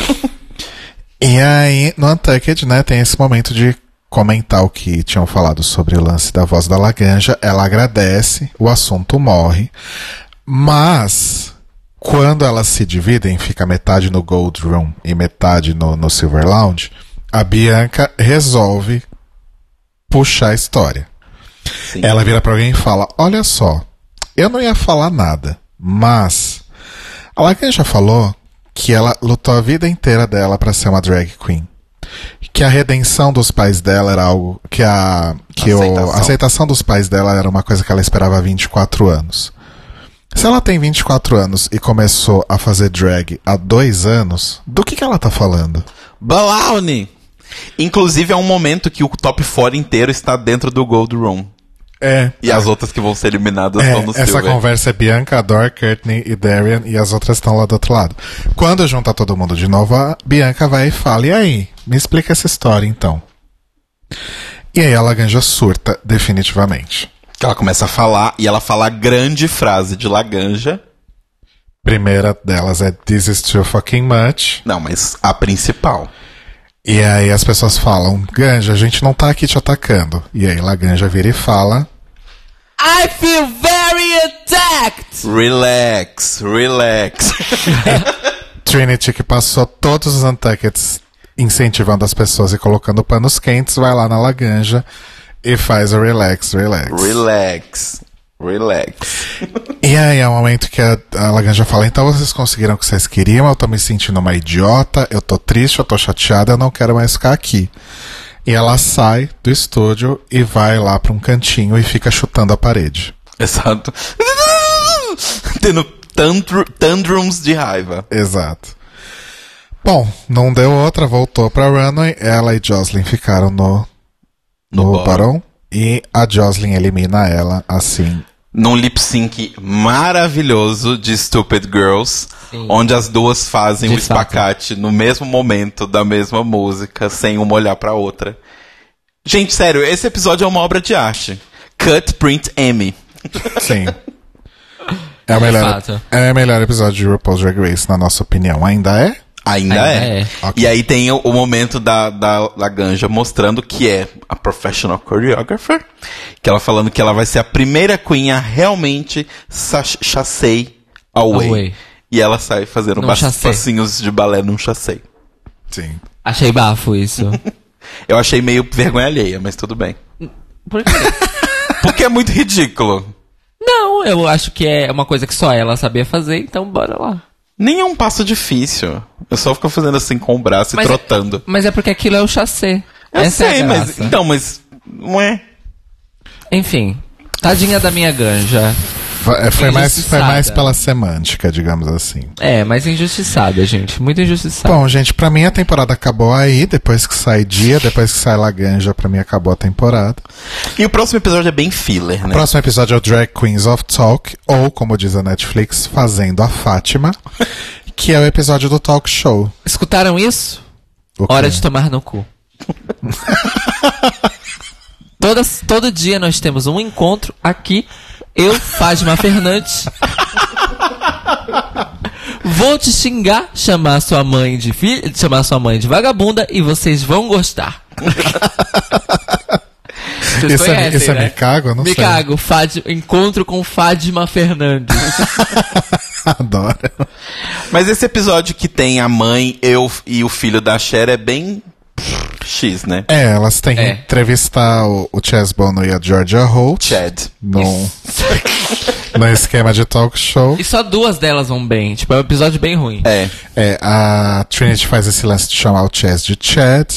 E aí, no Untucked, né, tem esse momento de comentar o que tinham falado sobre o lance da voz da Laganja. Ela agradece, o assunto morre, mas quando elas se dividem, fica metade no Gold Room e metade no Silver Lounge, a Bianca resolve puxar a história. Sim. Ela vira pra alguém e fala: olha só, eu não ia falar nada, mas a Laganja falou que ela lutou a vida inteira dela pra ser uma drag queen. Que a redenção dos pais dela era algo a aceitação dos pais dela era uma coisa que ela esperava há 24 anos. Se ela tem 24 anos e começou a fazer drag há 2 anos, do que ela tá falando? Baloney! Inclusive é um momento que o top 4 inteiro está dentro do Gold Room. E as outras que vão ser eliminadas estão no Silver. Essa conversa é Bianca, Adore, Courtney e Darian, e as outras estão lá do outro lado. Quando junta todo mundo de novo, a Bianca vai e fala: e aí? Me explica essa história então. E aí a Laganja surta definitivamente. Ela começa a falar, e ela fala a grande frase de Laganja. Primeira delas é "This is too fucking much". Não, mas a principal. E aí as pessoas falam: Ganja, a gente não tá aqui te atacando. E aí Laganja vira e fala: I feel very attacked! Relax. Trinity, que passou todos os Untuckeds incentivando as pessoas e colocando panos quentes, vai lá na Laganja e faz o relax. E aí é o momento que a Laganja fala: então vocês conseguiram o que vocês queriam, eu tô me sentindo uma idiota, eu tô triste, eu tô chateada, eu não quero mais ficar aqui. E ela sai do estúdio e vai lá pra um cantinho e fica chutando a parede. Exato. Tendo tantrums de raiva. Exato. Bom, não deu outra, voltou pra runway, ela e Jocelyn ficaram no Barão. E a Jocelyn elimina ela, assim. Num lip sync maravilhoso de Stupid Girls, sim, onde as duas fazem o espacate no mesmo momento da mesma música, sem uma olhar pra outra. Gente, sério, esse episódio é uma obra de arte. Cut, print, Emmy. Sim. É o melhor episódio de RuPaul's Drag Race, na nossa opinião. Ainda é? Ainda é. Okay. E aí tem o momento da Laganja mostrando que é a professional choreographer, que ela falando que ela vai ser a primeira queen a realmente chassei away. E ela sai fazendo passinhos de balé num chassei. Sim. Achei bafo isso. Eu achei meio vergonha alheia, mas tudo bem. Por quê? Porque é muito ridículo. Não, eu acho que é uma coisa que só ela sabia fazer, então bora lá. Nem é um passo difícil. Eu só fico fazendo assim com o braço e trotando. Mas é porque aquilo é o chassé. Eu sei, mas... Então, mas... Não é? Enfim. Tadinha da minha Ganja. Foi mais pela semântica, digamos assim. Mais injustiçada, gente. Muito injustiçada. Bom, gente, pra mim a temporada acabou aí. Depois que sai Dia, depois que sai Laganja, pra mim acabou a temporada. E o próximo episódio é bem filler, né? O próximo episódio é o Drag Queens of Talk, ou, como diz a Netflix, Fazendo a Fátima, que é o episódio do talk show. Escutaram isso? Hora de tomar no cu. Todo dia nós temos um encontro aqui. Eu, Fátima Fernandes, Vou te xingar, chamar sua mãe de vagabunda e vocês vão gostar. Vocês conhecem, isso né? é Me Cago? Eu não Me sei. Cago, encontro com Fátima Fernandes. Adoro. Mas esse episódio que tem a mãe, eu e o filho da Cher é bem X, né? Elas têm que entrevistar o Chaz Bono e a Georgia Holt. Chad. No esquema de talk show. E só 2 delas vão bem. Tipo, é um episódio bem ruim. A Trinity faz esse lance de chamar o Chaz de Chad.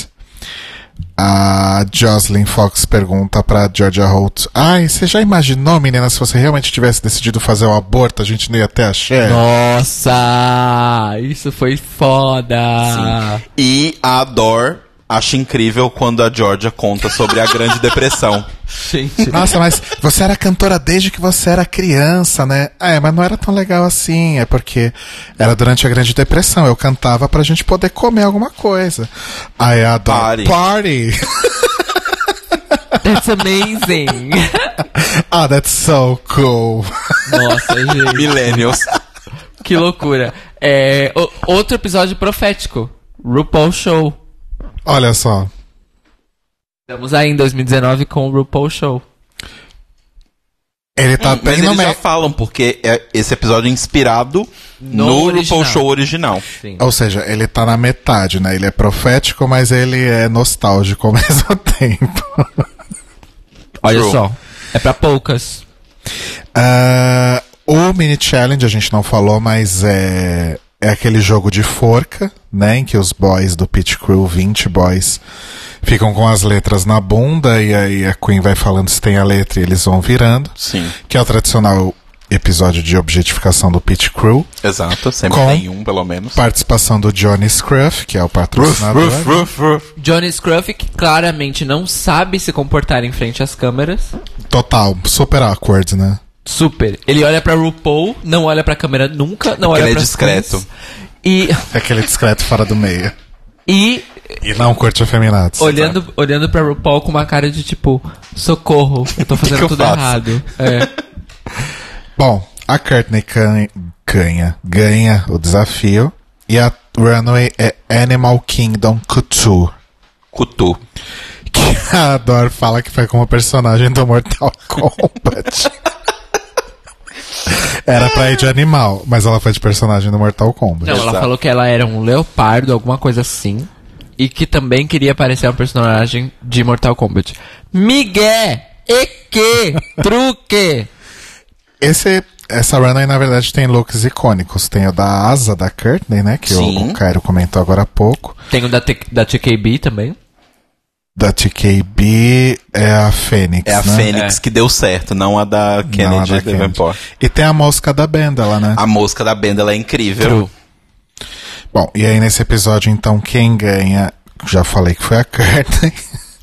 A Jocelyn Fox pergunta pra Georgia Holt: você já imaginou, menina, se você realmente tivesse decidido fazer o aborto, a gente não ia ter a Cher? Nossa, isso foi foda. Sim. E a Dor acha incrível quando a Georgia conta sobre a Grande Depressão. Gente. Nossa, mas você era cantora desde que você era criança, né? Mas não era tão legal assim. É porque era durante a Grande Depressão. Eu cantava pra gente poder comer alguma coisa. Aí a Dor... Party! That's amazing. That's so cool. Nossa, gente. Millennials. Que loucura. Outro episódio profético. RuPaul Show. Olha só. Estamos aí em 2019 com o RuPaul Show. Ele tá bem mas no eles meio. já falam, porque esse episódio é inspirado no RuPaul Show original. Sim. Ou seja, ele tá na metade, né? Ele é profético, mas ele é nostálgico ao mesmo tempo. Olha True. só. É pra poucas. O mini challenge a gente não falou, mas é aquele jogo de forca, né? Em que os boys do Pit Crew, 20 boys, ficam com as letras na bunda e aí a Queen vai falando se tem a letra e eles vão virando. Sim. Que é o tradicional episódio de objetificação do Pit Crew. Exato, sempre Com tem um, pelo menos. Participação do Johnny Scruff, que é o patrocinador. Johnny Scruff, que claramente não sabe se comportar em frente às câmeras. Total, super awkward, né? Super. Ele olha pra RuPaul, não olha pra câmera nunca, não olha Ele é pra discreto. E É aquele discreto fora do meio. E não curte afeminados. olhando pra RuPaul com uma cara de tipo, socorro, eu tô fazendo Que eu tudo faço? errado. Bom, a Courtney ganha o desafio e a runway é Animal Kingdom Couture. Kutu. Que a Dor fala que foi como personagem do Mortal Kombat. Era pra ir de animal, mas ela foi de personagem do Mortal Kombat. Não, ela Exato. falou que ela era um leopardo, alguma coisa assim. E que também queria parecer um personagem de Mortal Kombat. Miguel! Que? Truque! Essa runway, na verdade, tem looks icônicos. Tem o da asa da Courtney, né? Que Sim. o Cairo comentou agora há pouco. Tem o da TKB também. Da TKB é a Fênix, É a né? Fênix que deu certo, não a da Kennedy Não, a da Davenport. E tem a mosca da Bendela, né? A mosca da Benda, ela é incrível. True. Bom, e aí nesse episódio, então, quem ganha... Já falei que foi a Courtney.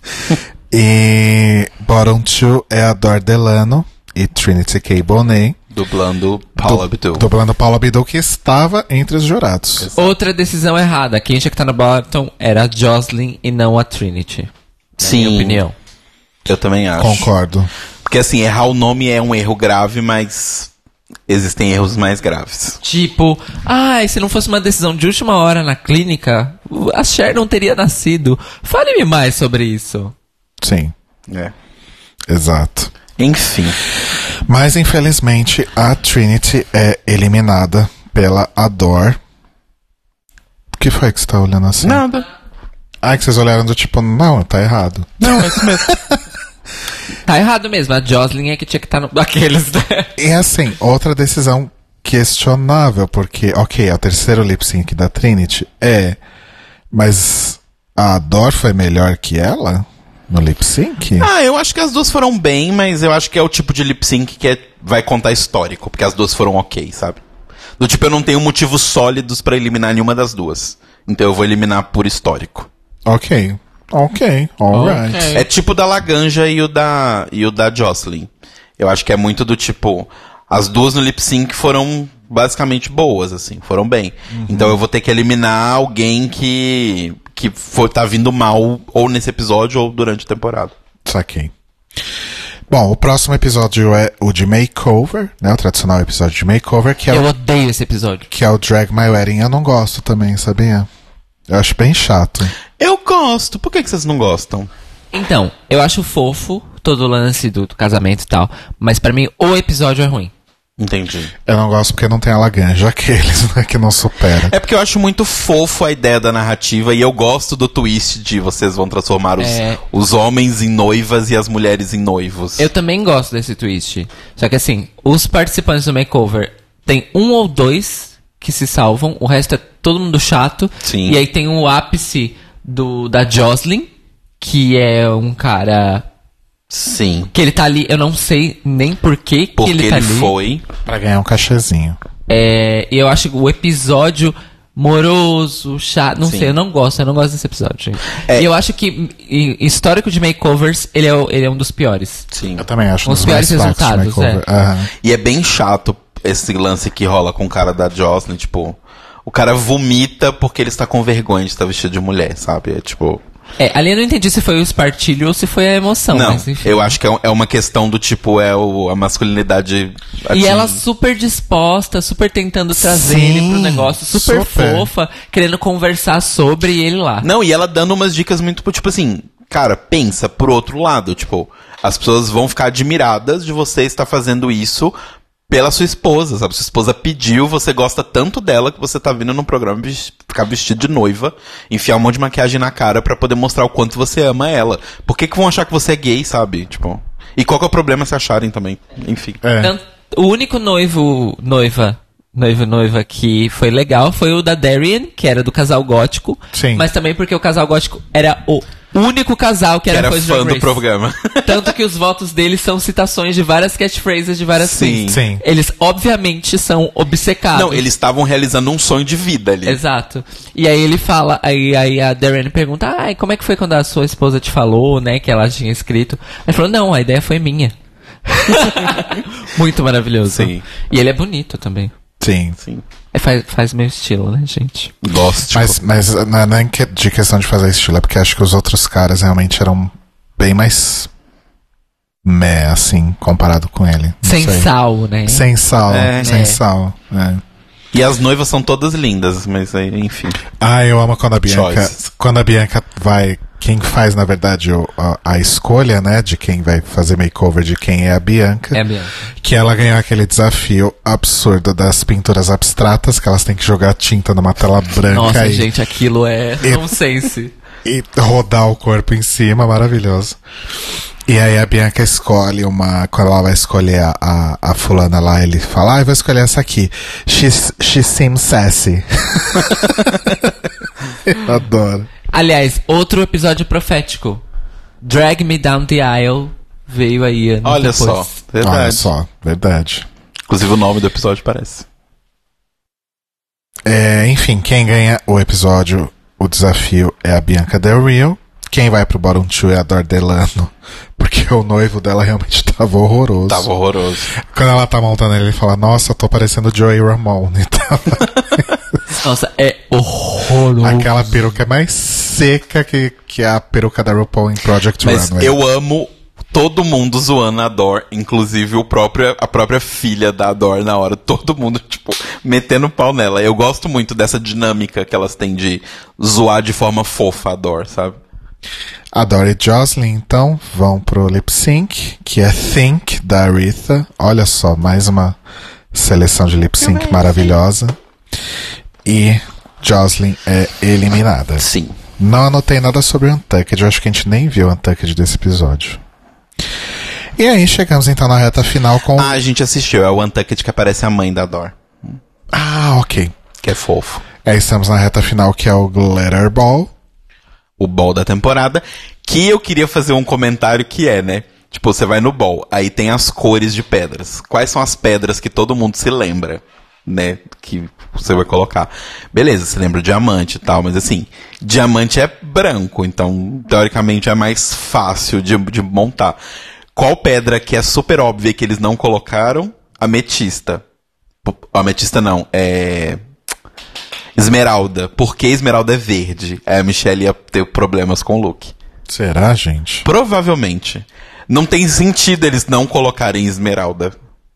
E bottom two é a Dor Delano e Trinity K. Bonet. Dublando Paula Abdul. Dublando Paula Abdul, que estava entre os jurados. Outra decisão errada. Quem tinha que estar no bottom era a Jocelyn e não a Trinity. Na minha opinião. Eu também acho. Concordo. Porque assim, errar o nome é um erro grave, mas existem erros mais graves. Tipo, se não fosse uma decisão de última hora na clínica, a Cher não teria nascido. Fale-me mais sobre isso. Sim, É. exato. Enfim. Mas, infelizmente, a Trinity é eliminada pela Ador. O que foi que você tá olhando assim? Nada. Que vocês olharam do tipo, não, tá errado. Não, é isso mesmo. Tá errado mesmo, a Jocelyn é que tinha que estar no... Aqueles, né? E assim, outra decisão questionável, porque, é o terceiro lip sync da Trinity, mas a Ador foi melhor que ela no lip sync? Eu acho que as duas foram bem, mas eu acho que é o tipo de lip sync que vai contar histórico, porque as duas foram ok, sabe? Do tipo, eu não tenho motivos sólidos pra eliminar nenhuma das duas. Então eu vou eliminar por histórico. Ok, alright. Ok. É tipo o da Laganja e o da Jocelyn. Eu acho que é muito do tipo, as duas no lip sync foram basicamente boas, assim, foram bem. Então eu vou ter que eliminar alguém que tá vindo mal ou nesse episódio ou durante a temporada. Saquei. Bom, o próximo episódio é o de Makeover, né? O tradicional episódio de Makeover, que é Eu odeio esse episódio. que é o Drag My Wedding. Eu não gosto também, sabia? Eu acho bem chato. Eu gosto. Por que vocês não gostam? Então, eu acho fofo todo o lance do casamento e tal, mas pra mim o episódio é ruim. Entendi. Eu não gosto porque não tem a Laganja, aqueles, né, que não supera. É porque eu acho muito fofo a ideia da narrativa e eu gosto do twist de vocês vão transformar os homens em noivas e as mulheres em noivos. Eu também gosto desse twist. Só que assim, os participantes do makeover tem um ou dois que se salvam, o resto é todo mundo chato. Sim. E aí tem o ápice da Jocelyn, que é um cara Sim. que ele tá ali, eu não sei nem por que Porque ele tá ali. foi. Pra ganhar um cachezinho. E eu acho o episódio moroso, chato, não Sim. sei, eu não gosto desse episódio, gente. É. E eu acho que, em histórico de makeovers, ele é um dos piores. Sim. Eu também acho Com os um dos mais piores fracos de resultados, Makeover. Aham. E é bem chato esse lance que rola com o cara da Jocelyn, tipo, o cara vomita porque ele está com vergonha de estar vestido de mulher, sabe? É tipo. Ali eu não entendi se foi o espartilho ou se foi a emoção, Não, mas enfim. eu acho que é uma questão do tipo, a masculinidade. E ela super disposta, super tentando trazer Sim, ele pro negócio, super super. fofa, querendo conversar sobre ele lá. Não, e ela dando umas dicas muito, tipo assim, cara, pensa por outro lado, tipo, as pessoas vão ficar admiradas de você estar fazendo isso pela sua esposa, sabe? Sua esposa pediu, você gosta tanto dela que você tá vindo num programa ficar vestido de noiva, enfiar um monte de maquiagem na cara pra poder mostrar o quanto você ama ela. Por que vão achar que você é gay, sabe? Tipo, e qual que é o problema se acharem também? Enfim. É. O único noiva que foi legal foi o da Darian, que era do casal gótico. Sim. Mas também porque o casal gótico era o único casal que Que era coisa de fã Drag do Race. programa. Tanto que os votos deles são citações de várias catchphrases de várias Sim. queens. Sim. Eles, obviamente, são obcecados. Não, eles estavam realizando um sonho de vida ali. Exato. E aí ele fala, aí a Darren pergunta, e como é que foi quando a sua esposa te falou, né, que ela tinha escrito? Ele falou, não, a ideia foi minha. Muito maravilhoso. Sim. E ele é bonito também. Sim. Sim. Faz meu estilo, né, gente? Gosto. Mas não é de questão de fazer estilo, é porque acho que os outros caras realmente eram bem mais meh, assim, comparado com ele. Não Sem sei. sal, né? Sem sal, É. sem sal. É. E as noivas são todas lindas, mas aí, enfim. Ah, eu amo quando a Bianca. Choices. Quando a Bianca vai. Quem faz, na verdade, a escolha, né, de quem vai fazer makeover de quem é a Bianca. É a Bianca. Que ela ganhou aquele desafio absurdo das pinturas abstratas, que elas têm que jogar tinta numa tela branca Nossa, e, gente, aquilo é nonsense. e rodar o corpo em cima, maravilhoso. E aí a Bianca escolhe quando ela vai escolher a fulana lá, ele fala, eu vou escolher essa aqui. She seems sassy. Eu adoro. Aliás, outro episódio profético. Drag Me Down the Aisle veio aí anos Olha depois. só, verdade. Olha só, verdade. Inclusive o nome do episódio parece. Enfim, quem ganha o episódio, o desafio é a Bianca Del Rio. Quem vai pro Bottom 2 é a Dor Delano, porque o noivo dela realmente tava horroroso. Tava horroroso. Quando ela tá montando ele fala, nossa, eu tô parecendo Joey Ramone. Nossa, é horroroso. Aquela peruca é mais seca que a peruca da RuPaul em Project Mas Runway. eu amo todo mundo zoando a Dor, inclusive a própria filha da Dor na hora, todo mundo, tipo, metendo pau nela. Eu gosto muito dessa dinâmica que elas têm de zoar de forma fofa a Dor, sabe? A Dor e Jocelyn, então, vão pro lip sync, que é Think, da Aretha. Olha só, mais uma seleção de lip sync maravilhosa. E Jocelyn é eliminada. Sim. Não anotei nada sobre o Untucked, eu acho que a gente nem viu o Untucked desse episódio. E aí chegamos então na reta final com... Ah, a gente assistiu, é o Untucked que aparece a mãe da Dor, Ah, ok. que é fofo. Estamos na reta final, que é o Glitter Ball. O ball da temporada, que eu queria fazer um comentário que é, né? Tipo, você vai no ball, aí tem as cores de pedras. Quais são as pedras que todo mundo se lembra, né? Que você vai colocar. Beleza, você lembra o diamante e tal, mas assim, diamante é branco, então, teoricamente, é mais fácil de montar. Qual pedra que é super óbvia que eles não colocaram? Ametista. Ametista não, Esmeralda. Por que esmeralda é verde? Aí a Michelle ia ter problemas com o look. Será, gente? Provavelmente. Não tem sentido eles não colocarem Esmeralda.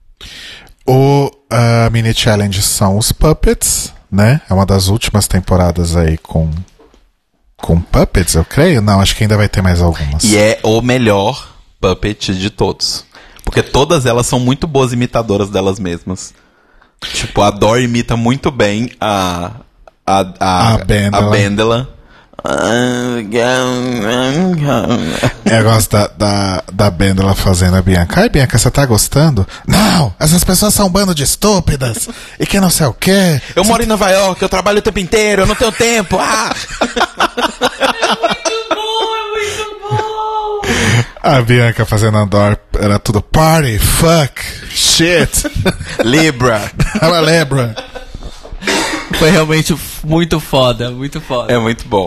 A mini challenge são os puppets, né? É uma das últimas temporadas aí com puppets, eu creio. Não, acho que ainda vai ter mais algumas. E é o melhor puppet de todos. Porque todas elas são muito boas imitadoras delas mesmas. Tipo, a Dor imita muito bem a Bendela. Eu gosto da Bendela fazendo a Bianca. Ai, Bianca, você tá gostando? Não! Essas pessoas são um bando de estúpidas! E que não sei o quê. Eu moro em Nova York, eu trabalho o tempo inteiro, eu não tenho tempo! Ah! A Bianca fazendo a Dor era tudo party, fuck, shit. Libra. Ela lembra. Foi realmente muito foda, muito foda. É muito bom.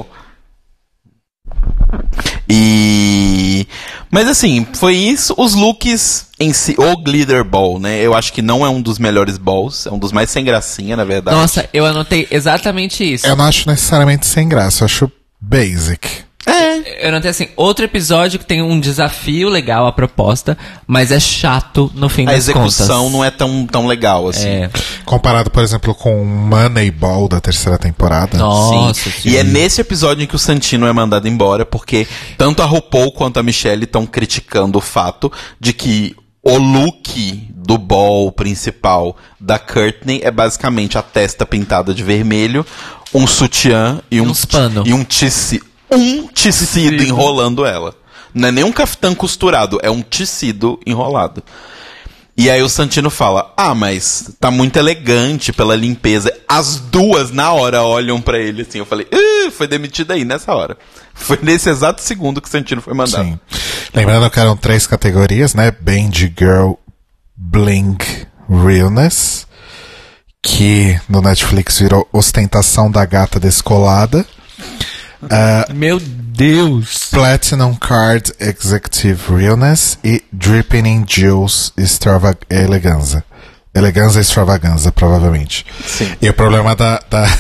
Mas assim, foi isso. Os looks em si, o Glitter Ball, né? Eu acho que não é um dos melhores balls, é um dos mais sem gracinha, na verdade. Nossa, eu anotei exatamente isso. Eu não acho necessariamente sem graça, eu acho basic. Eu anotei assim, outro episódio que tem um desafio legal, a proposta, mas é chato no fim das contas. A execução não é tão legal, assim. É. Comparado, por exemplo, com o Moneyball da terceira temporada. Nossa, sim. E é nesse episódio em que o Santino é mandado embora, porque tanto a RuPaul quanto a Michelle estão criticando o fato de que o look do ball principal da Courtney é basicamente a testa pintada de vermelho, um sutiã e um tecido enrolando ela. Não é nem um cafetã costurado, é um tecido enrolado. E aí o Santino fala, mas tá muito elegante pela limpeza. As duas na hora olham pra ele assim. Eu falei, foi demitido aí nessa hora. Foi nesse exato segundo que o Santino foi mandado. Sim. Lembrando que eram 3 categorias, né? Band Girl, Bling, Realness, que no Netflix virou Ostentação da Gata Descolada. Meu Deus! Platinum Card Executive Realness e Dripping in Jewels Eleganza. Eleganza Extravaganza, provavelmente. Sim. E o problema da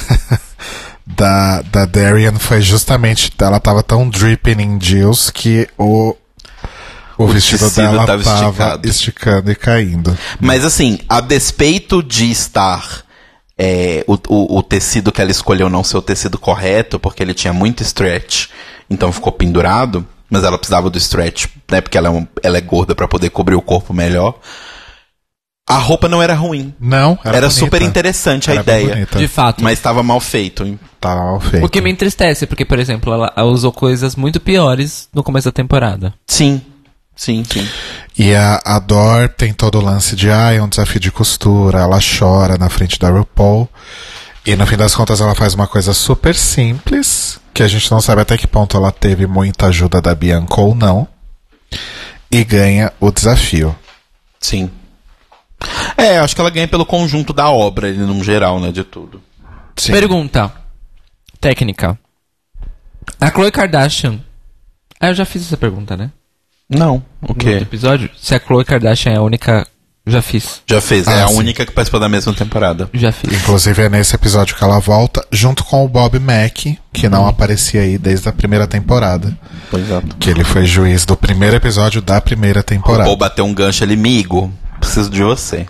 Darian foi justamente, ela tava tão dripping in Jewels que o vestido dela tava esticando e caindo. Mas assim, a despeito de estar o tecido que ela escolheu não ser o tecido correto, porque ele tinha muito stretch, então ficou pendurado, mas ela precisava do stretch, né, porque ela é gorda pra poder cobrir o corpo melhor. A roupa não era ruim. Não, era super interessante a ideia. De fato. Mas estava mal feito, hein? Tava mal feito. O que me entristece, porque, por exemplo, ela usou coisas muito piores no começo da temporada. Sim. E a Dor tem todo o lance de é um desafio de costura, ela chora na frente da RuPaul, e no fim das contas ela faz uma coisa super simples, que a gente não sabe até que ponto ela teve muita ajuda da Bianca ou não, e ganha o desafio. Sim. Acho que ela ganha pelo conjunto da obra, no geral, né, de tudo. Sim. Pergunta técnica. A Khloe Kardashian... eu já fiz essa pergunta, né? Não, o No quê? outro episódio, se a Khloe Kardashian é a única... Já fiz. Já fez, é a sim. única que participou da mesma temporada. Já fiz. Inclusive é nesse episódio que ela volta, junto com o Bob Mack, que não aparecia aí desde a primeira temporada. Exato. Que ele foi juiz do primeiro episódio da primeira temporada. Ou bateu um gancho ali, migo, preciso de você.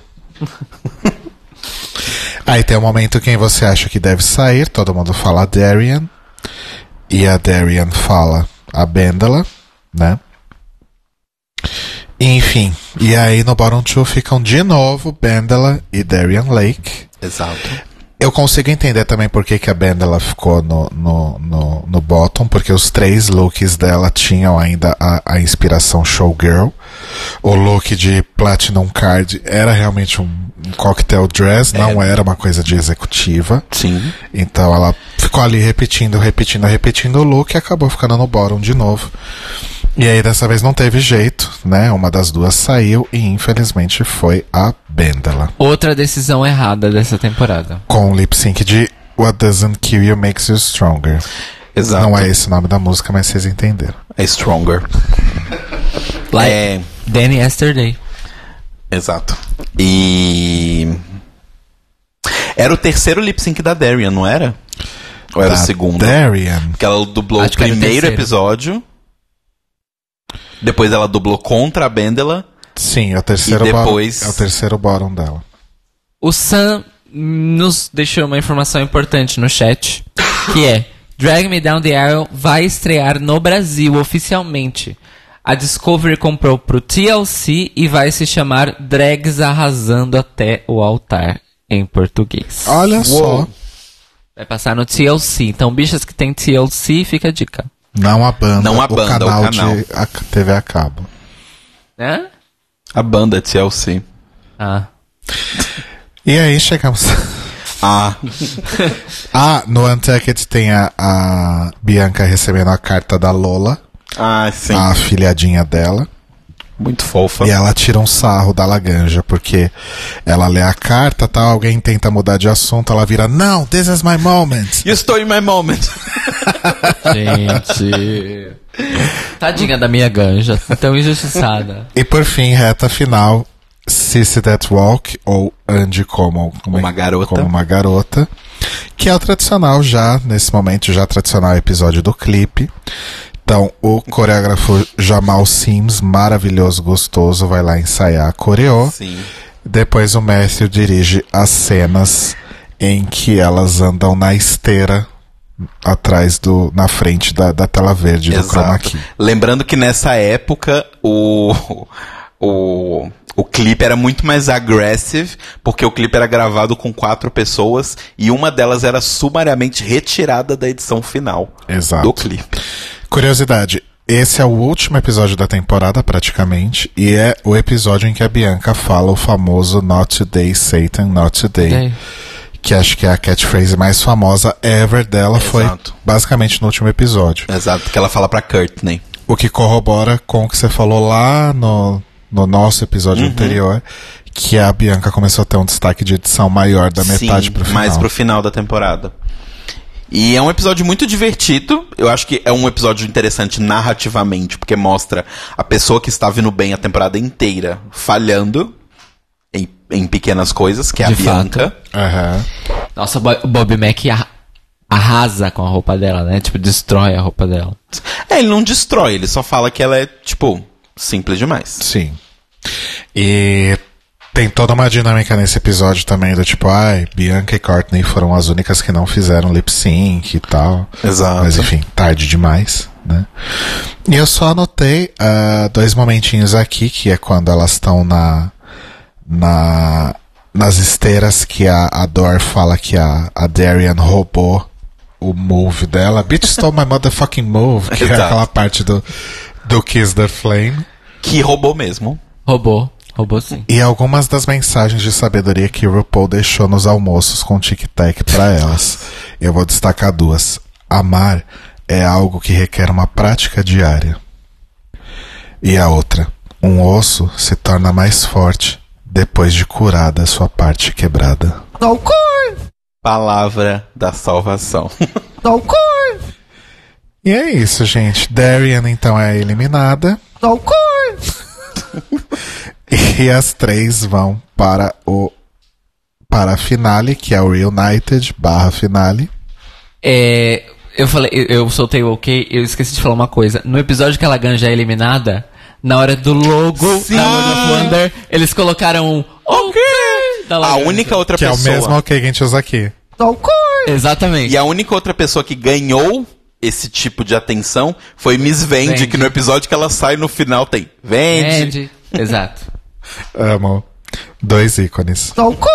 Aí tem um momento quem você acha que deve sair, todo mundo fala a Darian, e a Darian fala a Bendela, né? Enfim, e aí no bottom 2 ficam de novo Bendela e Darian Lake. Exato. Eu consigo entender também por que a Bendela ficou no bottom, porque os 3 looks dela tinham ainda a inspiração showgirl. O look de Platinum Card era realmente um cocktail dress, não era uma coisa de executiva. Sim. Então ela ficou ali repetindo o look e acabou ficando no bottom de novo. E aí dessa vez não teve jeito, né? Uma das duas saiu e infelizmente foi a Bendela. Outra decisão errada dessa temporada. Com o lip sync de What Doesn't Kill You Makes You Stronger. Exato. Não é esse o nome da música, mas vocês entenderam. É Stronger. Like Danny Yesterday. Exato. E... era o terceiro lip sync da Darian, não era? Ou era o segundo? Darian. Porque ela dublou Acho o que era o primeiro terceiro. episódio. Depois ela dublou contra a Bendela. Sim, é o terceiro, E depois- é o terceiro bottom dela. O Sam nos deixou uma informação importante no chat, que é Drag Me Down the Aisle vai estrear no Brasil oficialmente. A Discovery comprou pro TLC e vai se chamar Drags Arrasando Até o Altar, em português. Olha só, Vai passar no TLC. Então, bichas que tem TLC, fica a dica. não a banda, Não a banda, o canal. de TV a cabo. Né? A banda TLC. Ah. E aí chegamos... no Untucked tem a Bianca recebendo a carta da Lola, Sim. a afilhadinha dela. Muito fofa. E ela tira um sarro da Laganja, porque ela lê a carta, tal, alguém tenta mudar de assunto, ela vira, não, this is my moment. You stole my moment. Gente. Tadinha da minha ganja. Tão injustiçada. E por fim, reta final, Sissy That Walk, ou Ande como Uma garota. como uma garota, que é o tradicional já, nesse momento, já tradicional episódio do clipe. Então, o coreógrafo Jamal Sims, maravilhoso, gostoso, vai lá ensaiar a coreô. Sim. Depois o Matthew dirige as cenas em que elas andam na esteira atrás na frente da tela verde do Chroma Key. Lembrando que nessa época o clipe era muito mais aggressive, porque o clipe era gravado com 4 pessoas e uma delas era sumariamente retirada da edição final Exato. do clipe. Curiosidade, esse é o último episódio da temporada, praticamente, e é o episódio em que a Bianca fala o famoso Not Today, Satan, Not Today. Today. Que acho que é a catchphrase mais famosa ever dela, foi Exato. basicamente no último episódio. Exato, que ela fala pra Courtney. O que corrobora com o que você falou lá no nosso episódio anterior, que a Bianca começou a ter um destaque de edição maior da metade Sim, pro final. mais pro final da temporada. E é um episódio muito divertido. Eu acho que é um episódio interessante narrativamente, porque mostra a pessoa que está vindo bem a temporada inteira falhando em pequenas coisas, que é a De fato. Bianca. Aham. Nossa, o Bob Mac arrasa com a roupa dela, né? Tipo, destrói a roupa dela. Ele não destrói, ele só fala que ela é, tipo, simples demais. Sim. E tem toda uma dinâmica nesse episódio também do tipo, Bianca e Courtney foram as únicas que não fizeram lip sync e tal. Exato. Mas enfim, tarde demais, né? E eu só anotei 2 momentinhos aqui, que é quando elas estão nas esteiras, que a Dor fala que a Darian roubou o move dela. Bitch stole my motherfucking move, que é Exato. aquela parte do Kiss the Flame. Que roubou mesmo. Roubou sim. E algumas das mensagens de sabedoria que RuPaul deixou nos almoços com tic-tac pra elas. Eu vou destacar 2. Amar é algo que requer uma prática diária. E a outra. Um osso se torna mais forte depois de curada a sua parte quebrada. Palavra da salvação. E é isso, gente. Darian, então, é eliminada. E as 3 vão para a finale, que é o Reunited /finale. Eu soltei o ok, eu esqueci de falar uma coisa. No episódio que a Laganja é eliminada, na hora do logo da World of Wonder, eles colocaram um ok da A Laganja. única outra Que é o pessoa. mesmo ok que a gente usa aqui. Exatamente. E a única outra pessoa que ganhou esse tipo de atenção foi Miss Vendi, Vendi. que no episódio que ela sai no final tem Vendi. Andy. Exato. Amo. 2 ícones.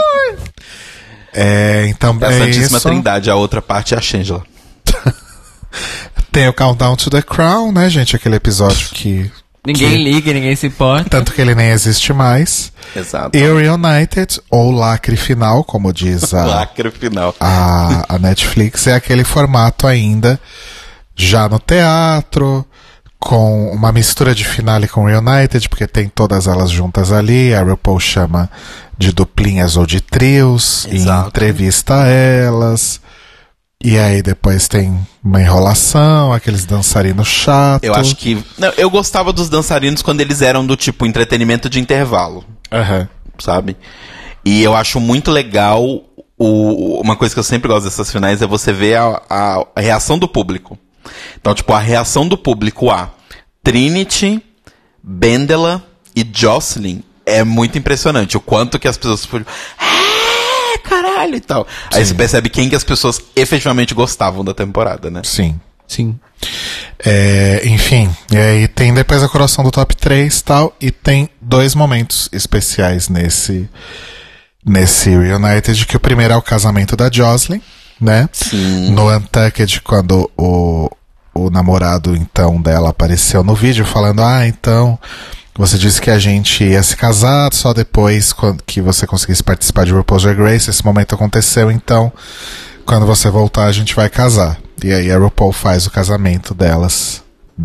Então, É a é Santíssima isso. Trindade, a outra parte é a Shangela. Tem o Countdown to the Crown, né, gente? Aquele episódio que... Ninguém liga, ninguém se importa. Tanto que ele nem existe mais. Exato. E o Reunited, ou Lacre Final, como diz Lacre final. a Netflix, é aquele formato ainda já no teatro, com uma mistura de finale com Reunited, porque tem todas elas juntas ali. A RuPaul chama de duplinhas ou de trios e Exato. entrevista elas. E aí depois tem uma enrolação, aqueles dançarinos chatos. Eu acho que... Não, eu gostava dos dançarinos quando eles eram do tipo entretenimento de intervalo, Aham. sabe? E eu acho muito legal... Uma coisa que eu sempre gosto dessas finais é você ver a reação do público. Então, tipo, a reação do público a Trinity, Bendela e Jocelyn é muito impressionante. O quanto que as pessoas foram... caralho e tal. Aí você percebe quem que as pessoas efetivamente gostavam da temporada, né? Sim. Sim. Enfim, e aí tem depois a coroação do top 3 e tal, e tem 2 momentos especiais nesse Reunited, que o primeiro é o casamento da Jocelyn, né? Sim. No Untucked, quando o namorado, então, dela apareceu no vídeo falando, então, você disse que a gente ia se casar só depois que você conseguisse participar de RuPaul's Drag Race, esse momento aconteceu, então, quando você voltar a gente vai casar. E aí a RuPaul faz o casamento deles,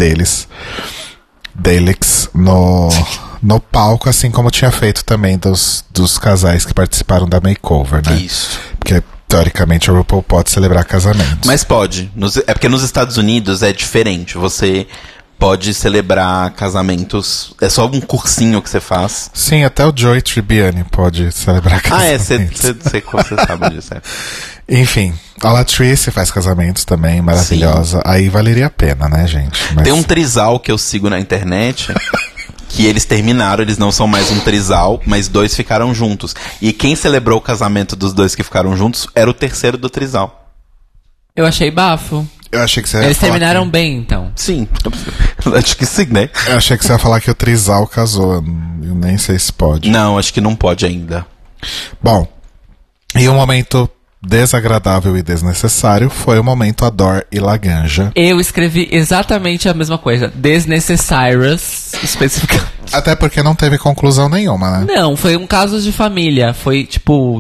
no palco, assim como tinha feito também dos casais que participaram da makeover, né? Isso. Porque, teoricamente, a RuPaul pode celebrar casamentos. Mas pode. É porque nos Estados Unidos é diferente. Você pode celebrar casamentos. É só um cursinho que você faz. Sim, até o Joey Tribbiani pode celebrar casamentos. Você sabe disso. Enfim, a Latrice faz casamentos também, maravilhosa. Sim. Aí valeria a pena, né, gente? Mas... Tem um trisal que eu sigo na internet... que eles terminaram, eles não são mais um trisal, mas 2 ficaram juntos. E quem celebrou o casamento dos 2 que ficaram juntos era o terceiro do trisal. Eu achei bafo. Eu achei que você ia Eles falar terminaram bem, então. Sim. Acho que sim, né? Eu achei que você ia falar que o trisal casou. Eu nem sei se pode. Não, acho que não pode ainda. Bom, e um momento desagradável e desnecessário foi o momento Adore e Laganja. Eu escrevi exatamente a mesma coisa. Desnecessarious, especificamente. Até porque não teve conclusão nenhuma, né? Não, foi um caso de família. Foi, tipo,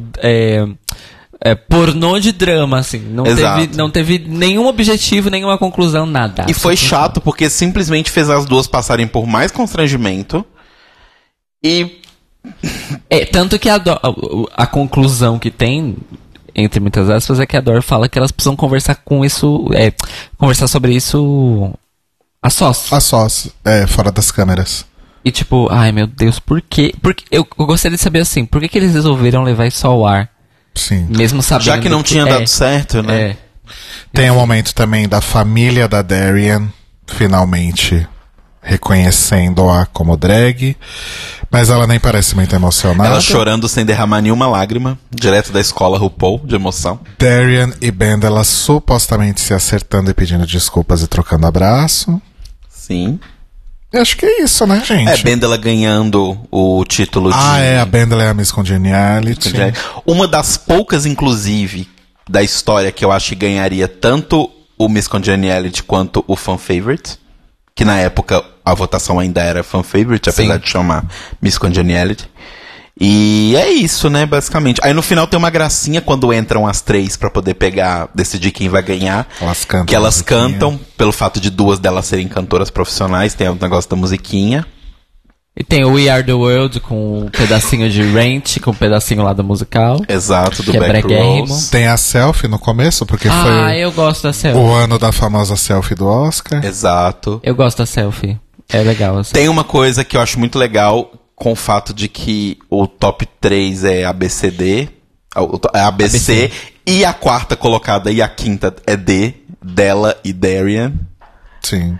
pornô de drama, assim. Não teve nenhum objetivo, nenhuma conclusão, nada. E foi chato porque simplesmente fez as duas passarem por mais constrangimento. E... tanto que a conclusão que tem... entre muitas aspas, é que a Adore fala que elas precisam conversar conversar sobre isso a sós. A sós, fora das câmeras. E tipo, ai meu Deus, por quê? Porque eu gostaria de saber assim, por que eles resolveram levar isso ao ar? Sim. Mesmo sabendo já que não tinha dado certo, né? Tem um momento também da família da Darian, finalmente reconhecendo-a como drag, mas ela nem parece muito emocionada. Ela chorando sem derramar nenhuma lágrima, direto da escola RuPaul, de emoção. Darian e Bendela supostamente se acertando e pedindo desculpas e trocando abraço. Sim. Eu acho que é isso, né, gente? Bendela ganhando o título de... a Bendela é a Miss Congeniality. Uma das poucas, inclusive, da história que eu acho que ganharia tanto o Miss Congeniality quanto o Fan Favorite. Que na época a votação ainda era Fan Favorite, apesar de chamar Miss Congeniality. E é isso, né, basicamente. Aí no final tem uma gracinha quando entram as 3 pra poder decidir quem vai ganhar. Elas cantam. Que elas cantam, pelo fato de 2 delas serem cantoras profissionais, tem o negócio da musiquinha. E tem o We Are The World com um pedacinho de Rent, com um pedacinho lá do musical. Exato, do que Backrose. Tem a selfie no começo, porque foi eu gosto da selfie. O ano da famosa selfie do Oscar. Exato. Eu gosto da selfie. É legal. Assim. Tem uma coisa que eu acho muito legal com o fato de que o top 3 é ABCD, é ABC, e a quarta colocada e a quinta é D, dela e Darian. Sim.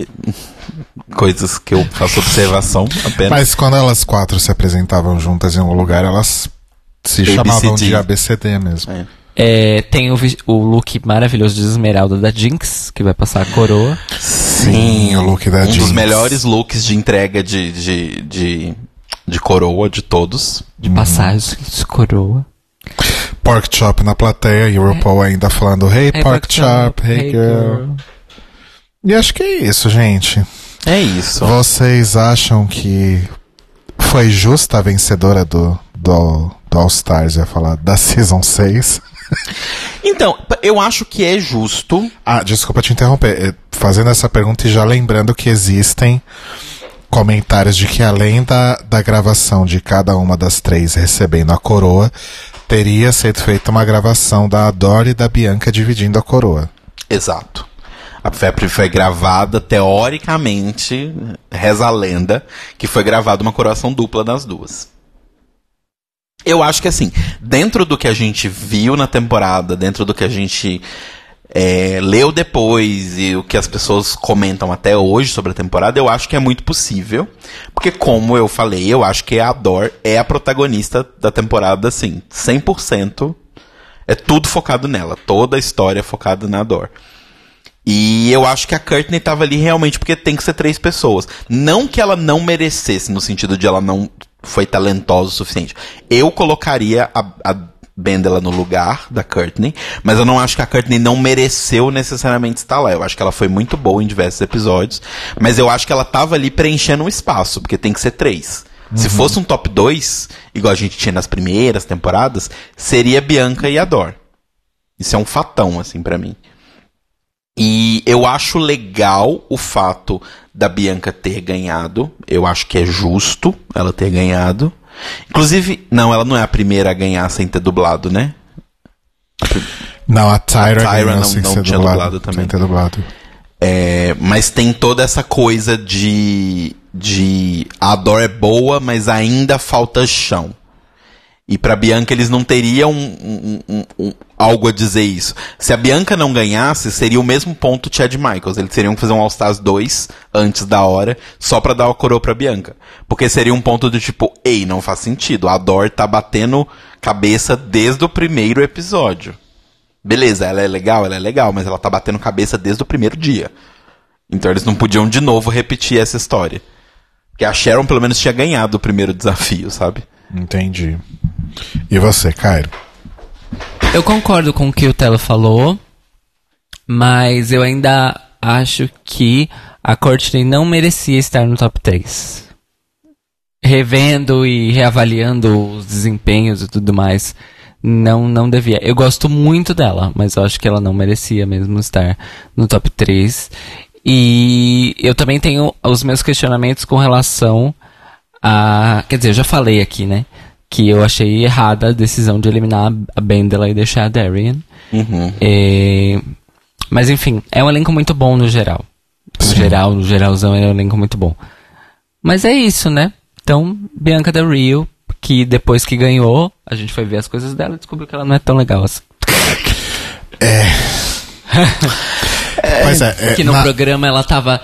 Coisas que eu faço observação apenas. Mas quando elas 4 se apresentavam juntas em um lugar, elas se chamavam de ABCD mesmo. Tem o look maravilhoso de Esmeralda da Jinx, que vai passar a coroa. Sim, o look da Jinx. Um dos melhores looks de entrega de coroa de todos. De passagem de coroa. Pork Chop na plateia e o RuPaul ainda falando Hey Pork Chop, hey girl. E acho que é isso, gente. É isso. Vocês acham que foi justa a vencedora do All Stars, ia falar, da Season 6? Então, eu acho que é justo. Desculpa te interromper. Fazendo essa pergunta e já lembrando que existem comentários de que além da gravação de cada uma das 3 recebendo a coroa, teria sido feita uma gravação da Adore e da Bianca dividindo a coroa. Exato. A FEPRI foi gravada, teoricamente, reza a lenda, que foi gravada uma coroação dupla das duas. Eu acho que assim, dentro do que a gente viu na temporada, dentro do que a gente leu depois e o que as pessoas comentam até hoje sobre a temporada, eu acho que é muito possível. Porque, como eu falei, eu acho que a Adore é a protagonista da temporada, assim, 100%. É tudo focado nela. Toda a história é focada na Adore. E eu acho que a Courtney tava ali realmente porque tem que ser 3 pessoas. Não que ela não merecesse, no sentido de ela não foi talentosa o suficiente. Eu colocaria a Bendela no lugar da Courtney, mas eu não acho que a Courtney não mereceu necessariamente estar lá. Eu acho que ela foi muito boa em diversos episódios, mas eu acho que ela tava ali preenchendo um espaço, porque tem que ser 3. Se fosse um top 2, igual a gente tinha nas primeiras temporadas, seria Bianca e Adore. Isso é um fatão, assim, pra mim. E eu acho legal o fato da Bianca ter ganhado. Eu acho que é justo ela ter ganhado. Inclusive, não, ela não é a primeira a ganhar sem ter dublado, né? Não, a Tyra não ser tinha dublado também. Sem ter dublado. Mas tem toda essa coisa de a Adore é boa, mas ainda falta chão. E pra Bianca eles não teriam algo a dizer isso. Se a Bianca não ganhasse, seria o mesmo ponto Chad Michaels. Eles teriam que fazer um All Stars 2 antes da hora, só pra dar a coroa pra Bianca. Porque seria um ponto do tipo, ei, não faz sentido. A Adore tá batendo cabeça desde o primeiro episódio. Beleza, ela é legal, mas ela tá batendo cabeça desde o primeiro dia. Então eles não podiam de novo repetir essa história. Porque a Sharon pelo menos tinha ganhado o primeiro desafio, sabe? Entendi. E você, Cairo? Eu concordo com o que o Telo falou, mas eu ainda acho que a Courtney não merecia estar no top 3. Revendo e reavaliando os desempenhos e tudo mais, não devia. Eu gosto muito dela, mas eu acho que ela não merecia mesmo estar no top 3. E eu também tenho os meus questionamentos com relação a... Quer dizer, eu já falei aqui, né? Que eu achei errada a decisão de eliminar a Bendela e deixar a Darian. Mas enfim, é um elenco muito bom no geral. No geralzão é um elenco muito bom. Mas é isso, né? Então, Bianca Del Rio, que depois que ganhou, a gente foi ver as coisas dela e descobriu que ela não é tão legal assim. Que no programa ela tava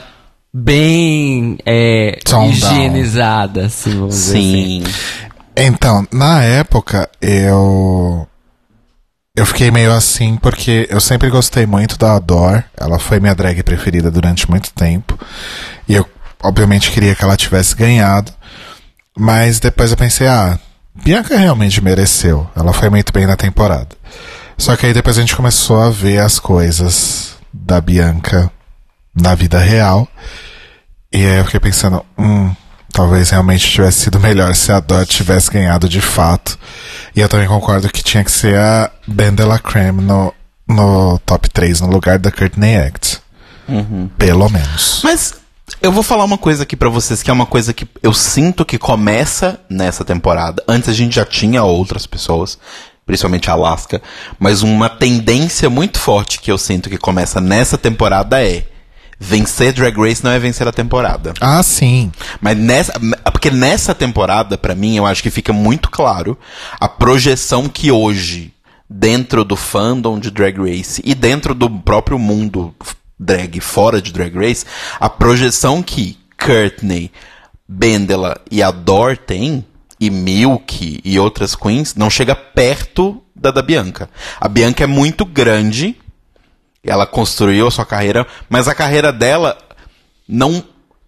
bem higienizada, assim, vamos dizer assim. Então, na época, eu fiquei meio assim, porque eu sempre gostei muito da Adore. Ela foi minha drag preferida durante muito tempo. E eu, obviamente, queria que ela tivesse ganhado. Mas depois eu pensei, Bianca realmente mereceu. Ela foi muito bem na temporada. Só que aí depois a gente começou a ver as coisas da Bianca na vida real. E aí eu fiquei pensando, talvez realmente tivesse sido melhor se a Adore tivesse ganhado de fato. E eu também concordo que tinha que ser a Bendela Creme no top 3, no lugar da Courtney Act. Pelo menos. Mas eu vou falar uma coisa aqui pra vocês, que é uma coisa que eu sinto que começa nessa temporada. Antes a gente já tinha outras pessoas, principalmente a Alaska. Mas uma tendência muito forte que eu sinto que começa nessa temporada é: vencer Drag Race não é vencer a temporada. Sim. Mas porque nessa temporada, pra mim, eu acho que fica muito claro a projeção que hoje, dentro do fandom de Drag Race e dentro do próprio mundo drag, fora de Drag Race, a projeção que Courtney, Bendela e Adore têm, e Milk e outras queens, não chega perto da Bianca. A Bianca é muito grande. Ela construiu a sua carreira, mas a carreira dela não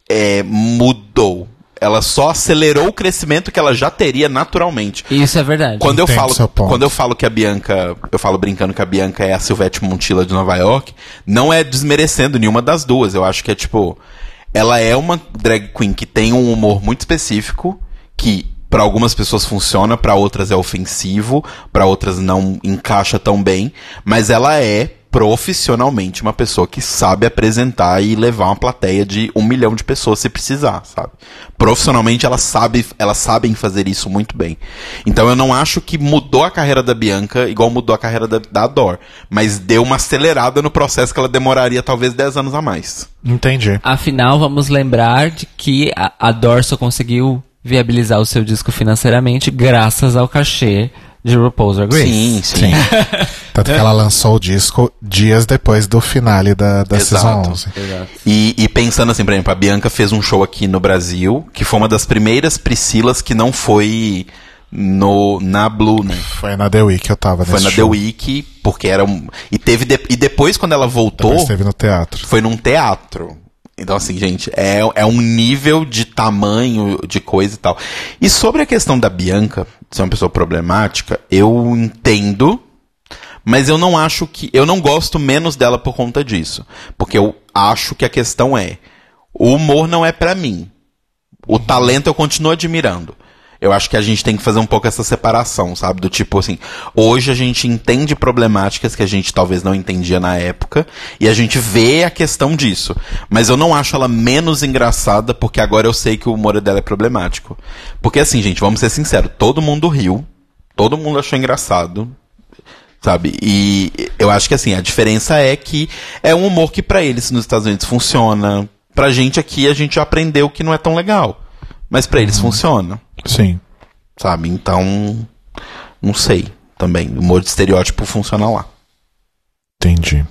mudou. Ela só acelerou o crescimento que ela já teria naturalmente. Isso é verdade. Quando eu falo que a Bianca... Eu falo brincando que a Bianca é a Silvete Montilla de Nova York, não é desmerecendo nenhuma das duas. Eu acho que é tipo... Ela é uma drag queen que tem um humor muito específico, que para algumas pessoas funciona, para outras é ofensivo, para outras não encaixa tão bem, mas ela é profissionalmente uma pessoa que sabe apresentar e levar uma plateia de 1 milhão de pessoas se precisar, sabe? Profissionalmente elas sabem fazer isso muito bem. Então eu não acho que mudou a carreira da Bianca igual mudou a carreira da Adore, mas deu uma acelerada no processo que ela demoraria talvez 10 anos a mais. Entendi. Afinal, vamos lembrar de que a Adore só conseguiu viabilizar o seu disco financeiramente graças ao cachê de RuPaul's Drag Race. Sim, sim. Tanto que ela lançou o disco dias depois do finale da Season 11. Exato. E pensando assim, por exemplo, a Bianca fez um show aqui no Brasil, que foi uma das primeiras Priscilas que não foi na Blue, né? Foi na The Week que eu tava nesse Foi na show. The Week, porque era um... E depois, quando ela voltou, Depois esteve no teatro. foi num teatro. Então, assim, gente, é um nível de tamanho, de coisa e tal. E sobre a questão da Bianca ser uma pessoa problemática, eu entendo, mas eu não acho que... Eu não gosto menos dela por conta disso. Porque eu acho que a questão é... O humor não é pra mim. O talento eu continuo admirando. Eu acho que a gente tem que fazer um pouco essa separação, sabe? Do tipo assim, hoje a gente entende problemáticas que a gente talvez não entendia na época, e a gente vê a questão disso. Mas eu não acho ela menos engraçada, porque agora eu sei que o humor dela é problemático. Porque assim, gente, vamos ser sinceros, todo mundo riu, todo mundo achou engraçado, sabe? E eu acho que assim, a diferença é que é um humor que pra eles nos Estados Unidos funciona, pra gente aqui a gente aprendeu que não é tão legal. Mas pra eles funciona. Sim. Sabe? Então, não sei também. O humor de estereótipo funciona lá. Entendi.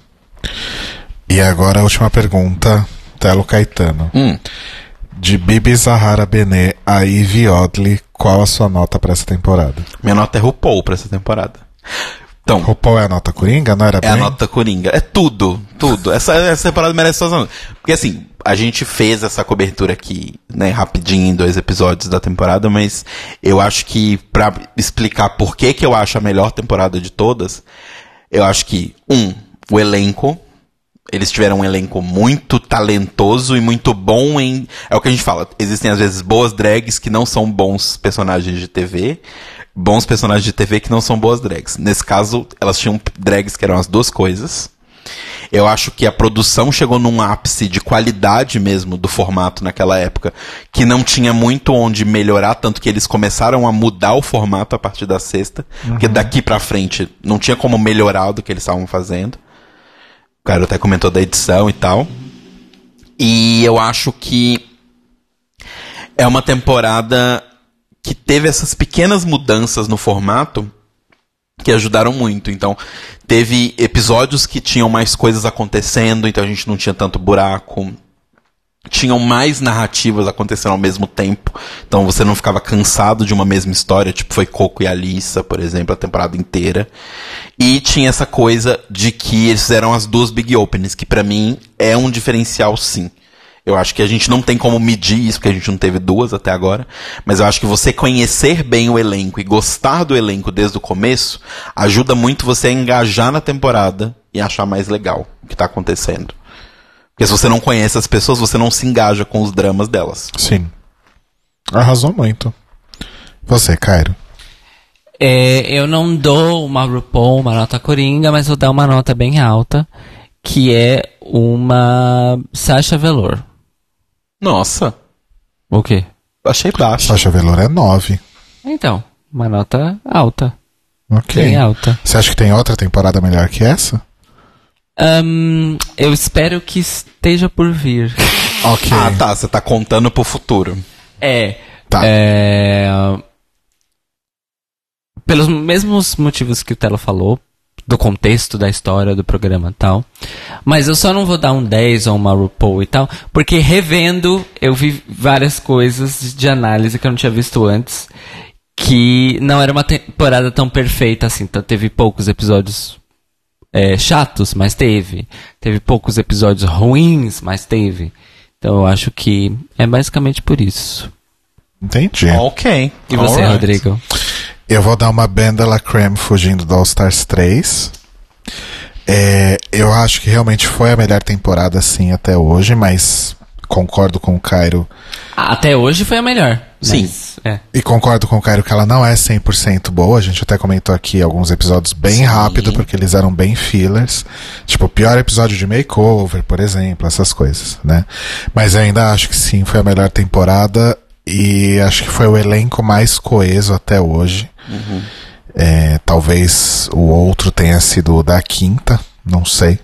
E agora a última pergunta, Telo Caetano. De Bibi Zahara Benet a Ivy Oddly, qual a sua nota pra essa temporada? Minha nota é RuPaul pra essa temporada. Então, RuPaul é a nota coringa? Não era é a nota coringa. É tudo. Essa temporada merece suas notas. Porque assim, a gente fez essa cobertura aqui, né, rapidinho em 2 episódios da temporada, mas eu acho que pra explicar por que eu acho a melhor temporada de todas, eu acho que, o elenco. Eles tiveram um elenco muito talentoso e muito bom em... É o que a gente fala. Existem, às vezes, boas drags que não são bons personagens de TV. Bons personagens de TV que não são boas drags. Nesse caso, elas tinham drags que eram as duas coisas. Eu acho que a produção chegou num ápice de qualidade mesmo do formato naquela época, que não tinha muito onde melhorar, tanto que eles começaram a mudar o formato a partir da sexta. Porque daqui pra frente não tinha como melhorar do que eles estavam fazendo. O cara até comentou da edição e tal. E eu acho que é uma temporada que teve essas pequenas mudanças no formato que ajudaram muito. Então, teve episódios que tinham mais coisas acontecendo, então a gente não tinha tanto buraco. Tinham mais narrativas acontecendo ao mesmo tempo, então você não ficava cansado de uma mesma história, tipo foi Coco e Alissa, por exemplo, a temporada inteira. E tinha essa coisa de que eles fizeram as 2 Big Openings, que pra mim é um diferencial sim. Eu acho que a gente não tem como medir isso, porque a gente não teve 2 até agora, mas eu acho que você conhecer bem o elenco e gostar do elenco desde o começo ajuda muito você a engajar na temporada e achar mais legal o que tá acontecendo. Porque se você não conhece as pessoas, você não se engaja com os dramas delas. Sim. Arrasou muito. Você, Cairo? Eu não dou uma RuPaul, uma nota coringa, mas vou dar uma nota bem alta, que é uma Sasha Velour. Nossa, O quê? achei baixo. Sasha Velour é 9. Então, uma nota alta. Ok. Bem alta. Você acha que tem outra temporada melhor que essa? Eu espero que esteja por vir. Ok. Ah, tá, você tá contando pro futuro. Tá. Pelos mesmos motivos que o Telo falou, do contexto da história do programa e tal. Mas eu só não vou dar um 10 ou uma RuPaul e tal, porque revendo, eu vi várias coisas de análise que eu não tinha visto antes, que não era uma temporada tão perfeita assim. Então teve poucos episódios chatos, mas teve. Teve poucos episódios ruins, mas teve. Então eu acho que é basicamente por isso. Entendi. Ok. E você, Alright. Rodrigo? Eu vou dar uma Benda La Creme fugindo do All Stars 3. Eu acho que realmente foi a melhor temporada, sim, até hoje, mas concordo com o Cairo. Até hoje foi a melhor. Sim. Mas, E concordo com o Cairo que ela não é 100% boa. A gente até comentou aqui alguns episódios bem rápido, porque eles eram bem fillers. Tipo, o pior episódio de Makeover, por exemplo, essas coisas, né? Mas eu ainda acho que sim, foi a melhor temporada. E acho que foi o elenco mais coeso até hoje. Talvez o outro tenha sido o da quinta, não sei.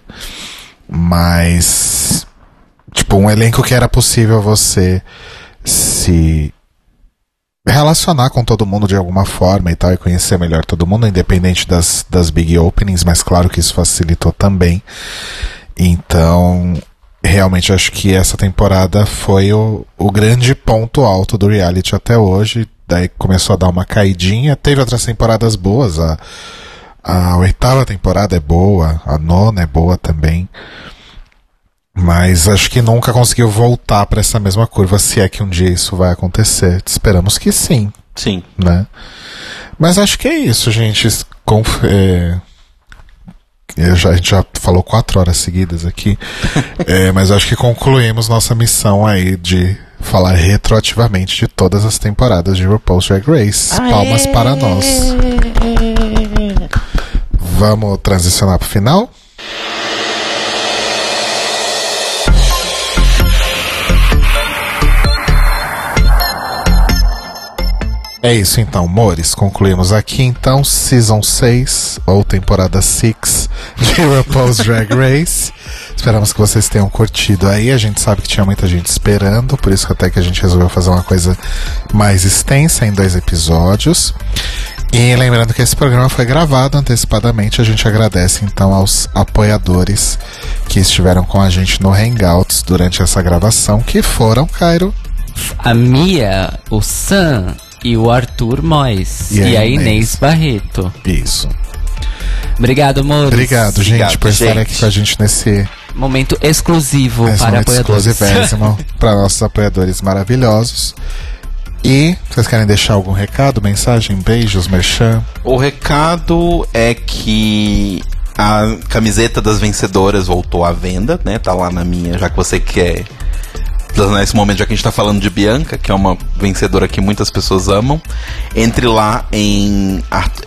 Mas, tipo, um elenco que era possível você se relacionar com todo mundo de alguma forma e tal, e conhecer melhor todo mundo, independente das big openings, mas claro que isso facilitou também. Então, realmente acho que essa temporada foi o grande ponto alto do reality até hoje. Daí começou a dar uma caidinha. Teve outras temporadas boas, a 8ª temporada é boa, a 9ª é boa também. Mas acho que nunca conseguiu voltar para essa mesma curva, se é que um dia isso vai acontecer. Esperamos que sim. Sim. Né? Mas acho que é isso, gente. A gente já falou 4 horas seguidas aqui. Mas acho que concluímos nossa missão aí de falar retroativamente de todas as temporadas de RuPaul's Drag Race. Palmas para nós. Vamos transicionar pro final? É isso então, amores. Concluímos aqui então Season 6, ou temporada 6 de RuPaul's Drag Race. Esperamos que vocês tenham curtido aí. A gente sabe que tinha muita gente esperando, por isso que até que a gente resolveu fazer uma coisa mais extensa em 2 episódios. E lembrando que esse programa foi gravado antecipadamente. A gente agradece então aos apoiadores que estiveram com a gente no Hangouts durante essa gravação, que foram, Cairo, a Mia, o Sam e o Arthur Mois. E a Inês Barreto. Isso. Obrigado, amores. Obrigado, gente, por estar aqui com a gente nesse momento exclusivo para apoiadores. Exclusivíssimo para nossos apoiadores maravilhosos. E vocês querem deixar algum recado, mensagem, beijos, merchan? O recado é que a camiseta das vencedoras voltou à venda, né? Tá lá na minha, já que você quer. Nesse momento, já que a gente tá falando de Bianca, que é uma vencedora que muitas pessoas amam, entre lá em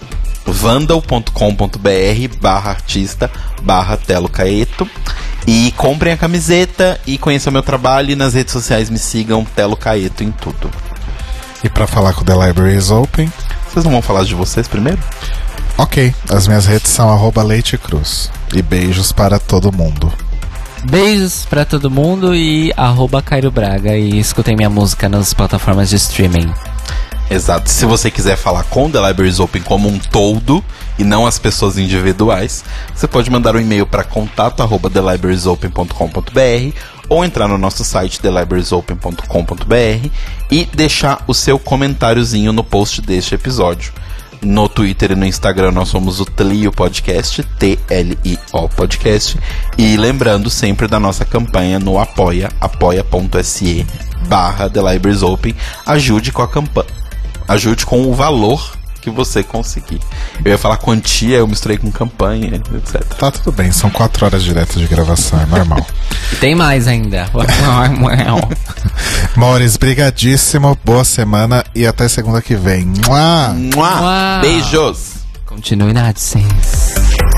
vandal.com.br/artista/Telo Caeto e comprem a camiseta e conheçam meu trabalho, e nas redes sociais me sigam, Telo Caeto em tudo. E pra falar com o The Library is Open, vocês não vão falar de vocês primeiro? Ok, as minhas redes são @leitecruz. E beijos para todo mundo. Beijos pra todo mundo e @Cairo Braga. E escutem minha música nas plataformas de streaming. Exato. Se você quiser falar com The Libraries Open como um todo e não as pessoas individuais, você pode mandar um e-mail para contato@thelibrariesopen.com.br ou entrar no nosso site thelibrariesopen.com.br e deixar o seu comentáriozinho no post deste episódio. No Twitter e no Instagram nós somos o Tlio Podcast, TLIO Podcast. E lembrando sempre da nossa campanha no apoia.se/The Libraries Open. Ajude com a campanha. Ajude com o valor que você conseguir. Eu ia falar quantia, eu misturei com campanha, etc. Tá tudo bem, são 4 horas diretas de gravação, é normal. E tem mais ainda. Mores, brigadíssimo, boa semana e até segunda que vem. Mua! Mua! Beijos! Continue na AdSense.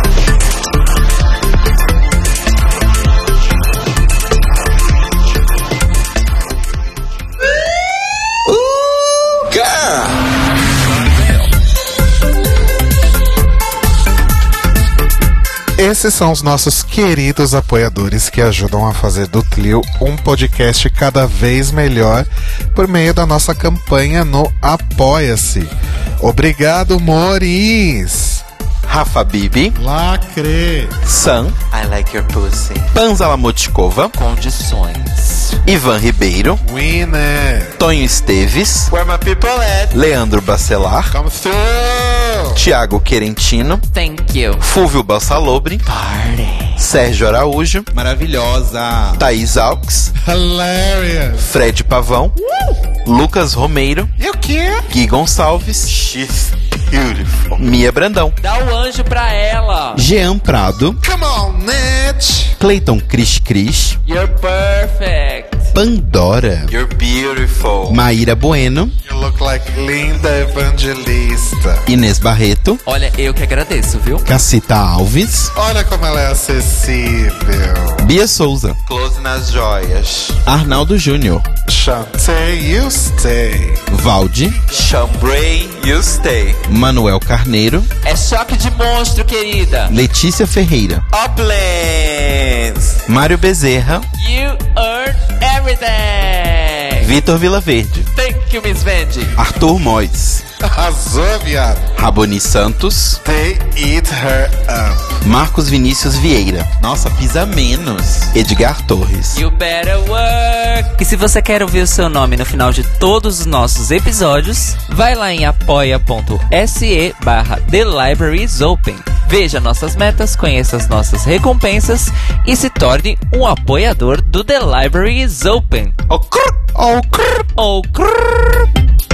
Esses são os nossos queridos apoiadores que ajudam a fazer do Tlio um podcast cada vez melhor por meio da nossa campanha no Apoia-se. Obrigado, Moris! Rafa Bibi, Lacre, Sam, I like your pussy. Panza Lamotikova, Condições, Ivan Ribeiro, Winner, Tonho Esteves, Where my people at? Leandro Bacelar, come through, Thiago Querentino, thank you, Fúvio Bassalobre, party, Sérgio Araújo, Maravilhosa. Thaís Alves, hilarious, Fred Pavão, Lucas Romeiro, e o quê? Gui Gonçalves, She's beautiful. Mia Brandão, dá o anjo pra ela, Jean Prado, Come on, Nitch, Cleiton Cris Cris, you're perfect, Pandora, You're beautiful. Maíra Bueno, you look like Linda Evangelista. Inês Barreto, olha, eu que agradeço, viu? Cacita Alves, Olha como ela é acessível. Bia Souza, Close nas joias. Arnaldo Júnior, Chantei, you stay. Valde, Chambray, you stay. Manuel Carneiro, É choque de monstro, querida. Letícia Ferreira, Uplands. Mário Bezerra, You earn everything. Vitor Vilaverde. Thank you, Miss Vendi. Arthur Mois. Arrasou, viado. Raboni Santos. They eat her up. Marcos Vinícius Vieira. Nossa, pisa menos. Edgar Torres. You better work. E se você quer ouvir o seu nome no final de todos os nossos episódios, vai lá em apoia.se/The Libraries Open. Veja nossas metas, conheça as nossas recompensas e se torne um apoiador do The Libraries Open. Oh, crrr. Oh, crrr.